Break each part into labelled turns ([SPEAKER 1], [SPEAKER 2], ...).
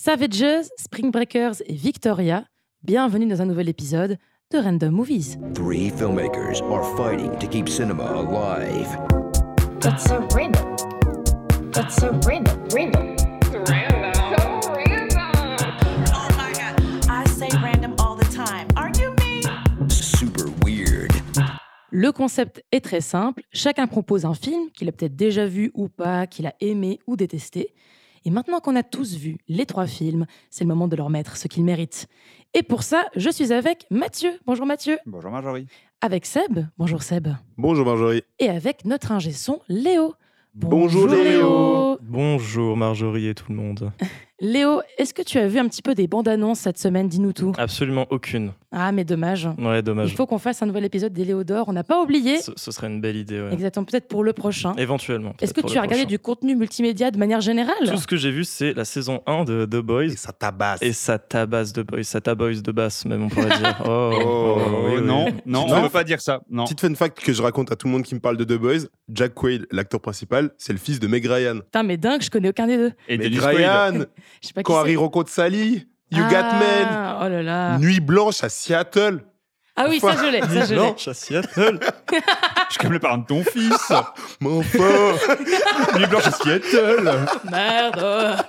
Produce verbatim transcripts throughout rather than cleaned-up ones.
[SPEAKER 1] Savages, Spring Breakers et Victoria, bienvenue dans un nouvel épisode de Random Movies.
[SPEAKER 2] Three filmmakers are fighting to keep cinema alive.
[SPEAKER 3] That's so random. That's so random. Random.
[SPEAKER 4] Random. So random.
[SPEAKER 5] Oh my god. I say random all the time. Are you me?
[SPEAKER 2] Super weird.
[SPEAKER 1] Le concept est très simple. Chacun propose un film qu'il a peut-être déjà vu ou pas, qu'il a aimé ou détesté. Et maintenant qu'on a tous vu les trois films, c'est le moment de leur mettre ce qu'ils méritent. Et pour ça, je suis avec Mathieu. Bonjour Mathieu.
[SPEAKER 6] Bonjour Marjorie.
[SPEAKER 1] Avec Seb. Bonjour Seb.
[SPEAKER 7] Bonjour Marjorie.
[SPEAKER 1] Et avec notre ingé son, Léo.
[SPEAKER 7] Bonjour Léo.
[SPEAKER 8] Bonjour Marjorie et tout le monde.
[SPEAKER 1] Léo, est-ce que tu as vu un petit peu des bandes annonces cette semaine? Dis-nous tout.
[SPEAKER 8] Absolument aucune.
[SPEAKER 1] Ah, mais dommage.
[SPEAKER 8] Ouais, dommage.
[SPEAKER 1] Il faut qu'on fasse un nouvel épisode des Léo d'Or. On n'a pas oublié.
[SPEAKER 8] Ce, ce serait une belle idée, ouais.
[SPEAKER 1] Exactement, peut-être pour le prochain.
[SPEAKER 8] Éventuellement.
[SPEAKER 1] Est-ce que tu as regardé du contenu multimédia de manière générale?
[SPEAKER 8] Tout ce que j'ai vu, c'est la saison un de The Boys.
[SPEAKER 7] Et ça tabasse.
[SPEAKER 8] Et ça tabasse The Boys. Ça tabasse de basse, même, on pourrait dire. Oh,
[SPEAKER 6] Oh,
[SPEAKER 8] oh, oui, oui.
[SPEAKER 6] non, non,
[SPEAKER 7] Non.
[SPEAKER 6] on ne peut pas dire ça. Non.
[SPEAKER 7] Petite fun fact que je raconte à tout le monde qui me parle de The Boys, Jack Quaid, l'acteur principal, c'est le fils de Meg Ryan.
[SPEAKER 1] Putain, mais dingue, je connais aucun des deux.
[SPEAKER 6] Et
[SPEAKER 7] Meg
[SPEAKER 6] Dennis
[SPEAKER 7] Ryan,
[SPEAKER 1] Je sais pas qui
[SPEAKER 7] quand
[SPEAKER 1] c'est.
[SPEAKER 7] Harry rencontre Sally, You Got Mail,
[SPEAKER 1] Ah, oh là là.
[SPEAKER 7] Nuit blanche à Seattle.
[SPEAKER 1] Ah oui, ça je l'ai, ça je l'ai.
[SPEAKER 8] Blanche à Seattle.
[SPEAKER 6] Je suis comme le parent de ton fils.
[SPEAKER 7] Mais enfin,
[SPEAKER 6] Nuit blanche à Seattle.
[SPEAKER 1] Merde.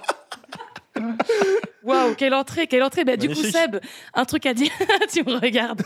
[SPEAKER 1] Waouh, quelle entrée, quelle entrée. Bah, du coup,
[SPEAKER 8] Magnifique.
[SPEAKER 1] Seb, un truc à dire. Tu me regardes.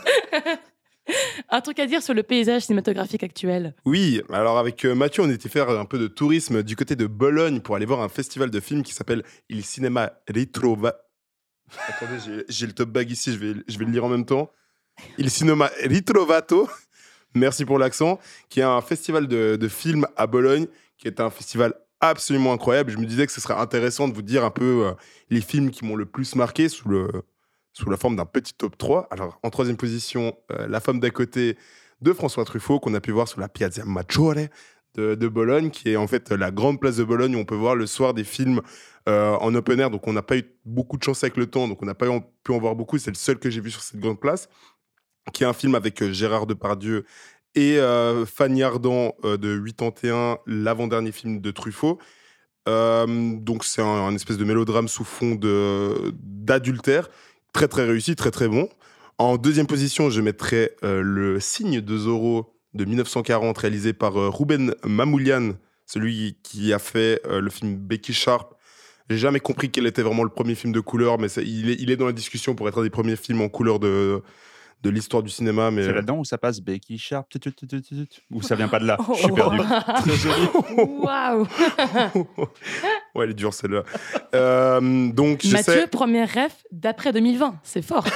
[SPEAKER 1] Un truc à dire sur le paysage cinématographique actuel.
[SPEAKER 7] oui, alors avec euh, Mathieu, on était faire un peu de tourisme du côté de Bologne pour aller voir un festival de films qui s'appelle Il Cinema Ritrova... Attendez, j'ai, j'ai le top bag ici, je vais, je vais le lire en même temps. Il Cinema Ritrovato, merci pour l'accent, qui est un festival de, de films à Bologne, qui est un festival absolument incroyable. Je me disais que ce serait intéressant de vous dire un peu euh, les films qui m'ont le plus marqué sous, le, sous la forme d'un petit top trois. Alors, en troisième position, euh, La femme d'à côté de François Truffaut, qu'on a pu voir sur la Piazza Maggiore de, de Bologne, qui est en fait la grande place de Bologne où on peut voir le soir des films euh, en open air. Donc, on n'a pas eu beaucoup de chance avec le temps, donc on n'a pas eu- pu en voir beaucoup. C'est le seul que j'ai vu sur cette grande place, qui est un film avec euh, Gérard Depardieu et euh, Fanny Ardant euh, de quatre-vingt-un, l'avant-dernier film de Truffaut. Euh, donc c'est un, un espèce de mélodrame sous fond de, d'adultère, très très réussi, très très bon. En deuxième position, je mettrais euh, Le Signe de Zorro de dix-neuf cent quarante, réalisé par euh, Ruben Mamoulian, celui qui a fait euh, le film Becky Sharp. J'ai jamais compris quel était vraiment le premier film de couleur, mais ça- il, est, il est dans la discussion pour être un des premiers films en couleur de, de l'histoire du cinéma. Mais
[SPEAKER 6] C'est là-dedans où ça passe Becky Sharp. tut, tut, tut, tut, tut, Ou ça vient pas de là.
[SPEAKER 1] Oh,
[SPEAKER 6] Je suis
[SPEAKER 1] oh.
[SPEAKER 6] perdu.
[SPEAKER 7] très joli.
[SPEAKER 1] Waouh.
[SPEAKER 7] Ouais, elle est dure celle-là. Euh, donc je
[SPEAKER 1] Mathieu,
[SPEAKER 7] sais.
[SPEAKER 1] première ref d'après deux mille vingt. C'est fort.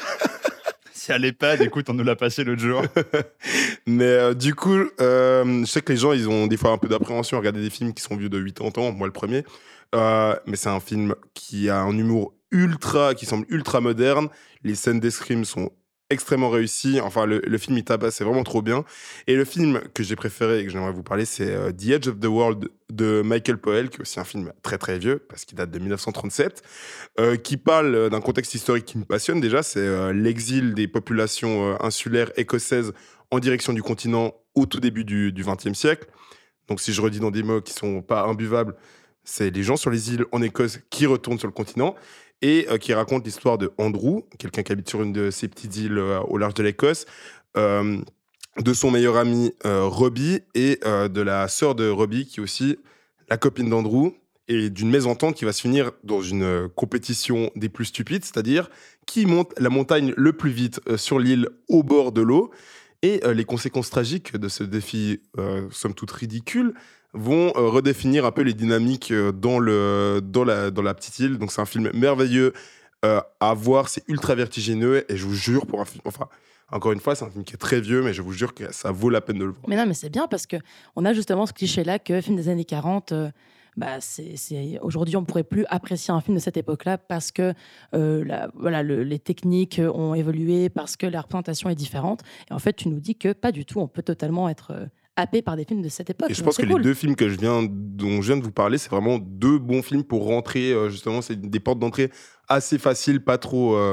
[SPEAKER 6] C'est à l'EHPAD, écoute, on nous l'a passé l'autre jour.
[SPEAKER 7] Mais euh, du coup, euh, je sais que les gens, ils ont des fois un peu d'appréhension à regarder des films qui sont vieux de quatre-vingts ans, moi le premier. Euh, mais c'est un film qui a un humour ultra, qui semble ultra moderne. Les scènes d'escrime sont extrêmement réussies. Enfin, le, le film, il tabasse, c'est vraiment trop bien. Et le film que j'ai préféré et que j'aimerais vous parler, c'est euh, The Edge of the World de Michael Powell, qui est aussi un film très très vieux, parce qu'il date de dix-neuf cent trente-sept, euh, qui parle euh, d'un contexte historique qui me passionne déjà. C'est euh, l'exil des populations euh, insulaires écossaises en direction du continent au tout début du vingtième siècle. Donc si je redis dans des mots qui sont pas imbuvables, c'est les gens sur les îles en Écosse qui retournent sur le continent et euh, qui racontent l'histoire de Andrew, quelqu'un qui habite sur une de ces petites îles euh, au large de l'Écosse, euh, de son meilleur ami euh, Robbie et euh, de la sœur de Robbie qui est aussi la copine d'Andrew, et d'une mésentente qui va se finir dans une euh, compétition des plus stupides, c'est-à-dire qui monte la montagne le plus vite euh, sur l'île au bord de l'eau. Et euh, les conséquences tragiques de ce défi, euh, somme toute ridicule, vont euh, redéfinir un peu les dynamiques euh, dans, le, dans, la, dans la petite île. Donc c'est un film merveilleux euh, à voir, c'est ultra vertigineux, et je vous jure, pour un film, enfin, encore une fois, c'est un film qui est très vieux, mais je vous jure que ça vaut la peine de le voir.
[SPEAKER 1] Mais non, mais c'est bien parce qu'on a justement ce cliché-là que film des années quarante, euh, bah, c'est, c'est... aujourd'hui, on ne pourrait plus apprécier un film de cette époque-là parce que euh, la, voilà, le, les techniques ont évolué, parce que la représentation est différente. Et en fait, tu nous dis que pas du tout, on peut totalement être euh, happé par des films de cette époque.
[SPEAKER 7] Et je
[SPEAKER 1] Donc
[SPEAKER 7] pense
[SPEAKER 1] c'est
[SPEAKER 7] que
[SPEAKER 1] cool.
[SPEAKER 7] les deux films que je viens, dont je viens de vous parler, c'est vraiment deux bons films pour rentrer. euh, justement, c'est des portes d'entrée assez faciles, pas trop, euh,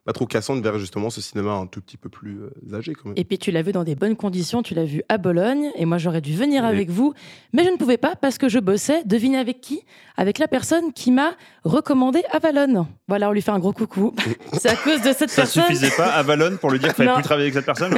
[SPEAKER 7] pas trop cassante vers justement ce cinéma un tout petit peu plus euh, âgé quand même.
[SPEAKER 1] Et puis tu l'as vu dans des bonnes conditions, tu l'as vu à Bologne, et moi j'aurais dû venir
[SPEAKER 7] Oui.
[SPEAKER 1] avec vous, mais je ne pouvais pas parce que je bossais, devinez avec qui ? Avec la personne qui m'a recommandé Avalon. Voilà, on lui fait un gros coucou. C'est à cause de cette
[SPEAKER 6] Ça
[SPEAKER 1] personne.
[SPEAKER 6] suffisait pas à Valon pour lui dire qu'il fallait
[SPEAKER 1] Non.
[SPEAKER 6] plus travailler avec cette personne.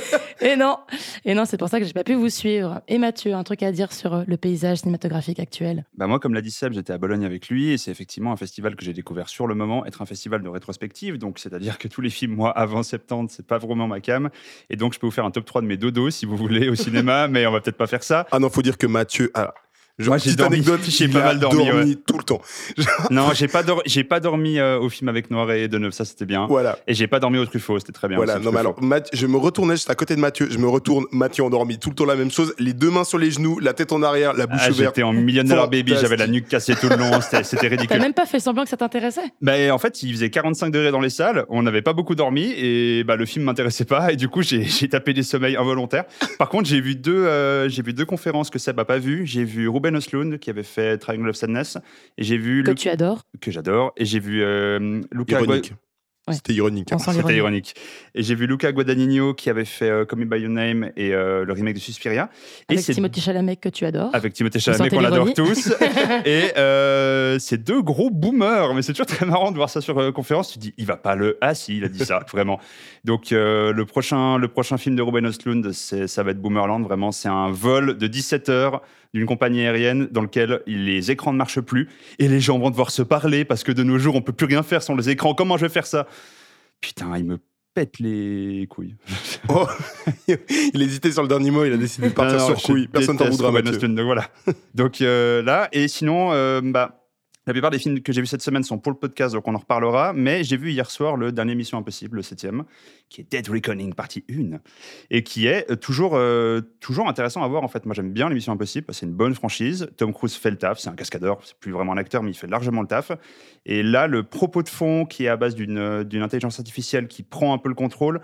[SPEAKER 1] Et non, et non, c'est pour ça que j'ai pas pu vous suivre. Et Mathieu, un truc à dire sur le paysage cinématographique actuel ?
[SPEAKER 6] Bah moi, comme l'a dit Seb, j'étais à Bologne avec lui et c'est effectivement un festival que j'ai découvert sur le moment, être un festival de rétrospective. Donc, c'est-à-dire que tous les films, moi, avant septembre, c'est pas vraiment ma cam. Et donc, je peux vous faire un top trois de mes dodos si vous voulez au cinéma, mais on va peut-être pas faire ça.
[SPEAKER 7] Ah non, faut dire que Mathieu. Ah, genre,
[SPEAKER 6] Moi, j'ai
[SPEAKER 7] petite
[SPEAKER 6] dormi.
[SPEAKER 7] anecdote,
[SPEAKER 6] J'ai
[SPEAKER 7] il
[SPEAKER 6] pas
[SPEAKER 7] a
[SPEAKER 6] mal dormi, ouais.
[SPEAKER 7] tout le temps.
[SPEAKER 6] Non, j'ai pas, dor- j'ai pas dormi euh, au film avec Noir et Deneuve, ça c'était bien.
[SPEAKER 7] Voilà.
[SPEAKER 6] Et j'ai pas dormi au Truffaut, c'était très bien.
[SPEAKER 7] Voilà,
[SPEAKER 6] aussi,
[SPEAKER 7] non mais
[SPEAKER 6] Truffaut.
[SPEAKER 7] alors, Math- je me retournais, j'étais à côté de Mathieu, je me retourne, Mathieu endormi, tout le temps la même chose, les deux mains sur les genoux, la tête en arrière, la bouche
[SPEAKER 6] Ah,
[SPEAKER 7] ouverte.
[SPEAKER 6] j'étais en Million Dollar Baby,
[SPEAKER 7] Fantastique.
[SPEAKER 6] j'avais la nuque cassée tout le long, c'était, c'était
[SPEAKER 1] T'as
[SPEAKER 6] ridicule.
[SPEAKER 1] même pas fait semblant que ça t'intéressait ?
[SPEAKER 6] Bah, en fait, il faisait quarante-cinq degrés dans les salles, on n'avait pas beaucoup dormi et bah, le film m'intéressait pas et du coup j'ai, j'ai tapé des sommeils involontaires. Par contre, j'ai vu deux, euh, j'ai vu deux conférences que Seb a pas vues. J'ai vu Ruben Östlund qui avait fait Triangle of Sadness et j'ai vu
[SPEAKER 1] Que
[SPEAKER 6] Lu-
[SPEAKER 1] tu adores.
[SPEAKER 6] que j'adore et j'ai vu euh, Luca Gua-
[SPEAKER 7] Ironique.
[SPEAKER 1] Ouais.
[SPEAKER 7] C'était ironique.
[SPEAKER 1] On sent
[SPEAKER 6] C'était
[SPEAKER 1] l'ironie.
[SPEAKER 6] ironique. Et j'ai vu Luca Guadagnino qui avait fait euh, Call Me By Your Name et euh, le remake de Suspiria. Et
[SPEAKER 1] Avec
[SPEAKER 6] c'est
[SPEAKER 1] Timothée Chalamet que tu adores.
[SPEAKER 6] avec Timothée
[SPEAKER 1] Vous
[SPEAKER 6] Chalamet
[SPEAKER 1] sentez
[SPEAKER 6] qu'on adore
[SPEAKER 1] l'ironie
[SPEAKER 6] tous. Et euh, c'est deux gros boomers. Mais c'est toujours très marrant de voir ça sur euh, conférence. Tu te dis, il va pas le... Ah si, il a dit ça, vraiment. Donc euh, le, prochain, le prochain film de Ruben Östlund, c'est, ça va être Boomerland. Vraiment, c'est un vol de dix-sept heures d'une compagnie aérienne dans lequel les écrans ne marchent plus. Et les gens vont devoir se parler parce que de nos jours, on peut plus rien faire sans les écrans. Comment je vais faire ça ? Putain, il me pète les couilles.
[SPEAKER 7] Oh, il hésitait sur le dernier mot, il a décidé de partir
[SPEAKER 6] Non, non,
[SPEAKER 7] sur
[SPEAKER 6] je
[SPEAKER 7] couille. Personne t'en
[SPEAKER 6] déteste
[SPEAKER 7] voudra,
[SPEAKER 6] Ruben
[SPEAKER 7] Mathieu.
[SPEAKER 6] Östlund, donc voilà. Donc euh, là, et sinon, euh, bah, la plupart des films que j'ai vus cette semaine sont pour le podcast, donc on en reparlera. Mais j'ai vu hier soir le dernier Mission Impossible, le septième, qui est Dead Reckoning, partie un, et qui est euh, toujours, euh, toujours intéressant à voir, en fait. Moi, j'aime bien les Missions Impossibles, c'est une bonne franchise. Tom Cruise fait le taf, c'est un cascadeur, c'est plus vraiment un acteur, mais il fait largement le taf. Et là, le propos de fond, qui est à base d'une, euh, d'une intelligence artificielle qui prend un peu le contrôle,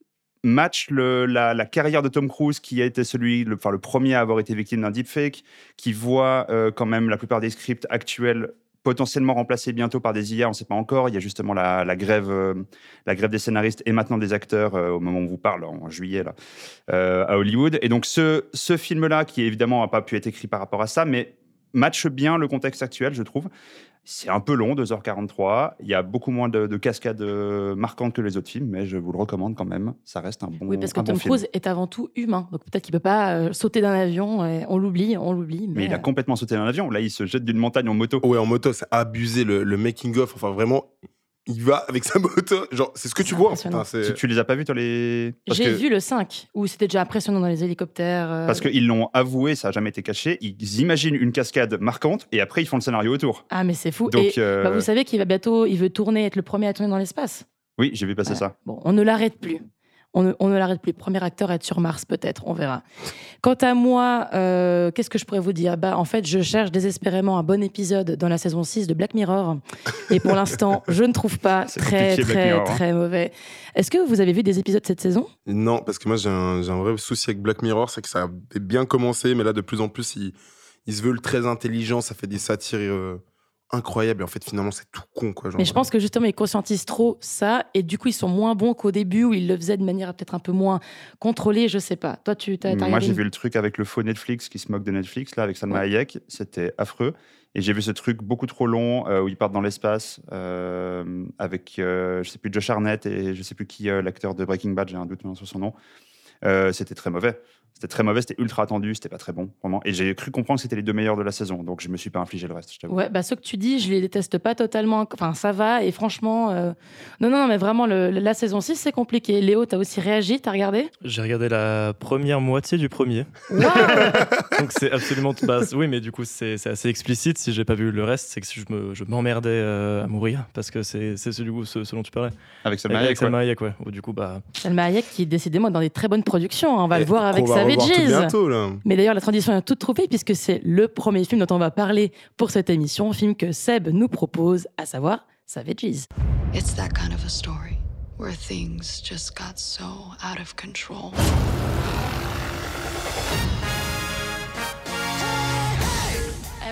[SPEAKER 6] match le, la, la carrière de Tom Cruise, qui a été celui, le, enfin, le premier à avoir été victime d'un deepfake, qui voit euh, quand même la plupart des scripts actuels potentiellement remplacés bientôt par des I A, on ne sait pas encore. Il y a justement la, la, grève, euh, la grève des scénaristes et maintenant des acteurs euh, au moment où on vous parle, en juillet, là, euh, à Hollywood. Et donc ce, ce film-là, qui évidemment n'a pas pu être écrit par rapport à ça, mais matche bien le contexte actuel, je trouve. C'est un peu long, deux heures quarante-trois. Il y a beaucoup moins de, de cascades euh, marquantes que les autres films, mais je vous le recommande quand même. Ça reste un bon
[SPEAKER 1] Oui, parce que
[SPEAKER 6] un bon
[SPEAKER 1] Tom
[SPEAKER 6] film.
[SPEAKER 1] Cruise est avant tout humain. Donc peut-être qu'il peut pas euh, sauter d'un avion. Et on l'oublie, on l'oublie. Mais,
[SPEAKER 6] Mais il a complètement sauté d'un avion. Là, il se jette d'une montagne en moto.
[SPEAKER 7] Ouais, en moto, c'est abusé, le, le making-of. Enfin, vraiment, il va avec sa moto. Genre, c'est ce que tu vois.
[SPEAKER 1] impressionnant.
[SPEAKER 7] Enfin,
[SPEAKER 6] Tu,
[SPEAKER 7] c'est...
[SPEAKER 6] tu les as pas vus, toi, les... Parce
[SPEAKER 1] J'ai
[SPEAKER 6] que,
[SPEAKER 1] vu le cinq, où c'était déjà impressionnant dans les hélicoptères. euh,
[SPEAKER 6] Parce qu'ils l'ont avoué, ça n'a jamais été caché. Ils imaginent une cascade marquante et après, ils font le scénario autour.
[SPEAKER 1] Ah, mais c'est fou.
[SPEAKER 6] Donc,
[SPEAKER 1] Et
[SPEAKER 6] euh,
[SPEAKER 1] bah, vous savez qu'il va bientôt, il veut tourner, être le premier à tourner dans l'espace.
[SPEAKER 6] Oui, j'ai vu passer
[SPEAKER 1] Ouais.
[SPEAKER 6] ça.
[SPEAKER 1] Bon, on ne l'arrête plus. On ne, on ne l'arrête plus. Premier acteur à être sur Mars, peut-être, on verra. Quant à moi, euh, qu'est-ce que je pourrais vous dire ? Bah, en fait, je cherche désespérément un bon épisode dans la saison six de Black Mirror. Et pour l'instant, je ne trouve pas
[SPEAKER 6] C'est
[SPEAKER 1] très,
[SPEAKER 6] compliqué, Black
[SPEAKER 1] très,
[SPEAKER 6] Mirror, hein.
[SPEAKER 1] très mauvais. Est-ce que vous avez vu des épisodes cette saison ?
[SPEAKER 7] Non, parce que moi, j'ai un, j'ai un vrai souci avec Black Mirror, c'est que ça a bien commencé, mais là, de plus en plus, ils, ils se veulent très intelligents, ça fait des satires euh, incroyables, et en fait, finalement, c'est tout con, quoi. Genre,
[SPEAKER 1] Mais je pense que justement, ils conscientisent trop ça, et du coup, ils sont moins bons qu'au début, où ils le faisaient de manière peut-être un peu moins contrôlée, je sais pas. Toi, tu t'as, t'as
[SPEAKER 6] Moi,
[SPEAKER 1] regardé
[SPEAKER 6] j'ai
[SPEAKER 1] une-
[SPEAKER 6] vu le truc avec le faux Netflix qui se moque de Netflix, là, avec Salma
[SPEAKER 1] Ouais.
[SPEAKER 6] Hayek. C'était affreux. Et j'ai vu ce truc beaucoup trop long euh, où ils partent dans l'espace euh, avec, euh, je sais plus, Josh Hartnett et je sais plus qui, euh, l'acteur de Breaking Bad, j'ai un doute maintenant sur son nom. Euh, c'était très mauvais. C'était très mauvais, c'était ultra attendu, c'était pas très bon, vraiment. Et j'ai cru comprendre que c'était les deux meilleurs de la saison, donc je me suis pas infligé le reste, je t'avoue.
[SPEAKER 1] Ouais, bah ceux que tu dis, je les déteste pas totalement. Enfin, ça va, et franchement... euh, Non, non, non, mais vraiment, le- la saison six, c'est compliqué. Léo, t'as aussi réagi, t'as regardé ?
[SPEAKER 8] J'ai regardé la première moitié du premier.
[SPEAKER 1] Waouh.
[SPEAKER 8] Donc c'est absolument tout basse. Oui, mais du coup, c'est c'est assez explicite. Si j'ai pas vu le reste, c'est que si je me- je m'emmerdais euh, à mourir. Parce que c'est c'est celui où- ce, ce dont tu parlais.
[SPEAKER 6] Avec Salma
[SPEAKER 8] Avec
[SPEAKER 6] Hayek,
[SPEAKER 8] Salma
[SPEAKER 6] ouais.
[SPEAKER 8] Hayek, ouais. Où du coup, bah.
[SPEAKER 1] Salma Hayek, qui est décidément dans des très bonnes productions. hein. On va
[SPEAKER 7] et
[SPEAKER 1] le voir
[SPEAKER 7] qu'on
[SPEAKER 1] avec
[SPEAKER 7] va revoir tout
[SPEAKER 1] Savages.
[SPEAKER 7] bientôt, là.
[SPEAKER 1] Mais d'ailleurs, la transition est toute trouvée, puisque c'est le premier film dont on va parler pour cette émission, film que Seb nous propose, à savoir Savages.
[SPEAKER 9] It's that kind of a story where things just got so out of control.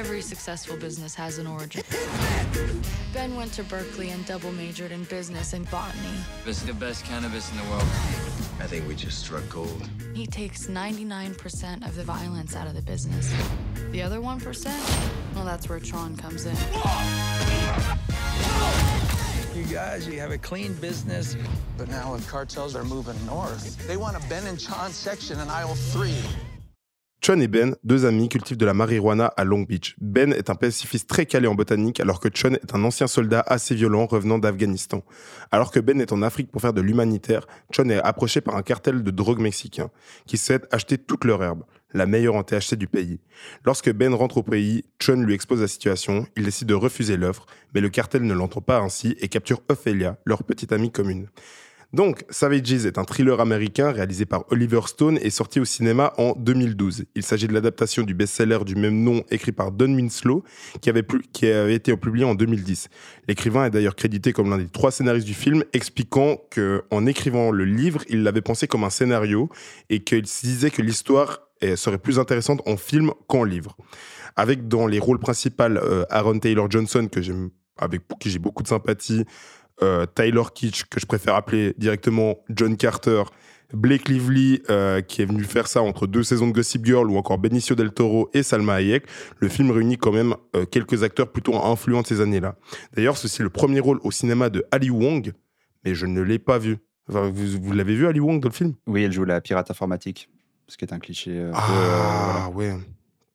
[SPEAKER 9] Every successful business has an origin. Ben went to Berkeley and double majored in business and botany.
[SPEAKER 10] This is the best cannabis in the world. I think we just struck gold.
[SPEAKER 9] He takes ninety-nine percent of the violence out of the business. The other one percent? Well, that's where Tron comes in.
[SPEAKER 10] You guys, you have a clean business, but now with cartels are moving north. They want a Ben and Chon section in aisle three.
[SPEAKER 7] Chon et Ben, deux amis, cultivent de la marijuana à Long Beach. Ben est un pacifiste très calé en botanique, alors que Chon est un ancien soldat assez violent revenant d'Afghanistan. Alors que Ben est en Afrique pour faire de l'humanitaire, Chon est approché par un cartel de drogue mexicain, qui souhaite acheter toute leur herbe, la meilleure en T H C du pays. Lorsque Ben rentre au pays, Chon lui expose la situation, il décide de refuser l'offre, mais le cartel ne l'entend pas ainsi et capture Ophelia, leur petite amie commune. Donc, Savages est un thriller américain réalisé par Oliver Stone et sorti au cinéma en deux mille douze. Il s'agit de l'adaptation du best-seller du même nom écrit par Don Winslow qui avait, pu- qui avait été publié en deux mille dix. L'écrivain est d'ailleurs crédité comme l'un des trois scénaristes du film, expliquant qu'en écrivant le livre, il l'avait pensé comme un scénario et qu'il se disait que l'histoire serait plus intéressante en film qu'en livre. Avec dans les rôles principaux euh, Aaron Taylor Johnson, que j'aime, avec pour qui j'ai beaucoup de sympathie, Euh, Tyler Kitsch, que je préfère appeler directement John Carter, Blake Lively, euh, qui est venu faire ça entre deux saisons de Gossip Girl, ou encore Benicio del Toro et Salma Hayek. Le film réunit quand même euh, quelques acteurs plutôt influents de ces années-là. D'ailleurs, c'est aussi le premier rôle au cinéma de Ali Wong, mais je ne l'ai pas vu. Enfin, vous, vous l'avez vu, Ali Wong, dans le film ?
[SPEAKER 6] Oui, elle joue la pirate informatique, ce qui est un cliché. Euh,
[SPEAKER 7] Ah,
[SPEAKER 6] peu, euh,
[SPEAKER 7] ouais.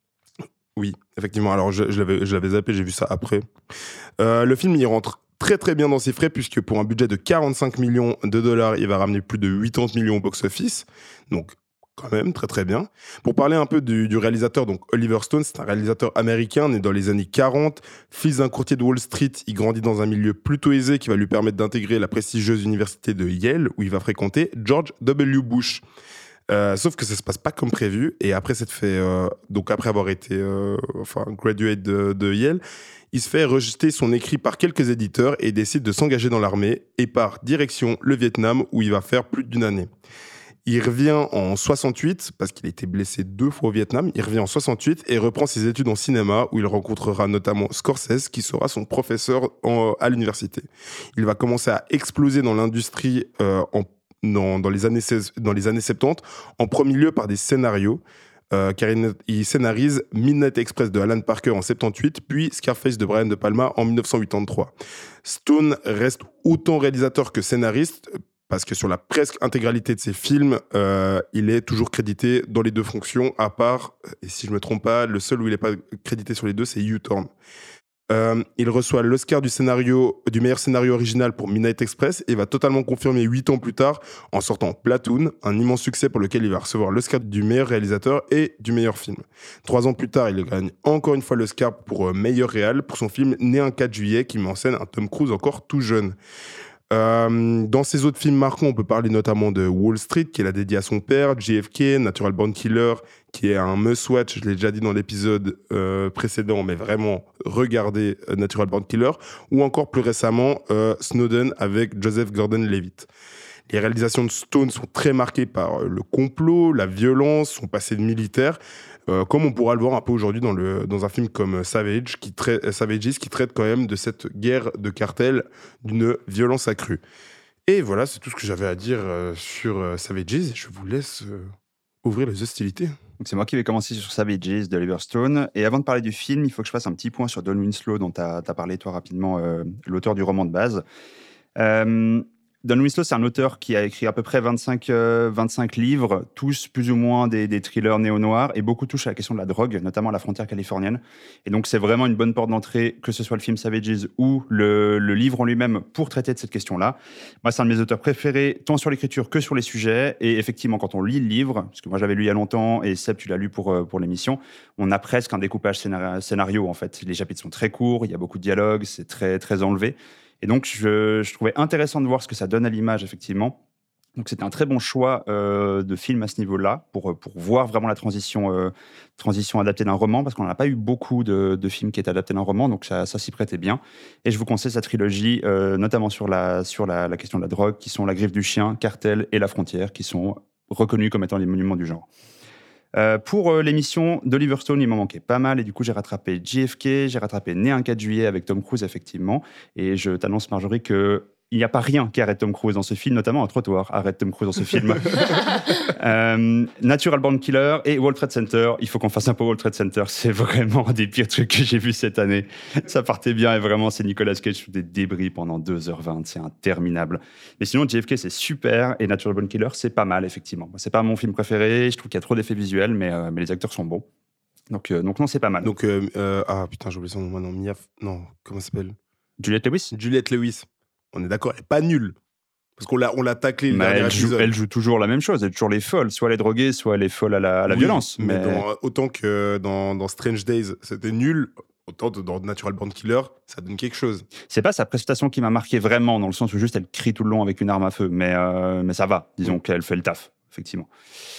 [SPEAKER 7] Oui, effectivement. Alors, je, je, l'avais, je l'avais zappé, j'ai vu ça après. Euh, le film, il rentre très très bien dans ses frais, puisque pour un budget de quarante-cinq millions de dollars, il va ramener plus de quatre-vingts millions au box-office. Donc, quand même, très très bien. Pour parler un peu du, du réalisateur, donc Oliver Stone, c'est un réalisateur américain, né dans les années quarante, fils d'un courtier de Wall Street, il grandit dans un milieu plutôt aisé qui va lui permettre d'intégrer la prestigieuse université de Yale, où il va fréquenter George W. Bush. Euh, sauf que ça se passe pas comme prévu, et après s'être fait, euh, donc après avoir été, euh, enfin, graduate de, de Yale, il se fait rejeter son écrit par quelques éditeurs et décide de s'engager dans l'armée et part direction le Vietnam où il va faire plus d'une année. Il revient en soixante-huit, parce qu'il a été blessé deux fois au Vietnam, il revient en soixante-huit et reprend ses études en cinéma où il rencontrera notamment Scorsese qui sera son professeur en, à l'université. Il va commencer à exploser dans l'industrie euh, en, dans, dans, les années seize, dans les années soixante-dix, en premier lieu par des scénarios. Euh, car il, il scénarise Midnight Express de Alan Parker en soixante-dix-huit, puis Scarface de Brian De Palma en dix-neuf cent quatre-vingt-treize. Stone reste autant réalisateur que scénariste, parce que sur la presque intégralité de ses films, euh, il est toujours crédité dans les deux fonctions, à part, et si je ne me trompe pas, le seul où il n'est pas crédité sur les deux, c'est U-Turn. Euh, il reçoit l'Oscar du scénario, du meilleur scénario original pour Midnight Express et va totalement confirmer huit ans plus tard en sortant Platoon, un immense succès pour lequel il va recevoir l'Oscar du meilleur réalisateur et du meilleur film. Trois ans plus tard, il gagne encore une fois l'Oscar pour euh, meilleur réal pour son film Né un quatre juillet qui met en scène un Tom Cruise encore tout jeune. Euh, dans ses autres films marquants, on peut parler notamment de Wall Street, qui est la dédiée à son père, J F K, Natural Born Killer, qui est un must-watch, je l'ai déjà dit dans l'épisode euh, précédent, mais vraiment, regardez euh, Natural Born Killer, ou encore plus récemment, euh, Snowden avec Joseph Gordon-Levitt. Les réalisations de Stone sont très marquées par le complot, la violence, son passé de militaire, euh, comme on pourra le voir un peu aujourd'hui dans, le, dans un film comme Savage, qui traite, Savages, qui traite quand même de cette guerre de cartel d'une violence accrue. Et voilà, c'est tout ce que j'avais à dire euh, sur euh, Savages. Je vous laisse euh, ouvrir les hostilités.
[SPEAKER 6] Donc c'est moi qui vais commencer sur Savages de Oliver Stone. Et avant de parler du film, il faut que je fasse un petit point sur Don Winslow, dont tu as parlé toi rapidement, euh, l'auteur du roman de base. Euh, Don Winslow, c'est un auteur qui a écrit à peu près vingt-cinq, euh, vingt-cinq livres, tous plus ou moins des, des thrillers néo-noirs, et beaucoup touchent à la question de la drogue, notamment à la frontière californienne. Et donc, c'est vraiment une bonne porte d'entrée, que ce soit le film Savages ou le, le livre en lui-même, pour traiter de cette question-là. Moi, c'est un de mes auteurs préférés, tant sur l'écriture que sur les sujets. Et effectivement, quand on lit le livre, parce que moi, j'avais lu il y a longtemps, et Seb, tu l'as lu pour, pour l'émission, on a presque un découpage scénario, scénario, en fait. Les chapitres sont très courts, il y a beaucoup de dialogues, c'est très, très enlevé. Et donc, je, je trouvais intéressant de voir ce que ça donne à l'image, effectivement. Donc, c'était un très bon choix euh, de film à ce niveau-là, pour, pour voir vraiment la transition, euh, transition adaptée d'un roman, parce qu'on n'a pas eu beaucoup de, de films qui étaient adaptés d'un roman, donc ça, ça s'y prêtait bien. Et je vous conseille sa trilogie, euh, notamment sur, la, sur la, la question de la drogue, qui sont La Griffe du Chien, Cartel et La Frontière, qui sont reconnus comme étant les monuments du genre. Euh, pour euh, l'émission d'Oliver Stone, il m'en manquait pas mal et du coup j'ai rattrapé J F K, j'ai rattrapé Né un quatre juillet avec Tom Cruise effectivement et je t'annonce Marjorie que il n'y a pas rien qui arrête Tom Cruise dans ce film, notamment un trottoir arrête Tom Cruise dans ce film. euh, Natural Born Killer et World Trade Center. Il faut qu'on fasse un peu World Trade Center. C'est vraiment un des pires trucs que j'ai vus cette année. Ça partait bien et vraiment, c'est Nicolas Cage sous des débris pendant deux heures vingt. C'est interminable. Mais sinon, J F K, c'est super et Natural Born Killer, c'est pas mal, effectivement. C'est pas mon film préféré. Je trouve qu'il y a trop d'effets visuels, mais, euh, mais les acteurs sont bons. Donc, euh, donc non, c'est pas mal.
[SPEAKER 7] Donc, euh, euh, ah putain, j'ai oublié son nom maintenant. Mia. Non, comment ça s'appelle
[SPEAKER 6] Juliette Lewis
[SPEAKER 7] Juliette Lewis. On est d'accord, elle est pas nulle. Parce qu'on l'a, on l'a taclé le
[SPEAKER 6] mais
[SPEAKER 7] dernier
[SPEAKER 6] elle joue,
[SPEAKER 7] épisode.
[SPEAKER 6] elle joue toujours la même chose. Elle est toujours les folles. Soit elle est droguée, soit elle est folle à la, à la
[SPEAKER 7] Oui,
[SPEAKER 6] violence.
[SPEAKER 7] Mais,
[SPEAKER 6] Mais,
[SPEAKER 7] dans- autant que dans, dans Strange Days, c'était nul, autant que dans Natural Born Killer, ça donne quelque chose.
[SPEAKER 6] c'est pas sa prestation qui m'a marqué vraiment, dans le sens où juste elle crie tout le long avec une arme à feu. Mais, euh, mais ça va. Disons
[SPEAKER 7] Mm.
[SPEAKER 6] qu'elle fait le taf, effectivement.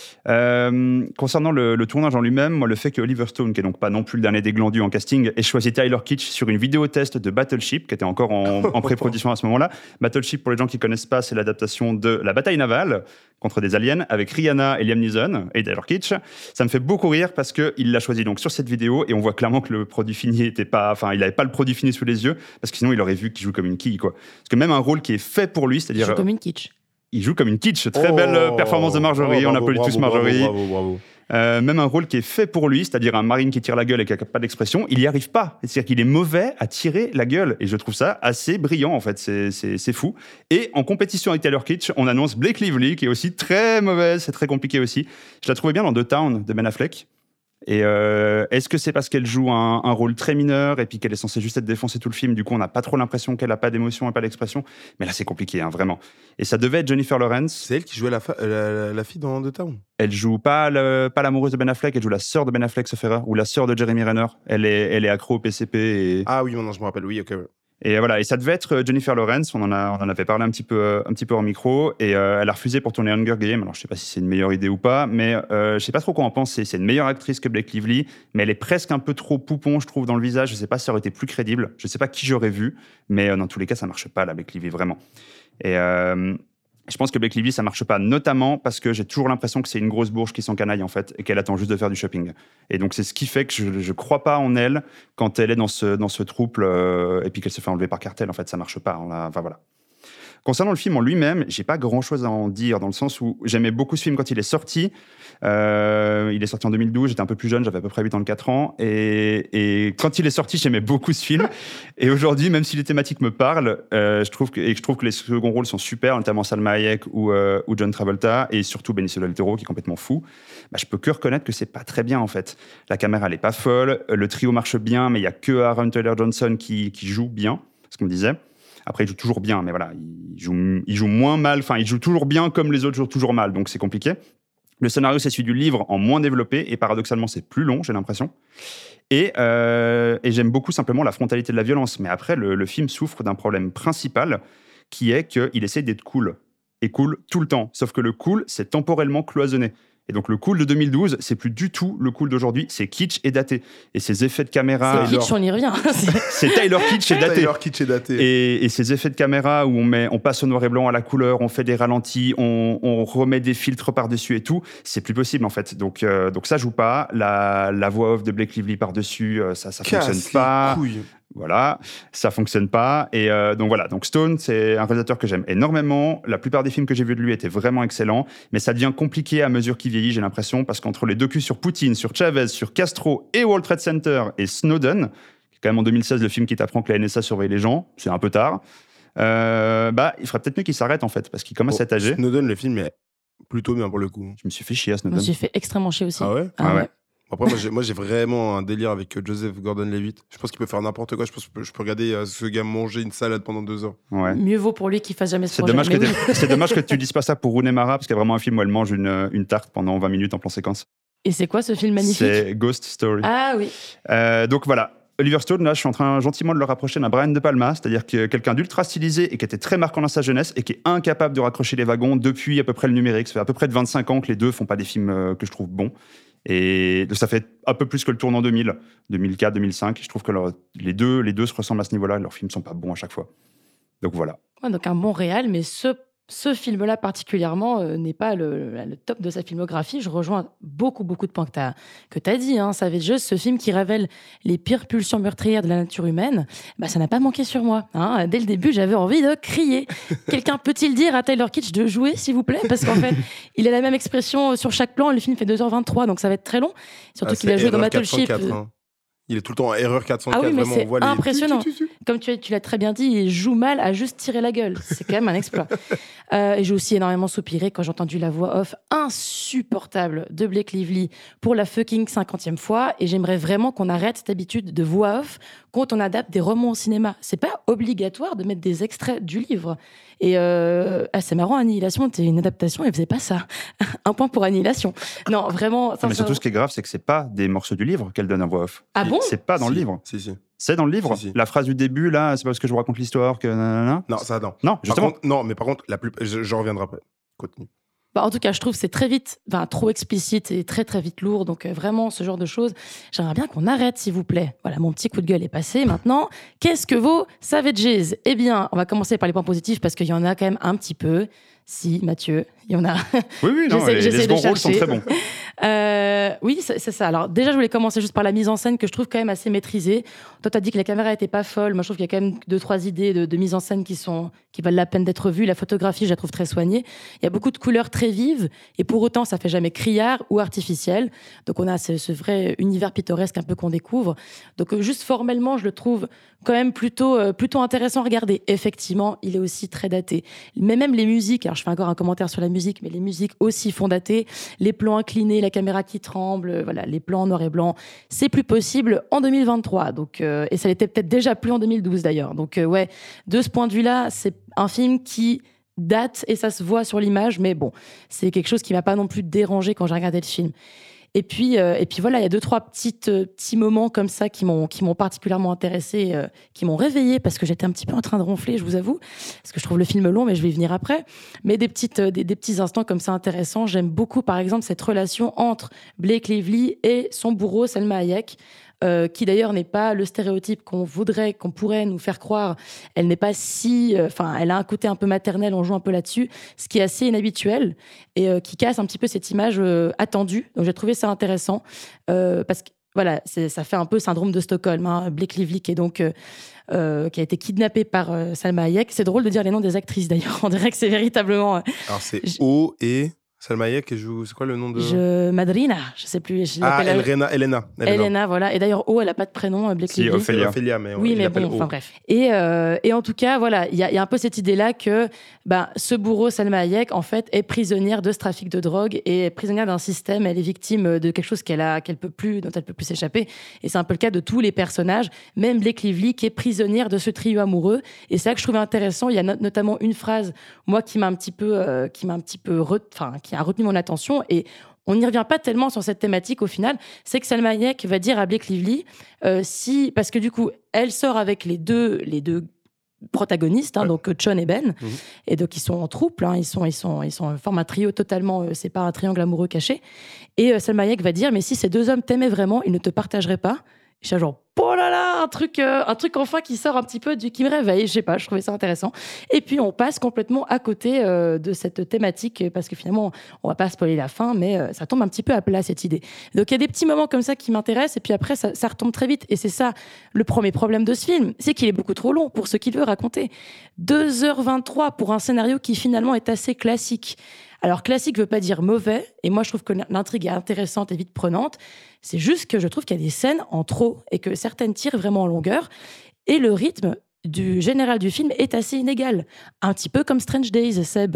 [SPEAKER 6] Euh, concernant le, le tournage en lui-même, moi, le fait que Oliver Stone, qui est donc pas non plus le dernier des glandus en casting, ait choisi Tyler Kitsch sur une vidéo test de Battleship, qui était encore en, en pré-production à ce moment-là. Battleship, pour les gens qui connaissent pas, c'est l'adaptation de la bataille navale contre des aliens avec Rihanna et Liam Neeson et Tyler Kitsch. Ça me fait beaucoup rire parce que il l'a choisi donc sur cette vidéo et on voit clairement que le produit fini était pas, enfin, il avait pas le produit fini sous les yeux parce que sinon il aurait vu qu'il joue comme une quille, quoi. Parce que même un rôle qui est fait pour lui,
[SPEAKER 1] Il
[SPEAKER 6] c'est-à-dire
[SPEAKER 1] joue comme une kitsch.
[SPEAKER 6] il joue comme une kitsch. Très
[SPEAKER 7] Oh,
[SPEAKER 6] belle euh, performance de Marjorie.
[SPEAKER 7] oh,
[SPEAKER 6] on
[SPEAKER 7] bravo,
[SPEAKER 6] applaudit tous
[SPEAKER 7] bravo,
[SPEAKER 6] Marjorie.
[SPEAKER 7] Bravo, bravo, bravo.
[SPEAKER 6] Euh, même un rôle qui est fait pour lui, c'est-à-dire un marine qui tire la gueule et qui n'a pas d'expression, il n'y arrive pas. C'est-à-dire qu'il est mauvais à tirer la gueule. Et je trouve ça assez brillant, en fait. C'est, c'est, c'est fou. Et en compétition avec Tyler Kitsch, on annonce Blake Lively, qui est aussi très mauvaise. C'est très compliqué aussi. Je la trouvais bien dans The Town de Ben Affleck. Et euh, est-ce que c'est parce qu'elle joue un, un rôle très mineur et puis qu'elle est censée juste être défoncée tout le film, du coup on n'a pas trop l'impression qu'elle n'a pas d'émotion et pas d'expression, mais là c'est compliqué, hein, vraiment. Et ça devait être Jennifer Lawrence.
[SPEAKER 7] C'est elle qui jouait la, fa- la, la, la fille dans The Town.
[SPEAKER 6] Elle joue pas, le, pas l'amoureuse de Ben Affleck, elle joue la sœur de Ben Affleck, sauf erreur, ou la sœur de Jeremy Renner. Elle est, elle est accro au P C P et...
[SPEAKER 7] Ah oui, maintenant je me rappelle, oui, ok. Ouais.
[SPEAKER 6] Et voilà, et ça devait être Jennifer Lawrence, on en, a, on en avait parlé un petit peu, un petit peu en micro, et euh, elle a refusé pour tourner Hunger Games. Alors je sais pas si c'est une meilleure idée ou pas, mais euh, je sais pas trop quoi en penser. C'est une meilleure actrice que Blake Lively, mais elle est presque un peu trop poupon, je trouve, dans le visage. Je sais pas si ça aurait été plus crédible. Je sais pas qui j'aurais vu, mais euh, dans tous les cas, ça marche pas, la Blake Lively, vraiment. Et euh, je pense que Blake Lively, ça marche pas, notamment parce que j'ai toujours l'impression que c'est une grosse bourge qui s'encanaille, en fait, et qu'elle attend juste de faire du shopping. Et donc, c'est ce qui fait que je, je crois pas en elle quand elle est dans ce, dans ce trouble, euh, et puis qu'elle se fait enlever par cartel. En fait, ça marche pas. On a- Enfin, voilà. Concernant le film en lui-même, j'ai pas grand-chose à en dire, dans le sens où j'aimais beaucoup ce film quand il est sorti. Euh, il est sorti en deux mille douze, j'étais un peu plus jeune, j'avais à peu près huit ans, quatre ans. Et, et quand il est sorti, j'aimais beaucoup ce film. Et aujourd'hui, même si les thématiques me parlent, euh, je trouve que, et je trouve que les seconds rôles sont super, notamment Salma Hayek ou, euh, ou John Travolta, et surtout Benicio del Toro, qui est complètement fou, bah, je peux que reconnaître que c'est pas très bien, en fait. La caméra, elle est pas folle, le trio marche bien, mais il y a que Aaron Taylor Johnson qui, qui joue bien, ce qu'on me disait. Après, il joue toujours bien, mais voilà, il joue, il joue moins mal. Enfin, il joue toujours bien comme les autres jouent toujours mal, donc c'est compliqué. Le scénario, c'est celui du livre en moins développé, et paradoxalement, c'est plus long, j'ai l'impression. Et, euh, et j'aime beaucoup simplement la frontalité de la violence. Mais après, le, le film souffre d'un problème principal, qui est qu'il essaie d'être cool. Et cool tout le temps. Sauf que le cool, c'est temporellement cloisonné. Et donc le cool de deux mille douze, c'est plus du tout le cool d'aujourd'hui, c'est kitsch et daté. Et ces effets de caméra...
[SPEAKER 1] C'est kitsch, on y revient.
[SPEAKER 6] C'est Tyler Kitsch et daté.
[SPEAKER 7] Tyler Kitsch et daté.
[SPEAKER 6] Et, et ces effets de caméra où on, met, on passe au noir et blanc à la couleur, on fait des ralentis, on, on remet des filtres par-dessus et tout, c'est plus possible en fait. Donc, euh, donc ça joue pas. La, la voix off de Blake Lively par-dessus, euh, ça, ça fonctionne
[SPEAKER 7] Casse
[SPEAKER 6] pas.
[SPEAKER 7] les couilles.
[SPEAKER 6] Voilà, ça fonctionne pas. Et euh, donc voilà, donc Stone, c'est un réalisateur que j'aime énormément. La plupart des films que j'ai vus de lui étaient vraiment excellents, mais ça devient compliqué à mesure qu'il vieillit, j'ai l'impression, parce qu'entre les docus sur Poutine, sur Chavez, sur Castro et World Trade Center et Snowden, qui est quand même en deux mille seize le film qui t'apprend que la N S A surveille les gens, c'est un peu tard, euh, bah, il ferait peut-être mieux qu'il s'arrête en fait, parce qu'il commence
[SPEAKER 7] Bon,
[SPEAKER 6] à être âgé.
[SPEAKER 7] Snowden, le film est plutôt bien pour le coup.
[SPEAKER 6] Je me suis fait chier à
[SPEAKER 1] Je
[SPEAKER 6] Snowden.
[SPEAKER 1] me suis fait extrêmement chier aussi.
[SPEAKER 7] Ah ouais
[SPEAKER 6] Ah ouais.
[SPEAKER 7] Après, moi j'ai, moi, j'ai vraiment un délire avec euh, Joseph Gordon-Levitt. Je pense qu'il peut faire n'importe quoi. Je pense que je peux, je peux regarder euh, ce gars manger une salade pendant deux heures.
[SPEAKER 6] Ouais.
[SPEAKER 1] Mieux vaut pour lui qu'il fasse jamais ce
[SPEAKER 6] C'est
[SPEAKER 1] projet.
[SPEAKER 6] dommage, que
[SPEAKER 1] Mais
[SPEAKER 6] t'aies-
[SPEAKER 1] oui.
[SPEAKER 6] c'est dommage que tu dises pas ça pour Rooney Mara, parce qu'il y a vraiment un film où elle mange une, une tarte pendant vingt minutes en plan séquence.
[SPEAKER 1] Et c'est quoi ce film magnifique?
[SPEAKER 6] C'est Ghost Story.
[SPEAKER 1] Ah oui.
[SPEAKER 6] Euh, donc voilà, Oliver Stone, là, je suis en train gentiment de le rapprocher d'un Brian De Palma, c'est-à-dire que quelqu'un d'ultra stylisé et qui était très marquant dans sa jeunesse et qui est incapable de raccrocher les wagons depuis à peu près le numérique. Ça fait à peu près de vingt-cinq ans que les deux font pas des films euh, que je trouve bons. Et ça fait un peu plus que le tournant deux mille, deux mille quatre, deux mille cinq. Je trouve que leur- les, deux, les deux se ressemblent à ce niveau-là. Leurs films sont pas bons à chaque fois. Donc voilà.
[SPEAKER 1] Ouais, donc un bon réal, mais ce ce film-là particulièrement euh, n'est pas le, le top de sa filmographie. Je rejoins beaucoup, beaucoup de points que tu as que t'as dit. Hein. Savage, ce film qui révèle les pires pulsions meurtrières de la nature humaine, bah, ça n'a pas manqué sur moi. Hein. Dès le début, j'avais envie de crier. Quelqu'un peut-il dire à Taylor Kitsch de jouer, s'il vous plaît? Parce qu'en fait, il a la même expression sur chaque plan. Le film fait deux heures vingt-trois, donc ça va être très long. Surtout
[SPEAKER 7] Ah,
[SPEAKER 1] qu'il a
[SPEAKER 7] c'est
[SPEAKER 1] joué dans
[SPEAKER 7] erreur
[SPEAKER 1] Battleship.
[SPEAKER 7] quatre cent quatre, hein. Il est tout le temps en erreur quatre cent
[SPEAKER 1] Ah
[SPEAKER 7] quatre.
[SPEAKER 1] oui, mais
[SPEAKER 7] vraiment,
[SPEAKER 1] c'est
[SPEAKER 7] on voit les-
[SPEAKER 1] impressionnant.
[SPEAKER 7] Tu, tu, tu, tu.
[SPEAKER 1] Comme tu, tu l'as très bien dit, il joue mal à juste tirer la gueule. C'est quand même un exploit. Euh, et j'ai aussi énormément soupiré quand j'ai entendu la voix off insupportable de Blake Lively pour la fucking cinquantième fois. Et j'aimerais vraiment qu'on arrête cette habitude de voix off quand on adapte des romans au cinéma. C'est pas obligatoire de mettre des extraits du livre. Et euh, ah, c'est marrant, Annihilation était une adaptation, elle faisait pas ça. Un point pour Annihilation. Non, vraiment.
[SPEAKER 6] Mais surtout, ce qui est grave, c'est que c'est pas des morceaux du livre qu'elle donne en voix off.
[SPEAKER 1] Ah bon?
[SPEAKER 6] C'est pas dans
[SPEAKER 7] Si,
[SPEAKER 6] le livre.
[SPEAKER 7] Si, si.
[SPEAKER 6] C'est dans le livre.
[SPEAKER 7] Si, si.
[SPEAKER 6] La phrase du début, là, c'est pas parce que je vous raconte l'histoire que. nanana.
[SPEAKER 7] Non, ça, non.
[SPEAKER 6] Non,
[SPEAKER 7] Par
[SPEAKER 6] justement.
[SPEAKER 7] contre, non, mais par contre, la plus... je, je reviendrai après. Continue.
[SPEAKER 1] Bah, en tout cas, je trouve que c'est très vite, enfin, trop explicite et très très vite lourd. Donc euh, vraiment, ce genre de choses, j'aimerais bien qu'on arrête, s'il vous plaît. Voilà, mon petit coup de gueule est passé. Maintenant, qu'est-ce que vaut Savages? Eh bien, on va commencer par les points positifs parce qu'il y en a quand même un petit peu. Si, Mathieu, il y en a.
[SPEAKER 6] Oui, oui, non,
[SPEAKER 1] J'essaie-
[SPEAKER 6] les,
[SPEAKER 1] j'essaie
[SPEAKER 6] les
[SPEAKER 1] de
[SPEAKER 6] seconds rôles sont
[SPEAKER 1] chercher.
[SPEAKER 6] très bons.
[SPEAKER 1] Euh, oui, c'est c'est ça. Alors déjà, je voulais commencer juste par la mise en scène que je trouve quand même assez maîtrisée. Toi, t'as dit que la caméra était pas folle. Moi, je trouve qu'il y a quand même deux, trois idées de, de mise en scène qui sont qui valent la peine d'être vues. La photographie, je la trouve très soignée. Il y a beaucoup de couleurs très vives et pour autant, ça fait jamais criard ou artificiel. Donc, on a ce, ce vrai univers pittoresque un peu qu'on découvre. Donc, euh, juste formellement, je le trouve quand même plutôt euh, plutôt intéressant à regarder. Effectivement, il est aussi très daté. Mais même les musiques. Alors, je fais encore un commentaire sur la musique, mais les musiques aussi font dater. Les plans inclinés, la caméra qui tremble, euh, voilà, les plans en noir et blanc, c'est plus possible en deux mille vingt-trois. Donc, euh, et ça l'était peut-être déjà plus en deux mille douze d'ailleurs. Donc, euh, ouais, de ce point de vue-là, c'est un film qui date et ça se voit sur l'image, mais bon, c'est quelque chose qui m'a pas non plus dérangé quand j'ai regardé le film. Et puis, euh, et puis voilà, il y a deux, trois petites, euh, petits moments comme ça qui m'ont, qui m'ont particulièrement intéressée, euh, qui m'ont réveillée parce que j'étais un petit peu en train de ronfler, je vous avoue, parce que je trouve le film long, mais je vais y venir après. Mais des, petites, euh, des, des petits instants comme ça intéressants. J'aime beaucoup, par exemple, cette relation entre Blake Lively et son bourreau, Salma Hayek. Euh, qui d'ailleurs n'est pas le stéréotype qu'on voudrait, qu'on pourrait nous faire croire. Elle n'est pas si... Enfin, euh, elle a un côté un peu maternel, on joue un peu là-dessus, ce qui est assez inhabituel et euh, qui casse un petit peu cette image euh, attendue. Donc j'ai trouvé ça intéressant euh, parce que voilà, c'est, ça fait un peu syndrome de Stockholm. Hein. Blake Lively qui est donc... Euh, Euh, qui a été kidnappée par euh, Salma Hayek. C'est drôle de dire les noms des actrices d'ailleurs. On dirait que c'est véritablement... Euh,
[SPEAKER 7] Alors, c'est
[SPEAKER 1] Je-
[SPEAKER 7] O et Salma Hayek qui joue. C'est quoi le nom de.
[SPEAKER 1] je... Madrina, je sais plus. Je
[SPEAKER 7] Ah,
[SPEAKER 1] l'appelle-
[SPEAKER 7] Elena. Elena.
[SPEAKER 1] Elena, voilà. Et d'ailleurs, O, elle a pas de prénom, euh, Blake
[SPEAKER 6] Si,
[SPEAKER 1] Lively.
[SPEAKER 6] Ophélia.
[SPEAKER 7] Ophélia, mais
[SPEAKER 1] Oui,
[SPEAKER 7] il
[SPEAKER 1] mais
[SPEAKER 7] l'appelle
[SPEAKER 1] bon,
[SPEAKER 7] O.
[SPEAKER 1] enfin bref. Et, euh, et en tout cas, voilà, il y, a- il y a un peu cette idée-là que ben, ce bourreau, Salma Hayek, en fait, est prisonnière de ce trafic de drogue et est prisonnière d'un système. Elle est victime de quelque chose qu'elle a, qu'elle peut plus, dont elle peut plus s'échapper. Et c'est un peu le cas de tous les personnages, même Blake Lively, qui est prisonnière de ce trio amoureux. Et c'est ça que je trouvais intéressant. Il y a no- notamment une phrase, moi, qui m'a un petit peu, euh, qui m'a un petit peu, re- enfin, qui a retenu mon attention. Et on n'y revient pas tellement sur cette thématique au final, c'est que Salma Hayek va dire à Blake Lively, euh, si, parce que du coup, elle sort avec les deux, les deux protagonistes, hein,
[SPEAKER 7] Ouais.
[SPEAKER 1] donc Sean et Ben,
[SPEAKER 7] Mhm.
[SPEAKER 1] et donc ils sont en trouble, hein, ils sont, ils sont, ils sont forment un trio totalement, euh, c'est pas un triangle amoureux caché. Et euh, Salma Hayek va dire, mais si ces deux hommes t'aimaient vraiment, ils ne te partageraient pas. Je suis genre, oh là là, un truc, euh, un truc enfin qui sort un petit peu du, qui me réveille, je sais pas, je trouvais ça intéressant. Et puis on passe complètement à côté euh, de cette thématique parce que finalement, on va pas spoiler la fin, mais euh, ça tombe un petit peu à plat cette idée. Donc il y a des petits moments comme ça qui m'intéressent et puis après ça, ça retombe très vite. Et c'est ça le premier problème de ce film, c'est qu'il est beaucoup trop long pour ce qu'il veut raconter. deux heures vingt-trois pour un scénario qui finalement est assez classique. Alors classique veut pas dire mauvais, et moi je trouve que l'intrigue est intéressante et vite prenante. C'est juste que je trouve qu'il y a des scènes en trop et que certaines tirent vraiment en longueur. Et le rythme du général du film est assez inégal. Un petit peu comme Strange Days, Seb.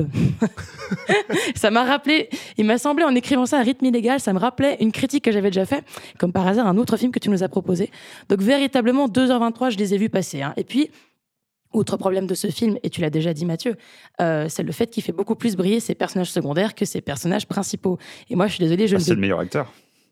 [SPEAKER 1] Ça m'a rappelé, il m'a semblé en écrivant ça à rythme inégal, ça me rappelait une critique que j'avais déjà fait, comme par hasard un autre film que tu nous as proposé. Donc véritablement, deux heures vingt-trois, je les ai vus passer. Hein. Et puis, autre problème de ce film, et tu l'as déjà dit Mathieu, euh, c'est le fait qu'il fait beaucoup plus briller ses personnages secondaires que ses personnages principaux. Et moi, je suis désolée, je
[SPEAKER 6] Ah,
[SPEAKER 1] ne
[SPEAKER 6] c'est
[SPEAKER 1] vais
[SPEAKER 6] le meilleur acteur.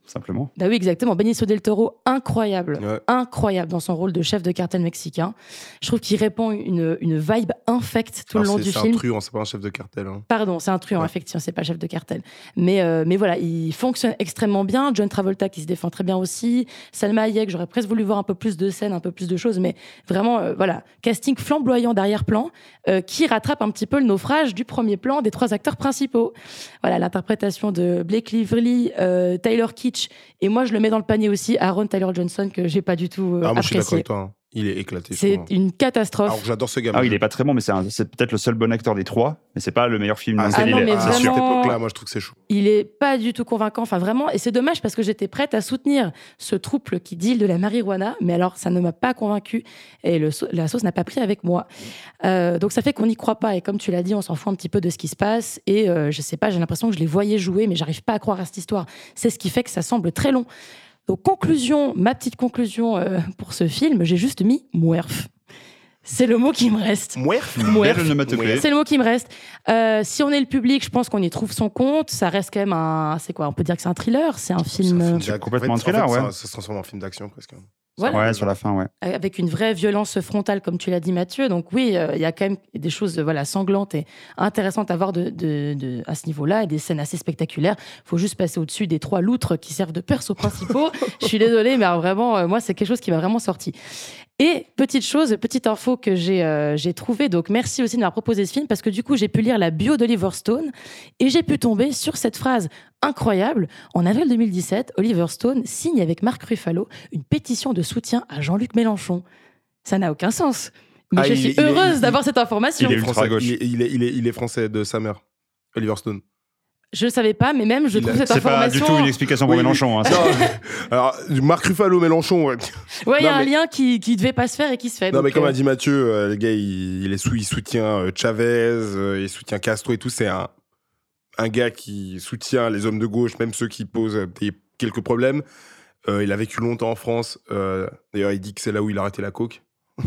[SPEAKER 6] simplement.
[SPEAKER 1] Bah oui, exactement. Benicio del Toro, incroyable,
[SPEAKER 7] Ouais.
[SPEAKER 1] incroyable dans son rôle de chef de cartel mexicain. Je trouve qu'il répand une, une vibe infecte tout
[SPEAKER 7] Alors,
[SPEAKER 1] le long
[SPEAKER 7] c'est,
[SPEAKER 1] du
[SPEAKER 7] c'est
[SPEAKER 1] film.
[SPEAKER 7] un truand, c'est pas un chef de cartel. Hein.
[SPEAKER 1] Pardon, c'est un truand,
[SPEAKER 7] Ouais.
[SPEAKER 1] effectivement, c'est pas chef de cartel. Mais, euh, mais voilà, il fonctionne extrêmement bien. John Travolta qui se défend très bien aussi. Salma Hayek, j'aurais presque voulu voir un peu plus de scènes, un peu plus de choses, mais vraiment, euh, voilà, casting flamboyant d'arrière-plan euh, qui rattrape un petit peu le naufrage du premier plan des trois acteurs principaux. Voilà, l'interprétation de Blake Lively, euh, Tyler Kitsch, et moi je le mets dans le panier aussi, Aaron Taylor Johnson, que j'ai pas du tout euh,
[SPEAKER 7] Ah, moi, je suis d'accord
[SPEAKER 1] apprécié.
[SPEAKER 7] avec toi. hein. Il est éclaté. je
[SPEAKER 1] C'est
[SPEAKER 7] trouve.
[SPEAKER 1] une catastrophe.
[SPEAKER 7] Alors, j'adore ce gars.
[SPEAKER 6] Ah, il est pas très bon, mais c'est, un- c'est peut-être le seul bon acteur des trois, mais c'est pas le meilleur film
[SPEAKER 7] Ah,
[SPEAKER 6] dans
[SPEAKER 7] c'est-
[SPEAKER 6] lequel
[SPEAKER 1] non,
[SPEAKER 6] il est.
[SPEAKER 1] mais
[SPEAKER 6] c'est
[SPEAKER 7] à
[SPEAKER 6] sûr.
[SPEAKER 7] cette
[SPEAKER 1] vraiment-
[SPEAKER 7] époque-là, moi, je trouve que c'est chaud.
[SPEAKER 1] Il est pas du tout convaincant, enfin vraiment, et c'est dommage parce que j'étais prête à soutenir ce trouble qui deal de la marijuana, mais alors ça ne m'a pas convaincue et le, sau- la sauce n'a pas pris avec moi. Euh, donc ça fait qu'on n'y croit pas et comme tu l'as dit, on s'en fout un petit peu de ce qui se passe et euh, je sais pas, j'ai l'impression que je les voyais jouer, mais j'arrive pas à croire à cette histoire. C'est ce qui fait que ça semble très long. Donc conclusion, ma petite conclusion euh, pour ce film, j'ai juste mis mouerf. C'est le mot qui me reste.
[SPEAKER 7] Mouerf
[SPEAKER 1] Mouerf.
[SPEAKER 6] Belle onomatopée.
[SPEAKER 1] C'est le mot qui me reste. Euh, si on est le public, je pense qu'on y trouve son compte. Ça reste quand même un. C'est quoi? On peut dire que c'est un thriller. C'est un film
[SPEAKER 7] C'est un
[SPEAKER 1] euh,
[SPEAKER 7] d'ac-
[SPEAKER 6] complètement
[SPEAKER 7] en
[SPEAKER 6] un
[SPEAKER 7] fait,
[SPEAKER 6] thriller,
[SPEAKER 7] en fait,
[SPEAKER 6] ouais.
[SPEAKER 7] Ça, ça se transforme en film d'action presque.
[SPEAKER 1] voilà,
[SPEAKER 6] Ouais, sur la fin, ouais.
[SPEAKER 1] avec une vraie violence frontale, comme tu l'as dit, Mathieu. Donc oui, euh, il y a quand même des choses euh, voilà, sanglantes et intéressantes à voir de, de- de- à ce niveau-là et des scènes assez spectaculaires. Il faut juste passer au-dessus des trois loutres qui servent de persos principaux. Je suis désolée, mais alors vraiment, euh, moi, c'est quelque chose qui m'a vraiment sorti. Et petite chose, petite info que j'ai euh, j'ai trouvée, donc merci aussi de m'avoir proposé ce film, parce que du coup, j'ai pu lire la bio d'Oliver Stone et j'ai pu tomber sur cette phrase incroyable. En avril deux mille dix-sept, Oliver Stone signe avec Mark Ruffalo une pétition de soutien à Jean-Luc Mélenchon. Ça n'a aucun sens. Mais
[SPEAKER 7] Ah,
[SPEAKER 1] je
[SPEAKER 7] il
[SPEAKER 1] suis
[SPEAKER 7] est- il est-
[SPEAKER 1] heureuse
[SPEAKER 7] il-
[SPEAKER 1] d'avoir cette information.
[SPEAKER 6] Il est ultra
[SPEAKER 7] Français.
[SPEAKER 6] gauche.
[SPEAKER 7] Il est, il, est, il, est, il est français de sa mère, Oliver Stone.
[SPEAKER 1] Je ne savais pas, mais même je
[SPEAKER 7] Il
[SPEAKER 1] trouve
[SPEAKER 7] a-
[SPEAKER 1] cette
[SPEAKER 6] C'est pas du
[SPEAKER 1] information...
[SPEAKER 6] tout une explication pour
[SPEAKER 7] Oui, oui.
[SPEAKER 6] Mélenchon. hein.
[SPEAKER 7] Non, alors, Marc Ruffalo, Mélenchon, ouais.
[SPEAKER 1] Ouais, il y a
[SPEAKER 7] Non,
[SPEAKER 1] un
[SPEAKER 7] mais-
[SPEAKER 1] lien qui qui devait pas se faire et qui se fait.
[SPEAKER 7] Non,
[SPEAKER 1] donc,
[SPEAKER 7] mais comme
[SPEAKER 1] euh,
[SPEAKER 7] a dit Mathieu, euh, le gars, il, il est sous, il soutient euh, Chavez, euh, il soutient Castro et tout. C'est un, un gars qui soutient les hommes de gauche, même ceux qui posent euh, des, quelques problèmes. Euh, il a vécu longtemps en France. Euh, d'ailleurs, il dit que c'est là où il a arrêté la coke.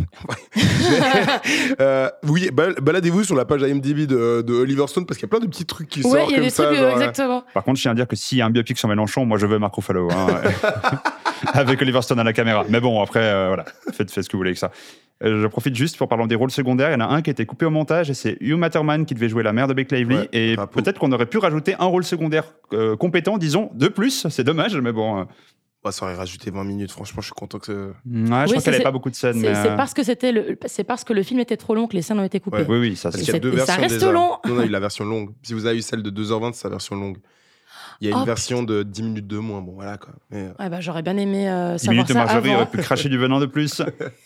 [SPEAKER 7] euh, oui, bal- baladez-vous sur la page I M D B de, de Oliver Stone parce qu'il y a plein de petits trucs qui
[SPEAKER 1] Ouais,
[SPEAKER 7] sortent
[SPEAKER 1] il y a
[SPEAKER 7] comme
[SPEAKER 1] des
[SPEAKER 7] ça.
[SPEAKER 1] trucs, euh,
[SPEAKER 7] genre, euh,
[SPEAKER 1] exactement.
[SPEAKER 6] Par contre, je tiens à dire que s'il y a un biopic sur Mélenchon, moi je veux Mark Ruffalo. hein. Avec Oliver Stone à la caméra. Mais bon, après, euh, voilà, faites, faites ce que vous voulez avec ça. Euh, je profite juste pour parler des rôles secondaires. Il y en a un qui a été coupé au montage et c'est Hugh Matterman qui devait jouer la mère de Blake Lively.
[SPEAKER 7] Ouais,
[SPEAKER 6] et
[SPEAKER 7] bravo.
[SPEAKER 6] peut-être qu'on aurait pu rajouter un rôle secondaire euh, compétent, disons, de plus. C'est dommage, mais bon. euh,
[SPEAKER 7] bah, ça aurait rajouté vingt minutes. Franchement, je suis content que.
[SPEAKER 6] Ouais, je
[SPEAKER 1] Oui,
[SPEAKER 6] crois
[SPEAKER 1] c'est-
[SPEAKER 6] qu'elle n'avait
[SPEAKER 1] c'est-
[SPEAKER 6] pas beaucoup de scènes.
[SPEAKER 1] C'est
[SPEAKER 6] mais,
[SPEAKER 1] c'est
[SPEAKER 6] euh,
[SPEAKER 1] parce que c'était le, c'est parce que le film était trop long que les scènes ont été coupées.
[SPEAKER 7] Ouais.
[SPEAKER 6] Oui, oui, ça
[SPEAKER 7] Parce
[SPEAKER 6] c'est
[SPEAKER 7] qu'il y a
[SPEAKER 1] Et
[SPEAKER 7] deux
[SPEAKER 1] ça
[SPEAKER 7] versions
[SPEAKER 1] reste
[SPEAKER 7] déjà.
[SPEAKER 1] long.
[SPEAKER 7] Non, on a eu la version longue. Si vous avez eu celle de deux heures vingt, c'est la version longue. Il y a une
[SPEAKER 1] Oh,
[SPEAKER 7] version de dix minutes de moins. Bon, voilà quoi. Mais, euh,
[SPEAKER 1] Ouais, bah, j'aurais bien aimé euh,
[SPEAKER 6] dix
[SPEAKER 1] savoir
[SPEAKER 6] minutes de
[SPEAKER 1] ça
[SPEAKER 6] Marjorie
[SPEAKER 1] avant.
[SPEAKER 6] aurait pu cracher du venin de plus.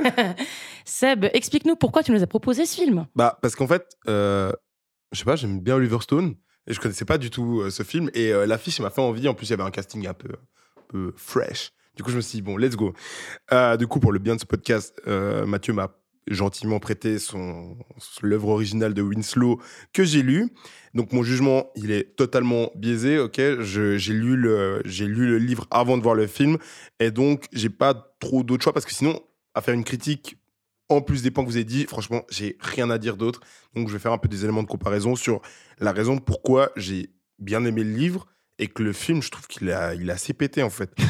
[SPEAKER 1] Seb, explique-nous pourquoi tu nous as proposé ce film.
[SPEAKER 7] Bah, parce qu'en fait, euh, je sais pas, j'aime bien Oliver Stone. Et je connaissais pas du tout euh, ce film. Et euh, l'affiche, elle m'a fait envie. En plus, il y avait un casting un peu, un peu fresh. Du coup, je me suis dit, bon, let's go. Euh, du coup, pour le bien de ce podcast, euh, Mathieu m'a gentiment prêté son, l'œuvre originale de Winslow que j'ai lu. Donc, mon jugement, il est totalement biaisé, ok. Je, j'ai lu le, j'ai lu le livre avant de voir le film. Et donc, j'ai pas trop d'autres choix parce que sinon, à faire une critique en plus des points que vous avez dit, franchement, j'ai rien à dire d'autre. Donc, je vais faire un peu des éléments de comparaison sur la raison pourquoi j'ai bien aimé le livre et que le film, je trouve qu'il a, il a assez pété, en fait.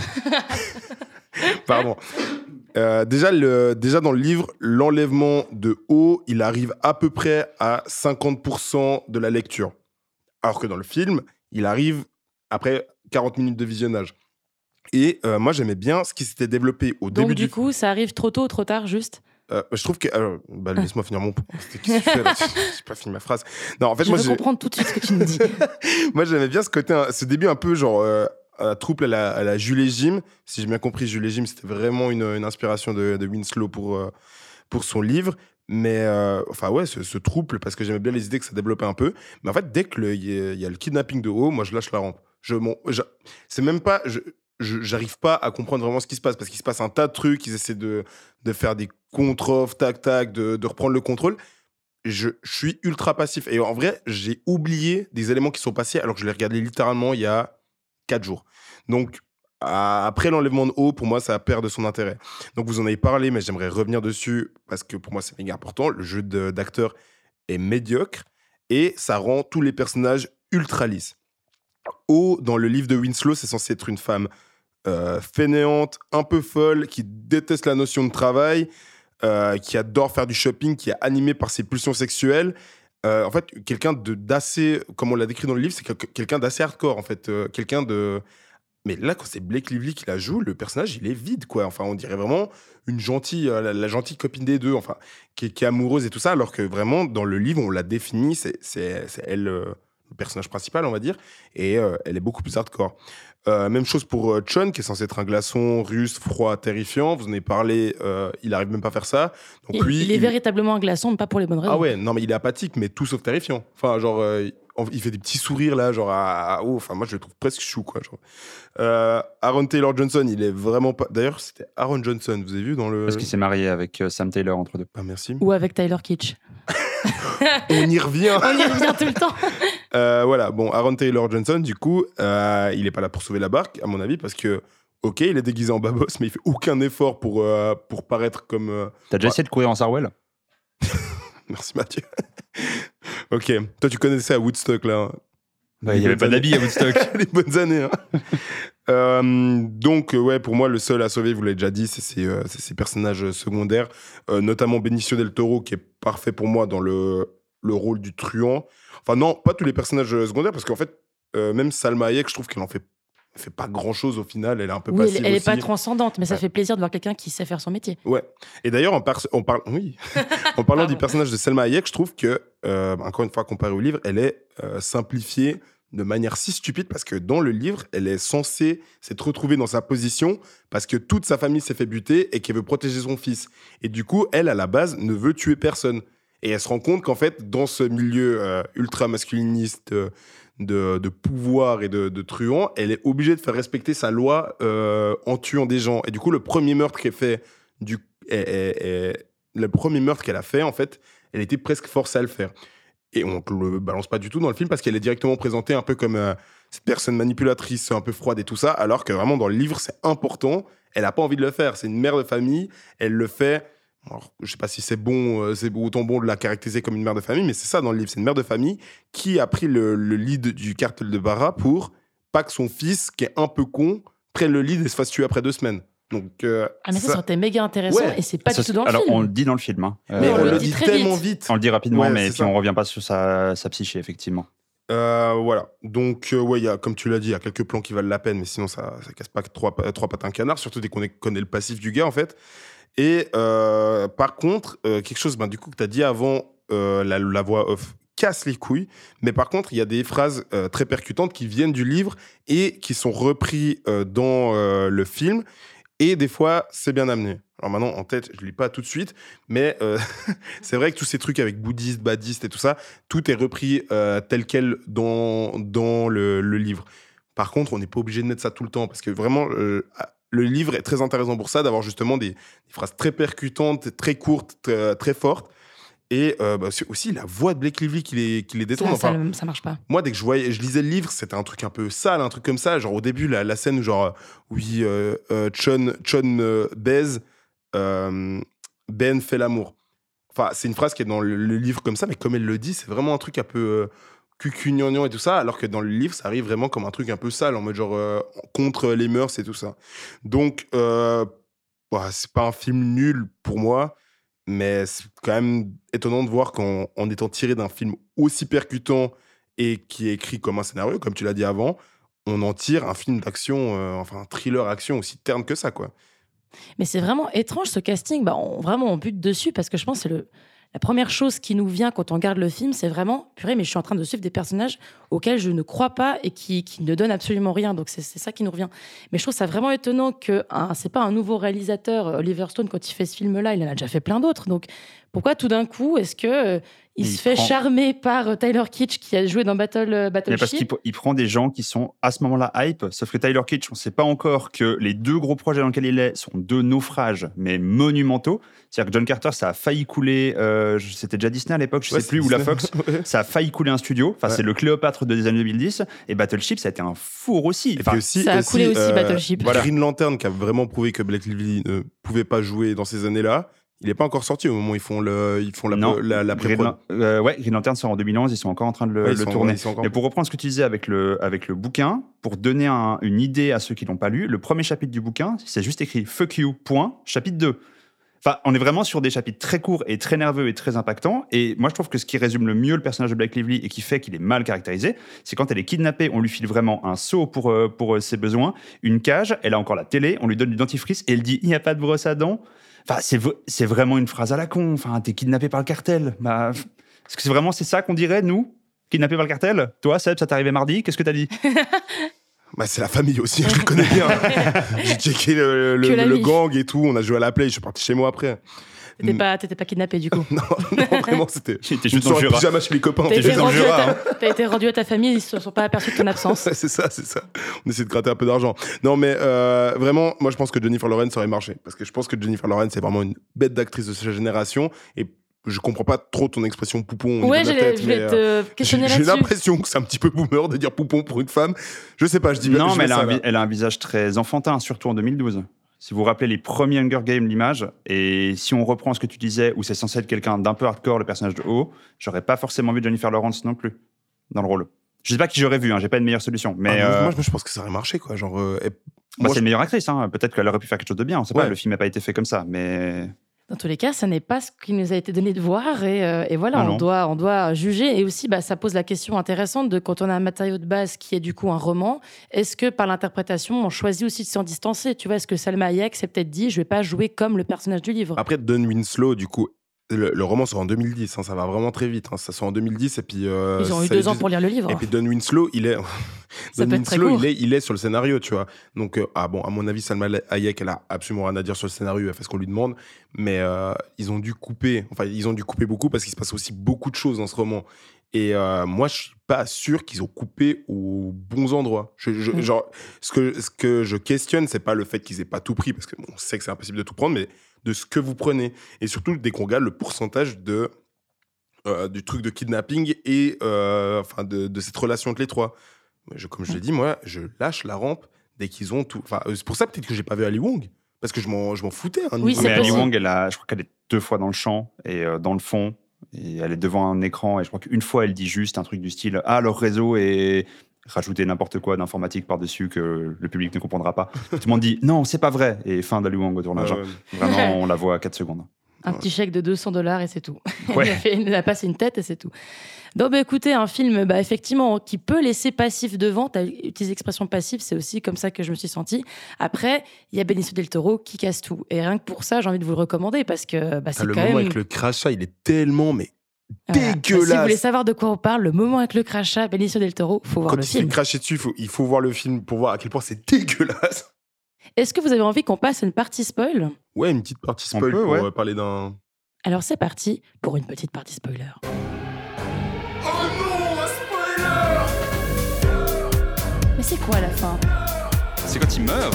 [SPEAKER 7] Pardon. Euh, déjà, le, déjà, dans le livre, l'enlèvement de O, il arrive à peu près à cinquante pour cent de la lecture. Alors que dans le film, il arrive après quarante minutes de visionnage. Et euh, moi, j'aimais bien ce qui s'était développé au
[SPEAKER 1] Donc
[SPEAKER 7] début
[SPEAKER 1] du
[SPEAKER 7] du
[SPEAKER 1] coup, ça arrive trop tôt ou trop tard, juste.
[SPEAKER 7] Euh, je trouve que. Alors, bah, laisse-moi finir mon point. C'était- Qu'est-ce que tu fais là J'ai pas fini ma phrase. Non, en fait,
[SPEAKER 1] Je
[SPEAKER 7] moi,
[SPEAKER 1] veux
[SPEAKER 7] j'ai-
[SPEAKER 1] comprendre tout de suite ce que tu nous dis.
[SPEAKER 7] moi, j'aimais bien ce côté, hein, ce début un peu genre euh, un trouble à la, à la Jules et Jim. Si j'ai bien compris, Jules et Jim, c'était vraiment une, une inspiration de, de Winslow pour, euh, pour son livre. Mais euh, enfin, ouais, ce, ce trouble, parce que j'aimais bien les idées que ça développait un peu. Mais en fait, dès qu'il y, a- y a le kidnapping de O, moi, je lâche la rampe. Je, mon, je- c'est même pas. Je, je- j'arrive pas à comprendre vraiment ce qui se passe parce qu'il se passe un tas de trucs. Ils essaient de, de faire des contre-offres, tac, tac, de, de reprendre le contrôle. Je, je suis ultra passif. Et en vrai, j'ai oublié des éléments qui sont passés alors que je l'ai regardé littéralement il y a quatre jours. Donc, à- après l'enlèvement de O, pour moi, ça perd de son intérêt. Donc, vous en avez parlé, mais j'aimerais revenir dessus parce que pour moi, c'est méga important. Le jeu de- d'acteur est médiocre et ça rend tous les personnages ultra lisses. O, dans le livre de Winslow, c'est censé être une femme euh, fainéante, un peu folle, qui déteste la notion de travail, euh, qui adore faire du shopping, qui est animée par ses pulsions sexuelles. Euh, en fait, quelqu'un de, d'assez, comme on l'a décrit dans le livre, c'est que- quelqu'un d'assez hardcore, en fait. Euh, quelqu'un de... Mais là, quand c'est Blake Lively qui la joue, le personnage, il est vide, quoi. Enfin, on dirait vraiment une gentille, euh, la, la gentille copine des deux, enfin, qui, est- qui est amoureuse et tout ça, alors que vraiment, dans le livre, on l'a définit, c'est, c'est, c'est elle, euh, le personnage principal, on va dire, et euh, elle est beaucoup plus hardcore. Euh, même chose pour euh, Chun, qui est censé être un glaçon russe, froid, terrifiant. Vous en avez parlé, euh, il arrive même pas à faire ça. Donc
[SPEAKER 1] Il,
[SPEAKER 7] lui,
[SPEAKER 1] il est
[SPEAKER 7] il-
[SPEAKER 1] véritablement un glaçon, mais pas pour les bonnes raisons.
[SPEAKER 7] ah ouais, non mais il est apathique, mais tout sauf terrifiant. Enfin, genre, euh, il fait des petits sourires là, genre, à, à- oh, enfin, moi je le trouve presque chou, quoi. Genre. Euh, Aaron Taylor Johnson, il est vraiment pas. D'ailleurs, c'était Aaron Johnson, vous avez vu dans le.
[SPEAKER 6] Parce qu'il s'est marié avec euh, Sam Taylor entre deux.
[SPEAKER 7] Ah, merci.
[SPEAKER 1] Ou avec Tyler Kitsch.
[SPEAKER 7] On y revient.
[SPEAKER 1] On y revient tout le temps.
[SPEAKER 7] Euh, voilà, bon, Aaron Taylor Johnson, du coup, euh, il est pas là pour sauver la barque, à mon avis, parce que, ok, il est déguisé en babos, mais il fait aucun effort pour, euh, pour paraître comme. euh,
[SPEAKER 6] T'as déjà
[SPEAKER 7] ouais.
[SPEAKER 6] essayé de courir en Sarwell?
[SPEAKER 7] Merci Mathieu. Ok, toi tu connaissais à Woodstock là. hein.
[SPEAKER 6] Bah, il n'y avait pas d'habits à Woodstock.
[SPEAKER 7] Les bonnes années. Hein. Euh, donc, euh, ouais, pour moi, le seul à sauver, vous l'avez déjà dit, c'est ces, euh, c'est ces personnages secondaires, euh, notamment Benicio del Toro, qui est parfait pour moi dans le, le rôle du truand. Enfin, non, pas tous les personnages secondaires, parce qu'en fait, euh, même Salma Hayek, je trouve qu'elle en fait, elle fait pas grand chose au final, elle est un peu
[SPEAKER 1] Oui,
[SPEAKER 7] passive
[SPEAKER 1] elle, elle est pas
[SPEAKER 7] aussi.
[SPEAKER 1] transcendante, mais ça
[SPEAKER 7] Ouais.
[SPEAKER 1] fait plaisir de voir quelqu'un qui sait faire son métier.
[SPEAKER 7] Ouais. Et d'ailleurs, en, par- on parle, oui. en parlant
[SPEAKER 1] Pardon.
[SPEAKER 7] du personnage de Selma Hayek, je trouve que, euh, encore une fois, comparé au livre, elle est euh, simplifiée de manière si stupide parce que dans le livre, elle est censée s'être retrouvée dans sa position parce que toute sa famille s'est fait buter et qu'elle veut protéger son fils. Et du coup, elle, à la base, ne veut tuer personne. Et elle se rend compte qu'en fait, dans ce milieu euh, ultra masculiniste euh, de, de pouvoir et de, de truand, elle est obligée de faire respecter sa loi euh, en tuant des gens. Et du coup, le premier meurtre qu'elle fait, du, est- est- est- le premier meurtre qu'elle a fait, en fait, elle était presque forcée à le faire. Et on ne le balance pas du tout dans le film parce qu'elle est directement présentée un peu comme euh, cette personne manipulatrice, un peu froide et tout ça, alors que vraiment dans le livre, c'est important. Elle n'a pas envie de le faire. C'est une mère de famille. Elle le fait. Alors, je ne sais pas si c'est bon, euh, c'est autant bon de la caractériser comme une mère de famille, mais c'est ça dans le livre. C'est une mère de famille qui a pris le, le lead du cartel de Barra pour pas que son fils, qui est un peu con, prenne le lead et se fasse tuer après deux semaines. Donc, euh,
[SPEAKER 1] Ah, mais ça,
[SPEAKER 7] ça-
[SPEAKER 1] ça aurait été méga intéressant
[SPEAKER 7] Ouais.
[SPEAKER 1] et c'est pas
[SPEAKER 6] Ça,
[SPEAKER 1] du tout dans le
[SPEAKER 6] alors,
[SPEAKER 1] film.
[SPEAKER 6] on le dit dans le film. Hein.
[SPEAKER 7] mais
[SPEAKER 1] on
[SPEAKER 7] on
[SPEAKER 1] le
[SPEAKER 7] le
[SPEAKER 1] dit
[SPEAKER 7] dit
[SPEAKER 1] très
[SPEAKER 7] tellement
[SPEAKER 1] vite.
[SPEAKER 7] vite.
[SPEAKER 6] On le dit rapidement,
[SPEAKER 7] Ouais,
[SPEAKER 6] mais
[SPEAKER 7] c'est
[SPEAKER 6] puis
[SPEAKER 7] ça.
[SPEAKER 6] on revient pas sur sa, sa psyché, effectivement.
[SPEAKER 7] Euh, voilà. Donc, euh, ouais, il y a, comme tu l'as dit, il y a quelques plans qui valent la peine, mais sinon, ça, ça casse pas que trois, pa- trois pattes à un canard, surtout dès qu'on est- connaît le passif du gars, en fait. Et euh, par contre, euh, quelque chose, ben, du coup, que tu as dit avant, euh, la, la voix off casse les couilles, mais par contre, il y a des phrases euh, très percutantes qui viennent du livre et qui sont reprises euh, dans euh, le film, et des fois, c'est bien amené. Alors maintenant, en tête, je ne lis pas tout de suite, mais euh, c'est vrai que tous ces trucs avec bouddhistes, badistes et tout ça, tout est repris euh, tel quel dans, dans le, le livre. Par contre, on n'est pas obligé de mettre ça tout le temps, parce que vraiment, euh, le livre est très intéressant pour ça, d'avoir justement des, des phrases très percutantes, très courtes, très, très fortes. Et euh, bah, c'est aussi la voix de Blake Lively qui les, qui les détourne.
[SPEAKER 1] Ça, ça,
[SPEAKER 7] Enfin,
[SPEAKER 1] ça marche pas.
[SPEAKER 7] moi, dès que je, voyais, je lisais le livre, c'était un truc un peu sale, un truc comme ça. Genre, au début, la, la scène où, genre, euh, oui, euh, euh, Chun, Chun euh, baise, euh, Ben fait l'amour. Enfin, c'est une phrase qui est dans le, le livre comme ça, mais comme elle le dit, c'est vraiment un truc un peu euh, cucu-gnangnan et tout ça, alors que dans le livre, ça arrive vraiment comme un truc un peu sale, en mode genre euh, contre les mœurs et tout ça. Donc, euh, bah, c'est pas un film nul pour moi, mais c'est quand même étonnant de voir qu'en en étant tiré d'un film aussi percutant et qui est écrit comme un scénario, comme tu l'as dit avant, on en tire un film d'action, euh, enfin un thriller action aussi terne que ça, quoi.
[SPEAKER 1] Mais c'est vraiment étrange ce casting. Bah, on, vraiment, on bute dessus parce que je pense que c'est le, la première chose qui nous vient quand on regarde le film, c'est vraiment purée, mais je suis en train de suivre des personnages auxquels je ne crois pas et qui, qui ne donnent absolument rien. Donc c'est, c'est ça qui nous revient. Mais je trouve ça vraiment étonnant que hein, c'est pas un nouveau réalisateur, Oliver Stone, quand il fait ce film-là, il en a déjà fait plein d'autres. Donc pourquoi tout d'un coup est-ce que euh, il
[SPEAKER 6] Mais
[SPEAKER 1] se
[SPEAKER 6] il
[SPEAKER 1] fait
[SPEAKER 6] prend-
[SPEAKER 1] charmer par euh, Tyler Kitsch qui a joué dans Battle euh,
[SPEAKER 6] Mais parce qu'il
[SPEAKER 1] Battleship?
[SPEAKER 6] pr- il prend des gens qui sont à ce moment-là hype, sauf que Tyler Kitsch, on ne sait pas encore que les deux gros projets dans lesquels il est sont deux naufrages, mais monumentaux. C'est-à-dire que John Carter, ça a failli couler, euh, je- c'était déjà Disney à l'époque, je ne
[SPEAKER 7] Ouais,
[SPEAKER 6] sais plus,
[SPEAKER 7] c'est
[SPEAKER 6] ou la
[SPEAKER 7] Disney.
[SPEAKER 6] Fox,
[SPEAKER 7] Ouais.
[SPEAKER 6] ça a failli couler un studio. Enfin,
[SPEAKER 7] Ouais.
[SPEAKER 6] c'est le Cléopâtre de- des années deux mille dix, et Battleship, ça a été un four aussi.
[SPEAKER 7] Et
[SPEAKER 6] Enfin,
[SPEAKER 7] puis aussi,
[SPEAKER 1] ça a coulé aussi, Battleship.
[SPEAKER 7] Voilà. Green Lantern qui a vraiment prouvé que Blake Lively ne pouvait pas jouer dans ces années-là, Il est pas encore sorti au moment où ils font le, ils font la,
[SPEAKER 6] Non.
[SPEAKER 7] la, la
[SPEAKER 6] Green,
[SPEAKER 7] pré-prod.
[SPEAKER 6] euh, ouais, Green Lantern sort en deux mille onze, ils sont encore en train de le,
[SPEAKER 7] Ouais, ils
[SPEAKER 6] le
[SPEAKER 7] sont-
[SPEAKER 6] tourner.
[SPEAKER 7] ils sont encore-
[SPEAKER 6] Mais pour reprendre ce que tu disais avec le, avec le bouquin, pour donner un- une idée à ceux qui l'ont pas lu, le premier chapitre du bouquin, c'est juste écrit Fuck you, point, chapitre deux. Enfin, on est vraiment sur des chapitres très courts et très nerveux et très impactants. Et moi, je trouve que ce qui résume le mieux le personnage de Blake Lively et qui fait qu'il est mal caractérisé, c'est quand elle est kidnappée, on lui file vraiment un seau pour, euh, pour euh, ses besoins, une cage, elle a encore la télé, on lui donne du dentifrice et elle dit « il n'y a pas de brosse à dents ». Enfin, c'est, v- c'est vraiment une phrase à la con. Enfin, t'es kidnappé par le cartel. Bah, est-ce que c'est vraiment c'est ça qu'on dirait, nous, kidnappé par le cartel? Toi, Seb, ça t'est arrivé mardi? Qu'est-ce que t'as dit?
[SPEAKER 7] Bah, c'est la famille aussi, je le connais bien. J'ai checké le, le,
[SPEAKER 1] Que la
[SPEAKER 7] le
[SPEAKER 1] vie.
[SPEAKER 7] gang et tout, on a joué à la play, je suis parti chez moi après.
[SPEAKER 1] T'étais pas, t'étais pas kidnappé du coup.
[SPEAKER 7] Non, non, vraiment, c'était.
[SPEAKER 6] J'étais
[SPEAKER 7] Une
[SPEAKER 6] juste dans le
[SPEAKER 7] soirée
[SPEAKER 6] Jura.
[SPEAKER 7] pyjama chez les copains.
[SPEAKER 1] T'as
[SPEAKER 6] T'es
[SPEAKER 1] été,
[SPEAKER 6] juste dans le
[SPEAKER 1] rendu
[SPEAKER 6] Jura,
[SPEAKER 1] à ta- t'as été rendu à ta famille, ils se sont pas aperçus de ton absence.
[SPEAKER 7] Ouais, c'est ça, c'est ça. On essaie de gratter un peu d'argent. Non, mais euh, vraiment, moi, je pense que Jennifer Lawrence aurait marché. Parce que je pense que Jennifer Lawrence, c'est vraiment une bête d'actrice de sa génération. Et je comprends pas trop ton expression poupon. au
[SPEAKER 1] Ouais,
[SPEAKER 7] niveau de la
[SPEAKER 1] j'allais-
[SPEAKER 7] tête,
[SPEAKER 1] je voulais
[SPEAKER 7] mais, euh,
[SPEAKER 1] te questionner
[SPEAKER 7] j'ai, j'ai
[SPEAKER 1] là-dessus.
[SPEAKER 7] l'impression que c'est un petit peu boomer de dire poupon pour une femme. Je sais pas, je dis
[SPEAKER 6] Non,
[SPEAKER 7] je
[SPEAKER 6] mais
[SPEAKER 7] mets
[SPEAKER 6] elle a,
[SPEAKER 7] ça,
[SPEAKER 6] un,
[SPEAKER 7] là.
[SPEAKER 6] vi- elle a un visage très enfantin, surtout en deux mille douze. Si vous vous rappelez les premiers Hunger Games, l'image, et si on reprend ce que tu disais, où c'est censé être quelqu'un d'un peu hardcore, le personnage de O, j'aurais pas forcément vu Jennifer Lawrence non plus dans le rôle. Je sais pas qui j'aurais vu, hein, j'ai pas une meilleure solution. Mais
[SPEAKER 7] Ah,
[SPEAKER 6] euh,
[SPEAKER 7] moi, je- je pense que ça aurait marché, quoi. Genre, euh, et-
[SPEAKER 6] bah,
[SPEAKER 7] moi,
[SPEAKER 6] c'est
[SPEAKER 7] je-
[SPEAKER 6] une meilleure actrice, hein. Peut-être qu'elle aurait pu faire quelque chose de bien, on sait
[SPEAKER 7] Ouais.
[SPEAKER 6] pas, le film n'a pas été fait comme ça, mais...
[SPEAKER 1] Dans tous les cas, ça n'est pas ce qui nous a été donné de voir et, euh, et voilà,
[SPEAKER 6] Ah
[SPEAKER 1] on
[SPEAKER 6] non.
[SPEAKER 1] doit, on doit juger. Et aussi, bah, ça pose la question intéressante de quand on a un matériau de base qui est du coup un roman, est-ce que par l'interprétation, on choisit aussi de s'en distancer? Tu vois, est-ce que Salma Hayek s'est peut-être dit, je vais pas jouer comme le personnage du livre?
[SPEAKER 7] Après, Don Winslow, du coup, le, le roman sort en deux mille dix, hein, ça va vraiment très vite. Hein, ça sort en deux mille dix et puis. euh,
[SPEAKER 1] Ils ont eu
[SPEAKER 7] ça-
[SPEAKER 1] deux ans pour lire le livre.
[SPEAKER 7] Et puis Don Winslow, il est.
[SPEAKER 1] Ça
[SPEAKER 7] Don
[SPEAKER 1] peut être très
[SPEAKER 7] Winslow,
[SPEAKER 1] court.
[SPEAKER 7] il est, il est sur le scénario, tu vois. Donc, euh, ah bon, à mon avis, Salma Hayek, elle a absolument rien à dire sur le scénario, elle fait ce qu'on lui demande. Mais euh, ils ont dû couper, enfin, ils ont dû couper beaucoup parce qu'il se passe aussi beaucoup de choses dans ce roman. Et euh, moi, je suis pas sûr qu'ils ont coupé aux bons endroits. Je, je-
[SPEAKER 1] Mm.
[SPEAKER 7] Genre, ce que, ce que je questionne, c'est pas le fait qu'ils aient pas tout pris, parce qu'on sait que c'est impossible de tout prendre, mais de ce que vous prenez. Et surtout, dès qu'on regarde le pourcentage de, euh, du truc de kidnapping et euh, enfin de, de cette relation entre les trois. Je, comme je l'ai dit, moi, je lâche la rampe dès qu'ils ont tout. Enfin, euh, c'est pour ça peut-être que j'ai pas vu Ali Wong, parce que je m'en, je m'en foutais. Hein,
[SPEAKER 1] Oui,
[SPEAKER 7] niveau-
[SPEAKER 1] c'est
[SPEAKER 6] Mais Ali
[SPEAKER 1] possible.
[SPEAKER 6] Wong, elle a, je crois qu'elle est deux fois dans le champ et euh, dans le fond, et elle est devant un écran, et je crois qu'une fois, elle dit juste un truc du style « Ah, leur réseau est... » rajouter n'importe quoi d'informatique par-dessus que le public ne comprendra pas. Tout le monde dit « Non, c'est pas vrai !» Et fin d'Ali Wong au tournage.
[SPEAKER 7] Ouais, ouais.
[SPEAKER 6] Vraiment, on la voit à quatre secondes.
[SPEAKER 1] Un petit chèque de deux cents dollars et c'est tout.
[SPEAKER 6] Ouais.
[SPEAKER 1] Elle, a fait, elle a passé une tête et c'est tout. Donc, bah, écoutez, un film, bah, effectivement, qui peut laisser passif devant. Tu as utilisé l'expression passif, c'est aussi comme ça que je me suis sentie. Après, il y a Benicio del Toro qui casse tout. Et rien que pour ça, j'ai envie de vous le recommander parce que bah,
[SPEAKER 7] Ah,
[SPEAKER 1] c'est
[SPEAKER 7] le
[SPEAKER 1] quand
[SPEAKER 7] moment
[SPEAKER 1] même.
[SPEAKER 7] avec le crachat, il est tellement mais
[SPEAKER 1] Voilà. Bah, si vous
[SPEAKER 7] dégueulasse.
[SPEAKER 1] voulez savoir de quoi on parle, le moment avec le crachat, Benicio del Toro, faut voir
[SPEAKER 7] Quand
[SPEAKER 1] le
[SPEAKER 7] il se fait
[SPEAKER 1] film.
[SPEAKER 7] cracher dessus, il faut, il faut voir le film pour voir à quel point c'est dégueulasse.
[SPEAKER 1] Est-ce que vous avez envie qu'on passe à une partie spoil?
[SPEAKER 7] Ouais, une petite partie
[SPEAKER 6] On
[SPEAKER 7] spoil
[SPEAKER 6] peut,
[SPEAKER 7] pour
[SPEAKER 6] ouais.
[SPEAKER 7] euh, parler d'un.
[SPEAKER 1] Alors c'est parti pour une petite partie spoiler. Mais c'est quoi la fin?
[SPEAKER 6] C'est quand il meurt.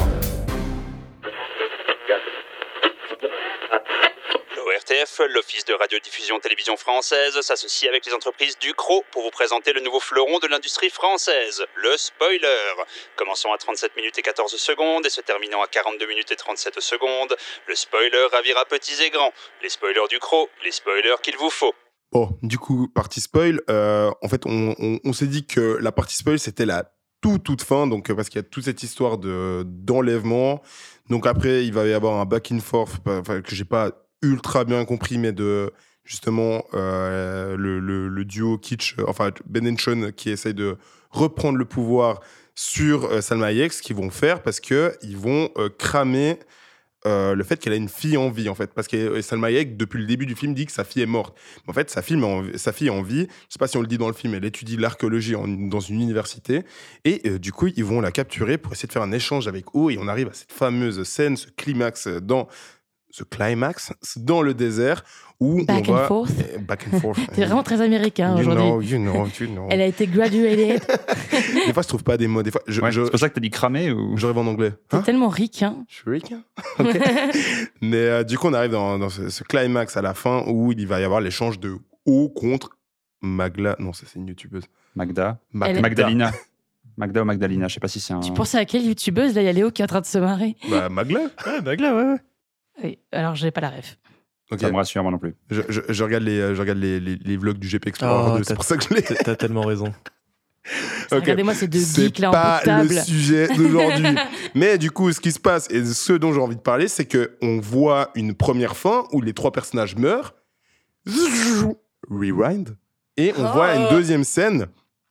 [SPEAKER 11] L'O R T F, l'Office de radiodiffusion télévision française, s'associe avec les entreprises Ducrot pour vous présenter le nouveau fleuron de l'industrie française, le spoiler. Commençant à trente-sept minutes et quatorze secondes et se terminant à quarante-deux minutes et trente-sept secondes, le spoiler ravira petits et grands. Les spoilers Ducrot, les spoilers qu'il vous faut.
[SPEAKER 7] Bon, du coup, partie spoil, euh, en fait, on, on, on s'est dit que la partie spoil, c'était la toute, toute fin, donc, euh, parce qu'il y a toute cette histoire de, d'enlèvement. Donc après, il va y avoir un back and forth, enfin, que j'ai pas ultra bien compris, mais de, justement, euh, le, le, le duo Kitsch, euh, enfin, Ben and Sean, qui essaye de reprendre le pouvoir sur euh, Salma Hayek, ce qu'ils vont faire, parce qu'ils vont euh, cramer Euh, le fait qu'elle a une fille en vie, en fait. Parce que euh, Salma Hayek, depuis le début du film, dit que sa fille est morte. Mais en fait, sa fille est en, sa fille est en vie. Je sais pas si on le dit dans le film, elle étudie l'archéologie en- dans une université. Et euh, du coup, ils vont la capturer pour essayer de faire un échange avec O. Et on arrive à cette fameuse scène, ce climax dans... Ce climax dans le désert où
[SPEAKER 1] Back
[SPEAKER 7] on
[SPEAKER 1] and
[SPEAKER 7] va...
[SPEAKER 1] forth.
[SPEAKER 7] Eh, Back and forth.
[SPEAKER 1] T'es vraiment très américain
[SPEAKER 7] You
[SPEAKER 1] aujourd'hui.
[SPEAKER 7] know, you know, you know.
[SPEAKER 1] Elle a été graduated.
[SPEAKER 7] Des fois, je trouve pas des mots. Des fois, je,
[SPEAKER 6] Ouais,
[SPEAKER 7] je,
[SPEAKER 6] C'est pour ça que t'as dit cramer ou...
[SPEAKER 7] je rêve en anglais.
[SPEAKER 1] T'es
[SPEAKER 7] Hein?
[SPEAKER 1] tellement ricain.
[SPEAKER 7] Je suis ricain. Ok. Mais euh, du coup, on arrive dans, dans ce, ce climax à la fin où il va y avoir l'échange de O contre Magla. Non, ça, c'est une youtubeuse.
[SPEAKER 6] Magda.
[SPEAKER 7] Magda.
[SPEAKER 1] Elle est-
[SPEAKER 6] Magdalena. Magda ou Magdalena, je sais pas si c'est un...
[SPEAKER 1] Tu pensais à quelle youtubeuse? Là, il y a Léo qui est en train de se marrer.
[SPEAKER 7] Bah, Magla.
[SPEAKER 8] Ouais, Magla, ouais, ouais.
[SPEAKER 1] Oui, alors j'ai pas la ref.
[SPEAKER 7] Ok.
[SPEAKER 6] Ça me rassure, moi non plus.
[SPEAKER 7] Je, je, je regarde, les, euh, je regarde les, les, les vlogs du G P Explorer
[SPEAKER 8] Oh,
[SPEAKER 7] deux, c'est
[SPEAKER 8] t'as-
[SPEAKER 7] pour ça que je l'ai.
[SPEAKER 8] T'as t'as tellement raison.
[SPEAKER 7] Ok.
[SPEAKER 1] Regardez-moi ces deux
[SPEAKER 7] C'est
[SPEAKER 1] geeks là en
[SPEAKER 7] pas
[SPEAKER 1] bout de table.
[SPEAKER 7] le sujet d'aujourd'hui. Mais du coup, ce qui se passe et ce dont j'ai envie de parler, c'est que on voit une première fin où les trois personnages meurent. Rewind. Et on
[SPEAKER 1] Oh.
[SPEAKER 7] voit une deuxième scène